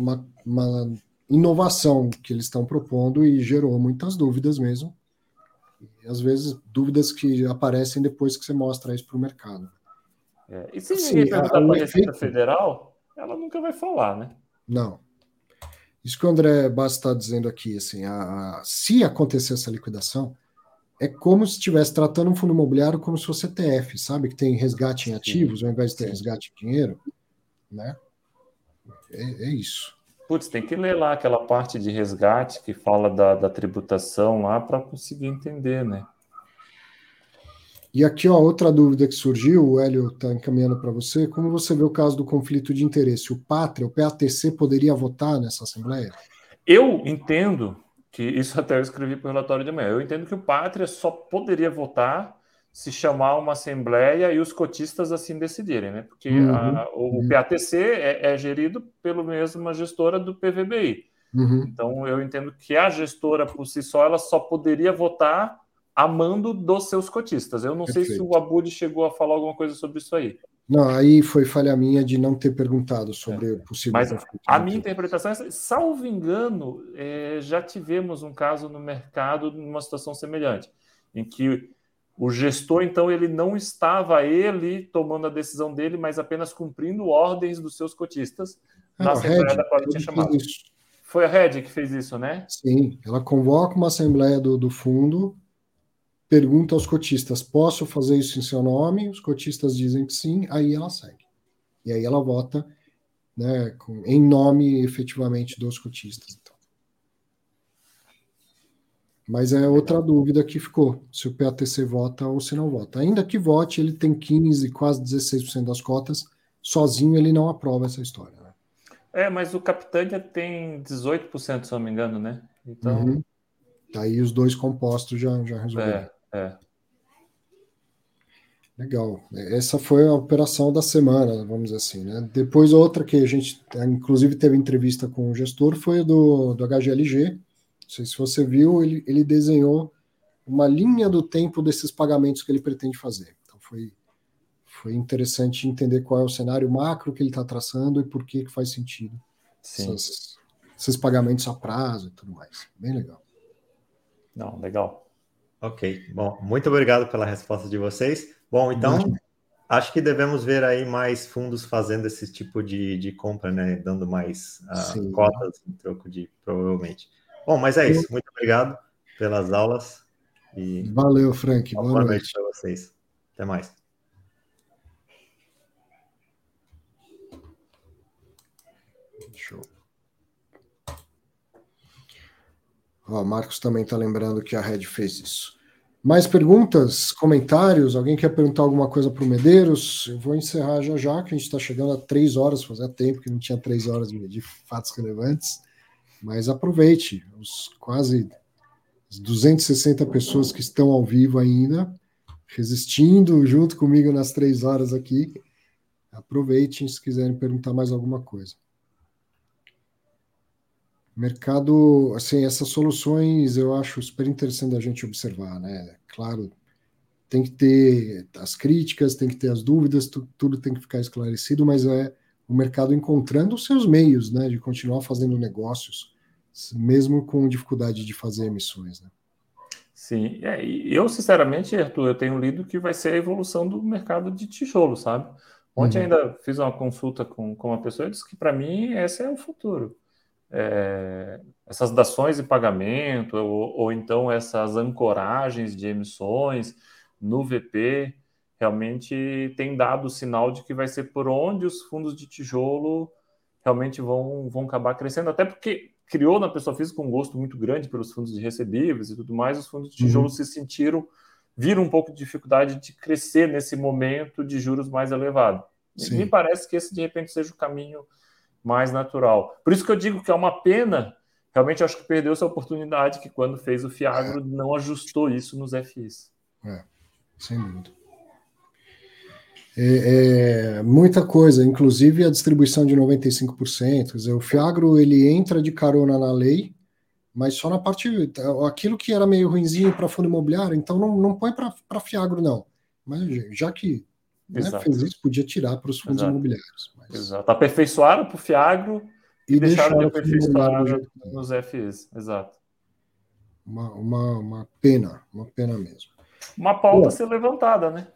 Speaker 1: inovação que eles estão propondo e gerou muitas dúvidas mesmo. E, às vezes, dúvidas que aparecem depois que você mostra isso para o mercado.
Speaker 4: E se ninguém perguntar para a Receita Federal, ela nunca vai falar, né?
Speaker 1: Não. Isso que o André Bassi está dizendo aqui, assim, se acontecer essa liquidação, é como se estivesse tratando um fundo imobiliário como se fosse ETF, sabe? Que tem resgate em ativos, ao invés de ter resgate em dinheiro, né? É isso.
Speaker 4: Putz, tem que ler lá aquela parte de resgate que fala da tributação lá para conseguir entender, né?
Speaker 1: E aqui, ó, outra dúvida que surgiu, o Hélio está encaminhando para você. Como você vê o caso do conflito de interesse? O Pátria, o PATC, poderia votar nessa Assembleia?
Speaker 4: Eu entendo que, isso até eu escrevi para o relatório de manhã, eu entendo que o Pátria só poderia votar se chamar uma Assembleia e os cotistas assim decidirem, né? Porque o PATC é gerido pela mesma gestora do PVBI. Então, eu entendo que a gestora, por si só, ela só poderia votar a mando dos seus cotistas. Eu não sei se o Abud chegou a falar alguma coisa sobre isso aí.
Speaker 1: Não, aí foi falha minha de não ter perguntado sobre o possível
Speaker 4: Mas
Speaker 1: conflito.
Speaker 4: a minha interpretação é, salvo engano, já tivemos um caso no mercado numa situação semelhante, em que o gestor, então, ele não estava tomando a decisão dele, mas apenas cumprindo ordens dos seus cotistas na Assembleia da qual ele tinha chamado. Foi a Red que fez isso, né?
Speaker 1: Sim, ela convoca uma Assembleia do fundo, pergunta aos cotistas, posso fazer isso em seu nome? Os cotistas dizem que sim, aí ela segue. E aí ela vota, né, em nome, efetivamente, dos cotistas. Então. Mas é outra dúvida que ficou, se o PATC vota ou se não vota. Ainda que vote, ele tem 15%, quase 16% das cotas, sozinho ele não aprova essa história. Né?
Speaker 4: Mas o Capitânia tem 18%, se eu não me engano, né? Então...
Speaker 1: Aí os dois compostos já resolveram. Legal. Essa foi a operação da semana, vamos dizer assim, né? Depois outra que a gente, inclusive, teve entrevista com o gestor foi do HGLG. Não sei se você viu, ele desenhou uma linha do tempo desses pagamentos que ele pretende fazer. Então foi interessante entender qual é o cenário macro que ele está traçando e por que faz sentido esses pagamentos a prazo e tudo mais. Bem legal.
Speaker 4: Não, legal.
Speaker 5: Ok, bom, muito obrigado pela resposta de vocês. Bom, então, acho que devemos ver aí mais fundos fazendo esse tipo de compra, né? Dando mais cotas em troco de, provavelmente. Bom, mas é isso. Muito obrigado pelas aulas. E
Speaker 1: valeu, Frank.
Speaker 5: Boa noite para vocês. Até mais.
Speaker 1: Show. Ó, Marcos também está lembrando que a Red fez isso. Mais perguntas, comentários? Alguém quer perguntar alguma coisa para o Medeiros? Eu vou encerrar já já, que a gente está chegando a 3 horas, fazia tempo que não tinha 3 horas de fatos relevantes, mas aproveite, os quase 260 pessoas que estão ao vivo ainda, resistindo junto comigo nas 3 horas aqui, aproveitem se quiserem perguntar mais alguma coisa. Mercado, assim, essas soluções eu acho super interessante a gente observar, né? Claro, tem que ter as críticas, tem que ter as dúvidas, tudo tem que ficar esclarecido, mas é o mercado encontrando os seus meios, né, de continuar fazendo negócios, mesmo com dificuldade de fazer emissões, né?
Speaker 4: Sim, e eu sinceramente, Arthur, eu tenho lido que vai ser a evolução do mercado de tijolo, sabe? Ontem ainda fiz uma consulta com uma pessoa e disse que para mim esse é o futuro. Essas dações de pagamento ou então essas ancoragens de emissões no VP realmente tem dado o sinal de que vai ser por onde os fundos de tijolo realmente vão acabar crescendo, até porque criou na pessoa física um gosto muito grande pelos fundos de recebíveis e tudo mais, os fundos de tijolo viram um pouco de dificuldade de crescer nesse momento de juros mais elevado. Me parece que esse de repente seja o caminho mais natural. Por isso que eu digo que é uma pena, realmente eu acho que perdeu essa oportunidade que quando fez o Fiagro não ajustou isso nos FIs.
Speaker 1: Sem dúvida. Muita coisa, inclusive a distribuição de 95%. Quer dizer, o Fiagro ele entra de carona na lei, mas só na parte. Aquilo que era meio ruinzinho para fundo imobiliário, então não põe para Fiagro, não. Mas já que fez isso, podia tirar para os fundos imobiliários. Mas...
Speaker 4: Exato. Aperfeiçoaram para o Fiagro e deixaram de aperfeiçoar nos FIs. Exato.
Speaker 1: Uma pena mesmo.
Speaker 4: Uma pauta a ser levantada, né?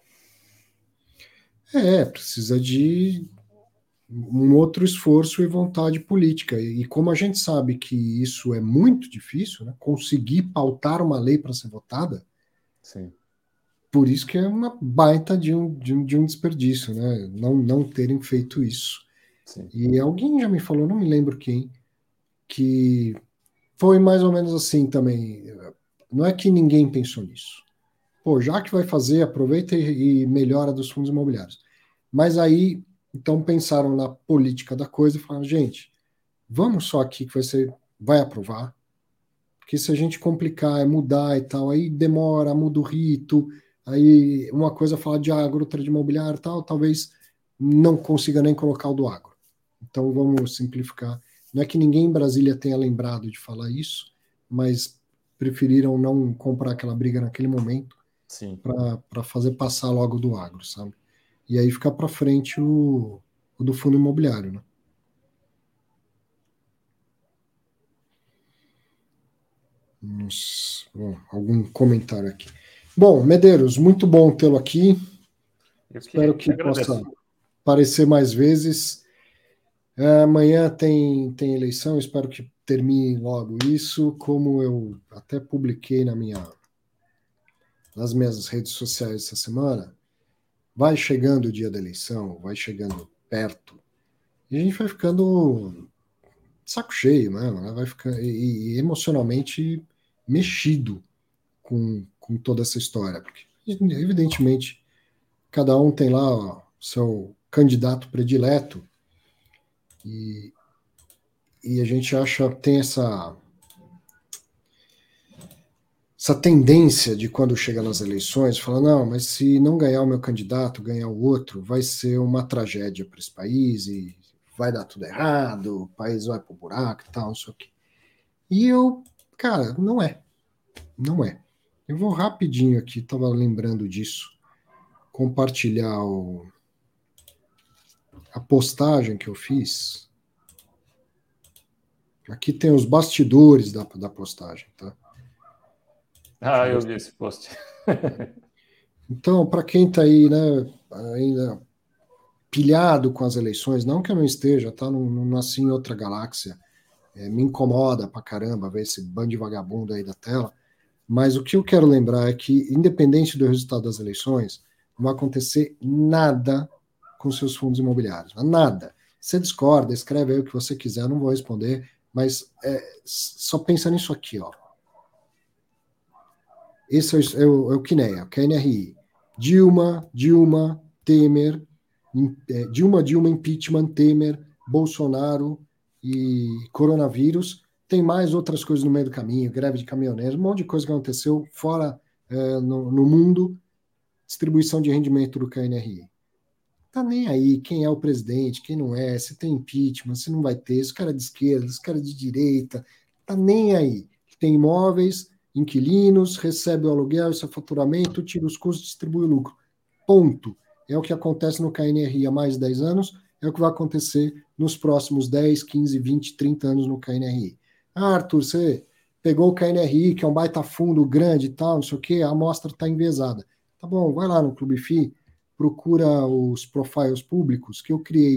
Speaker 1: Precisa de um outro esforço e vontade política. E como a gente sabe que isso é muito difícil, né, conseguir pautar uma lei para ser votada,
Speaker 4: sim.
Speaker 1: Por isso que é uma baita de um desperdício, né? Não terem feito isso.
Speaker 4: Sim.
Speaker 1: E alguém já me falou, não me lembro quem, que foi mais ou menos assim também. Não é que ninguém pensou nisso. Pô, já que vai fazer, aproveita e melhora dos fundos imobiliários. Mas aí, então, pensaram na política da coisa e falaram, gente, vamos só aqui que vai aprovar, porque se a gente complicar, mudar e tal, aí demora, muda o rito, aí uma coisa fala de agro, outra de imobiliário e tal, talvez não consiga nem colocar o do agro. Então vamos simplificar. Não é que ninguém em Brasília tenha lembrado de falar isso, mas preferiram não comprar aquela briga naquele momento para fazer passar logo do agro, sabe? E aí ficar para frente o do fundo imobiliário, né? Algum comentário aqui. Bom, Medeiros, muito bom tê-lo aqui. Espero que possa aparecer mais vezes. Amanhã tem eleição, espero que termine logo isso. Como eu até publiquei nas minhas redes sociais essa semana, vai chegando o dia da eleição, vai chegando perto, e a gente vai ficando saco cheio, né? Vai ficar e emocionalmente mexido com toda essa história, porque evidentemente cada um tem lá seu candidato predileto e a gente tem essa tendência de quando chega nas eleições, falar, não, mas se não ganhar o meu candidato, ganhar o outro, vai ser uma tragédia para esse país e vai dar tudo errado, o país vai pro buraco e tal, não sei o quê. E cara, não é. Eu vou rapidinho aqui, estava lembrando disso, compartilhar a postagem que eu fiz. Aqui tem os bastidores da postagem, tá?
Speaker 4: Eu vi esse post.
Speaker 1: Então, para quem está aí, né, ainda pilhado com as eleições, não que eu não esteja, tá? Não nasci em outra galáxia. Me incomoda pra caramba ver esse bando de vagabundo aí da tela. Mas o que eu quero lembrar é que, independente do resultado das eleições, não vai acontecer nada com seus fundos imobiliários. Nada. Você discorda, escreve aí o que você quiser, eu não vou responder, mas só pensa nisso aqui, ó. Esse é o KNEA, KNRI. Dilma, Temer, Dilma, impeachment, Temer, Bolsonaro e coronavírus. Tem mais outras coisas no meio do caminho, greve de caminhoneiros, um monte de coisa que aconteceu fora no mundo, distribuição de rendimento do KNRI. Tá nem aí quem é o presidente, quem não é, se tem impeachment, se não vai ter, esse cara de esquerda, esse cara de direita, tá nem aí. Tem imóveis, inquilinos, recebe o aluguel, esse é o faturamento, tira os custos, distribui o lucro. Ponto. É o que acontece no KNRI há mais de 10 anos, é o que vai acontecer nos próximos 10, 15, 20, 30 anos no KNRI. Ah, Arthur, você pegou o KNRI, que é um baita fundo grande e tal, não sei o quê, a amostra está enviesada. Tá bom, vai lá no Clube FI, procura os profiles públicos, que eu criei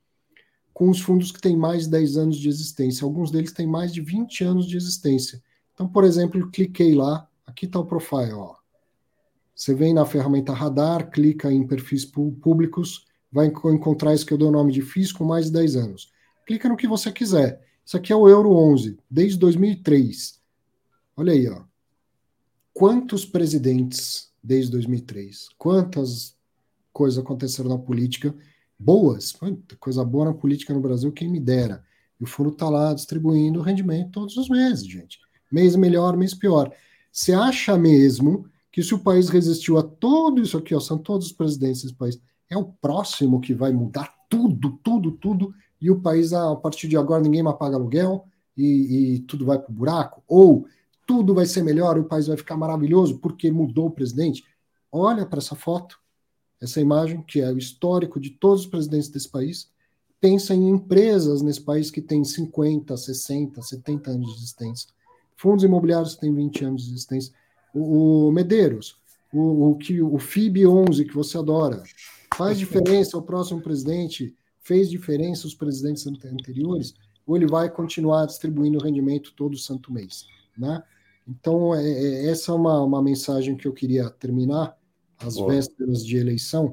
Speaker 1: com os fundos que têm mais de 10 anos de existência. Alguns deles têm mais de 20 anos de existência. Então, por exemplo, eu cliquei lá, aqui está o profile. Ó. Você vem na ferramenta Radar, clica em perfis públicos, vai encontrar isso que eu dou o nome de FIIs com mais de 10 anos. Clica no que você quiser. Isso aqui é o Euro 11, desde 2003. Olha aí, ó. Quantos presidentes desde 2003? Quantas coisas aconteceram na política boas? Coisa boa na política no Brasil, quem me dera. E o fundo está lá distribuindo rendimento todos os meses, gente. Mês melhor, mês pior. Você acha mesmo que se o país resistiu a tudo isso aqui, ó, são todos os presidentes desse país, é o próximo que vai mudar tudo, e o país, a partir de agora, ninguém mais paga aluguel e tudo vai para o buraco? Ou tudo vai ser melhor, o país vai ficar maravilhoso porque mudou o presidente? Olha para essa foto, essa imagem, que é o histórico de todos os presidentes desse país. Pensa em empresas nesse país que tem 50, 60, 70 anos de existência. Fundos imobiliários que têm 20 anos de existência. O Medeiros, o FIB 11, que você adora, faz diferença o próximo presidente? Fez diferença os presidentes anteriores? Ou ele vai continuar distribuindo rendimento todo santo mês? Né? Então, essa é uma mensagem que eu queria terminar às vésperas de eleição.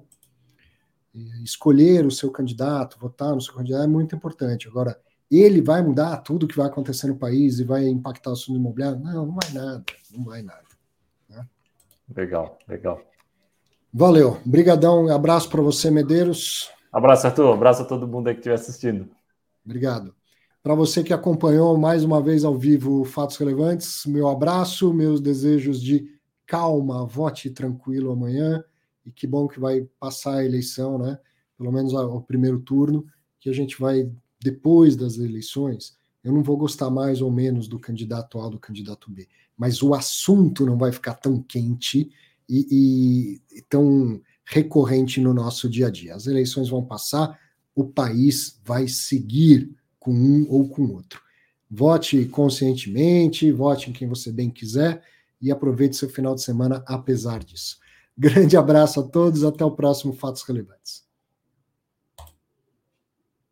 Speaker 1: Escolher o seu candidato, votar no seu candidato é muito importante. Agora, ele vai mudar tudo que vai acontecer no país e vai impactar o fundo imobiliário? Não vai nada, não vai nada. Né?
Speaker 4: Legal.
Speaker 1: Valeu, brigadão, abraço para você, Medeiros.
Speaker 4: Abraço, Arthur, abraço a todo mundo aí que estiver assistindo.
Speaker 1: Obrigado. Para você que acompanhou mais uma vez ao vivo Fatos Relevantes, meu abraço, meus desejos de calma, vote tranquilo amanhã, e que bom que vai passar a eleição, né? Pelo menos o primeiro turno, que a gente vai, depois das eleições, eu não vou gostar mais ou menos do candidato A ou do candidato B, mas o assunto não vai ficar tão quente e tão recorrente no nosso dia a dia. As eleições vão passar, o país vai seguir com um ou com outro. Vote conscientemente, vote em quem você bem quiser e aproveite seu final de semana apesar disso. Grande abraço a todos, até o próximo Fatos Relevantes.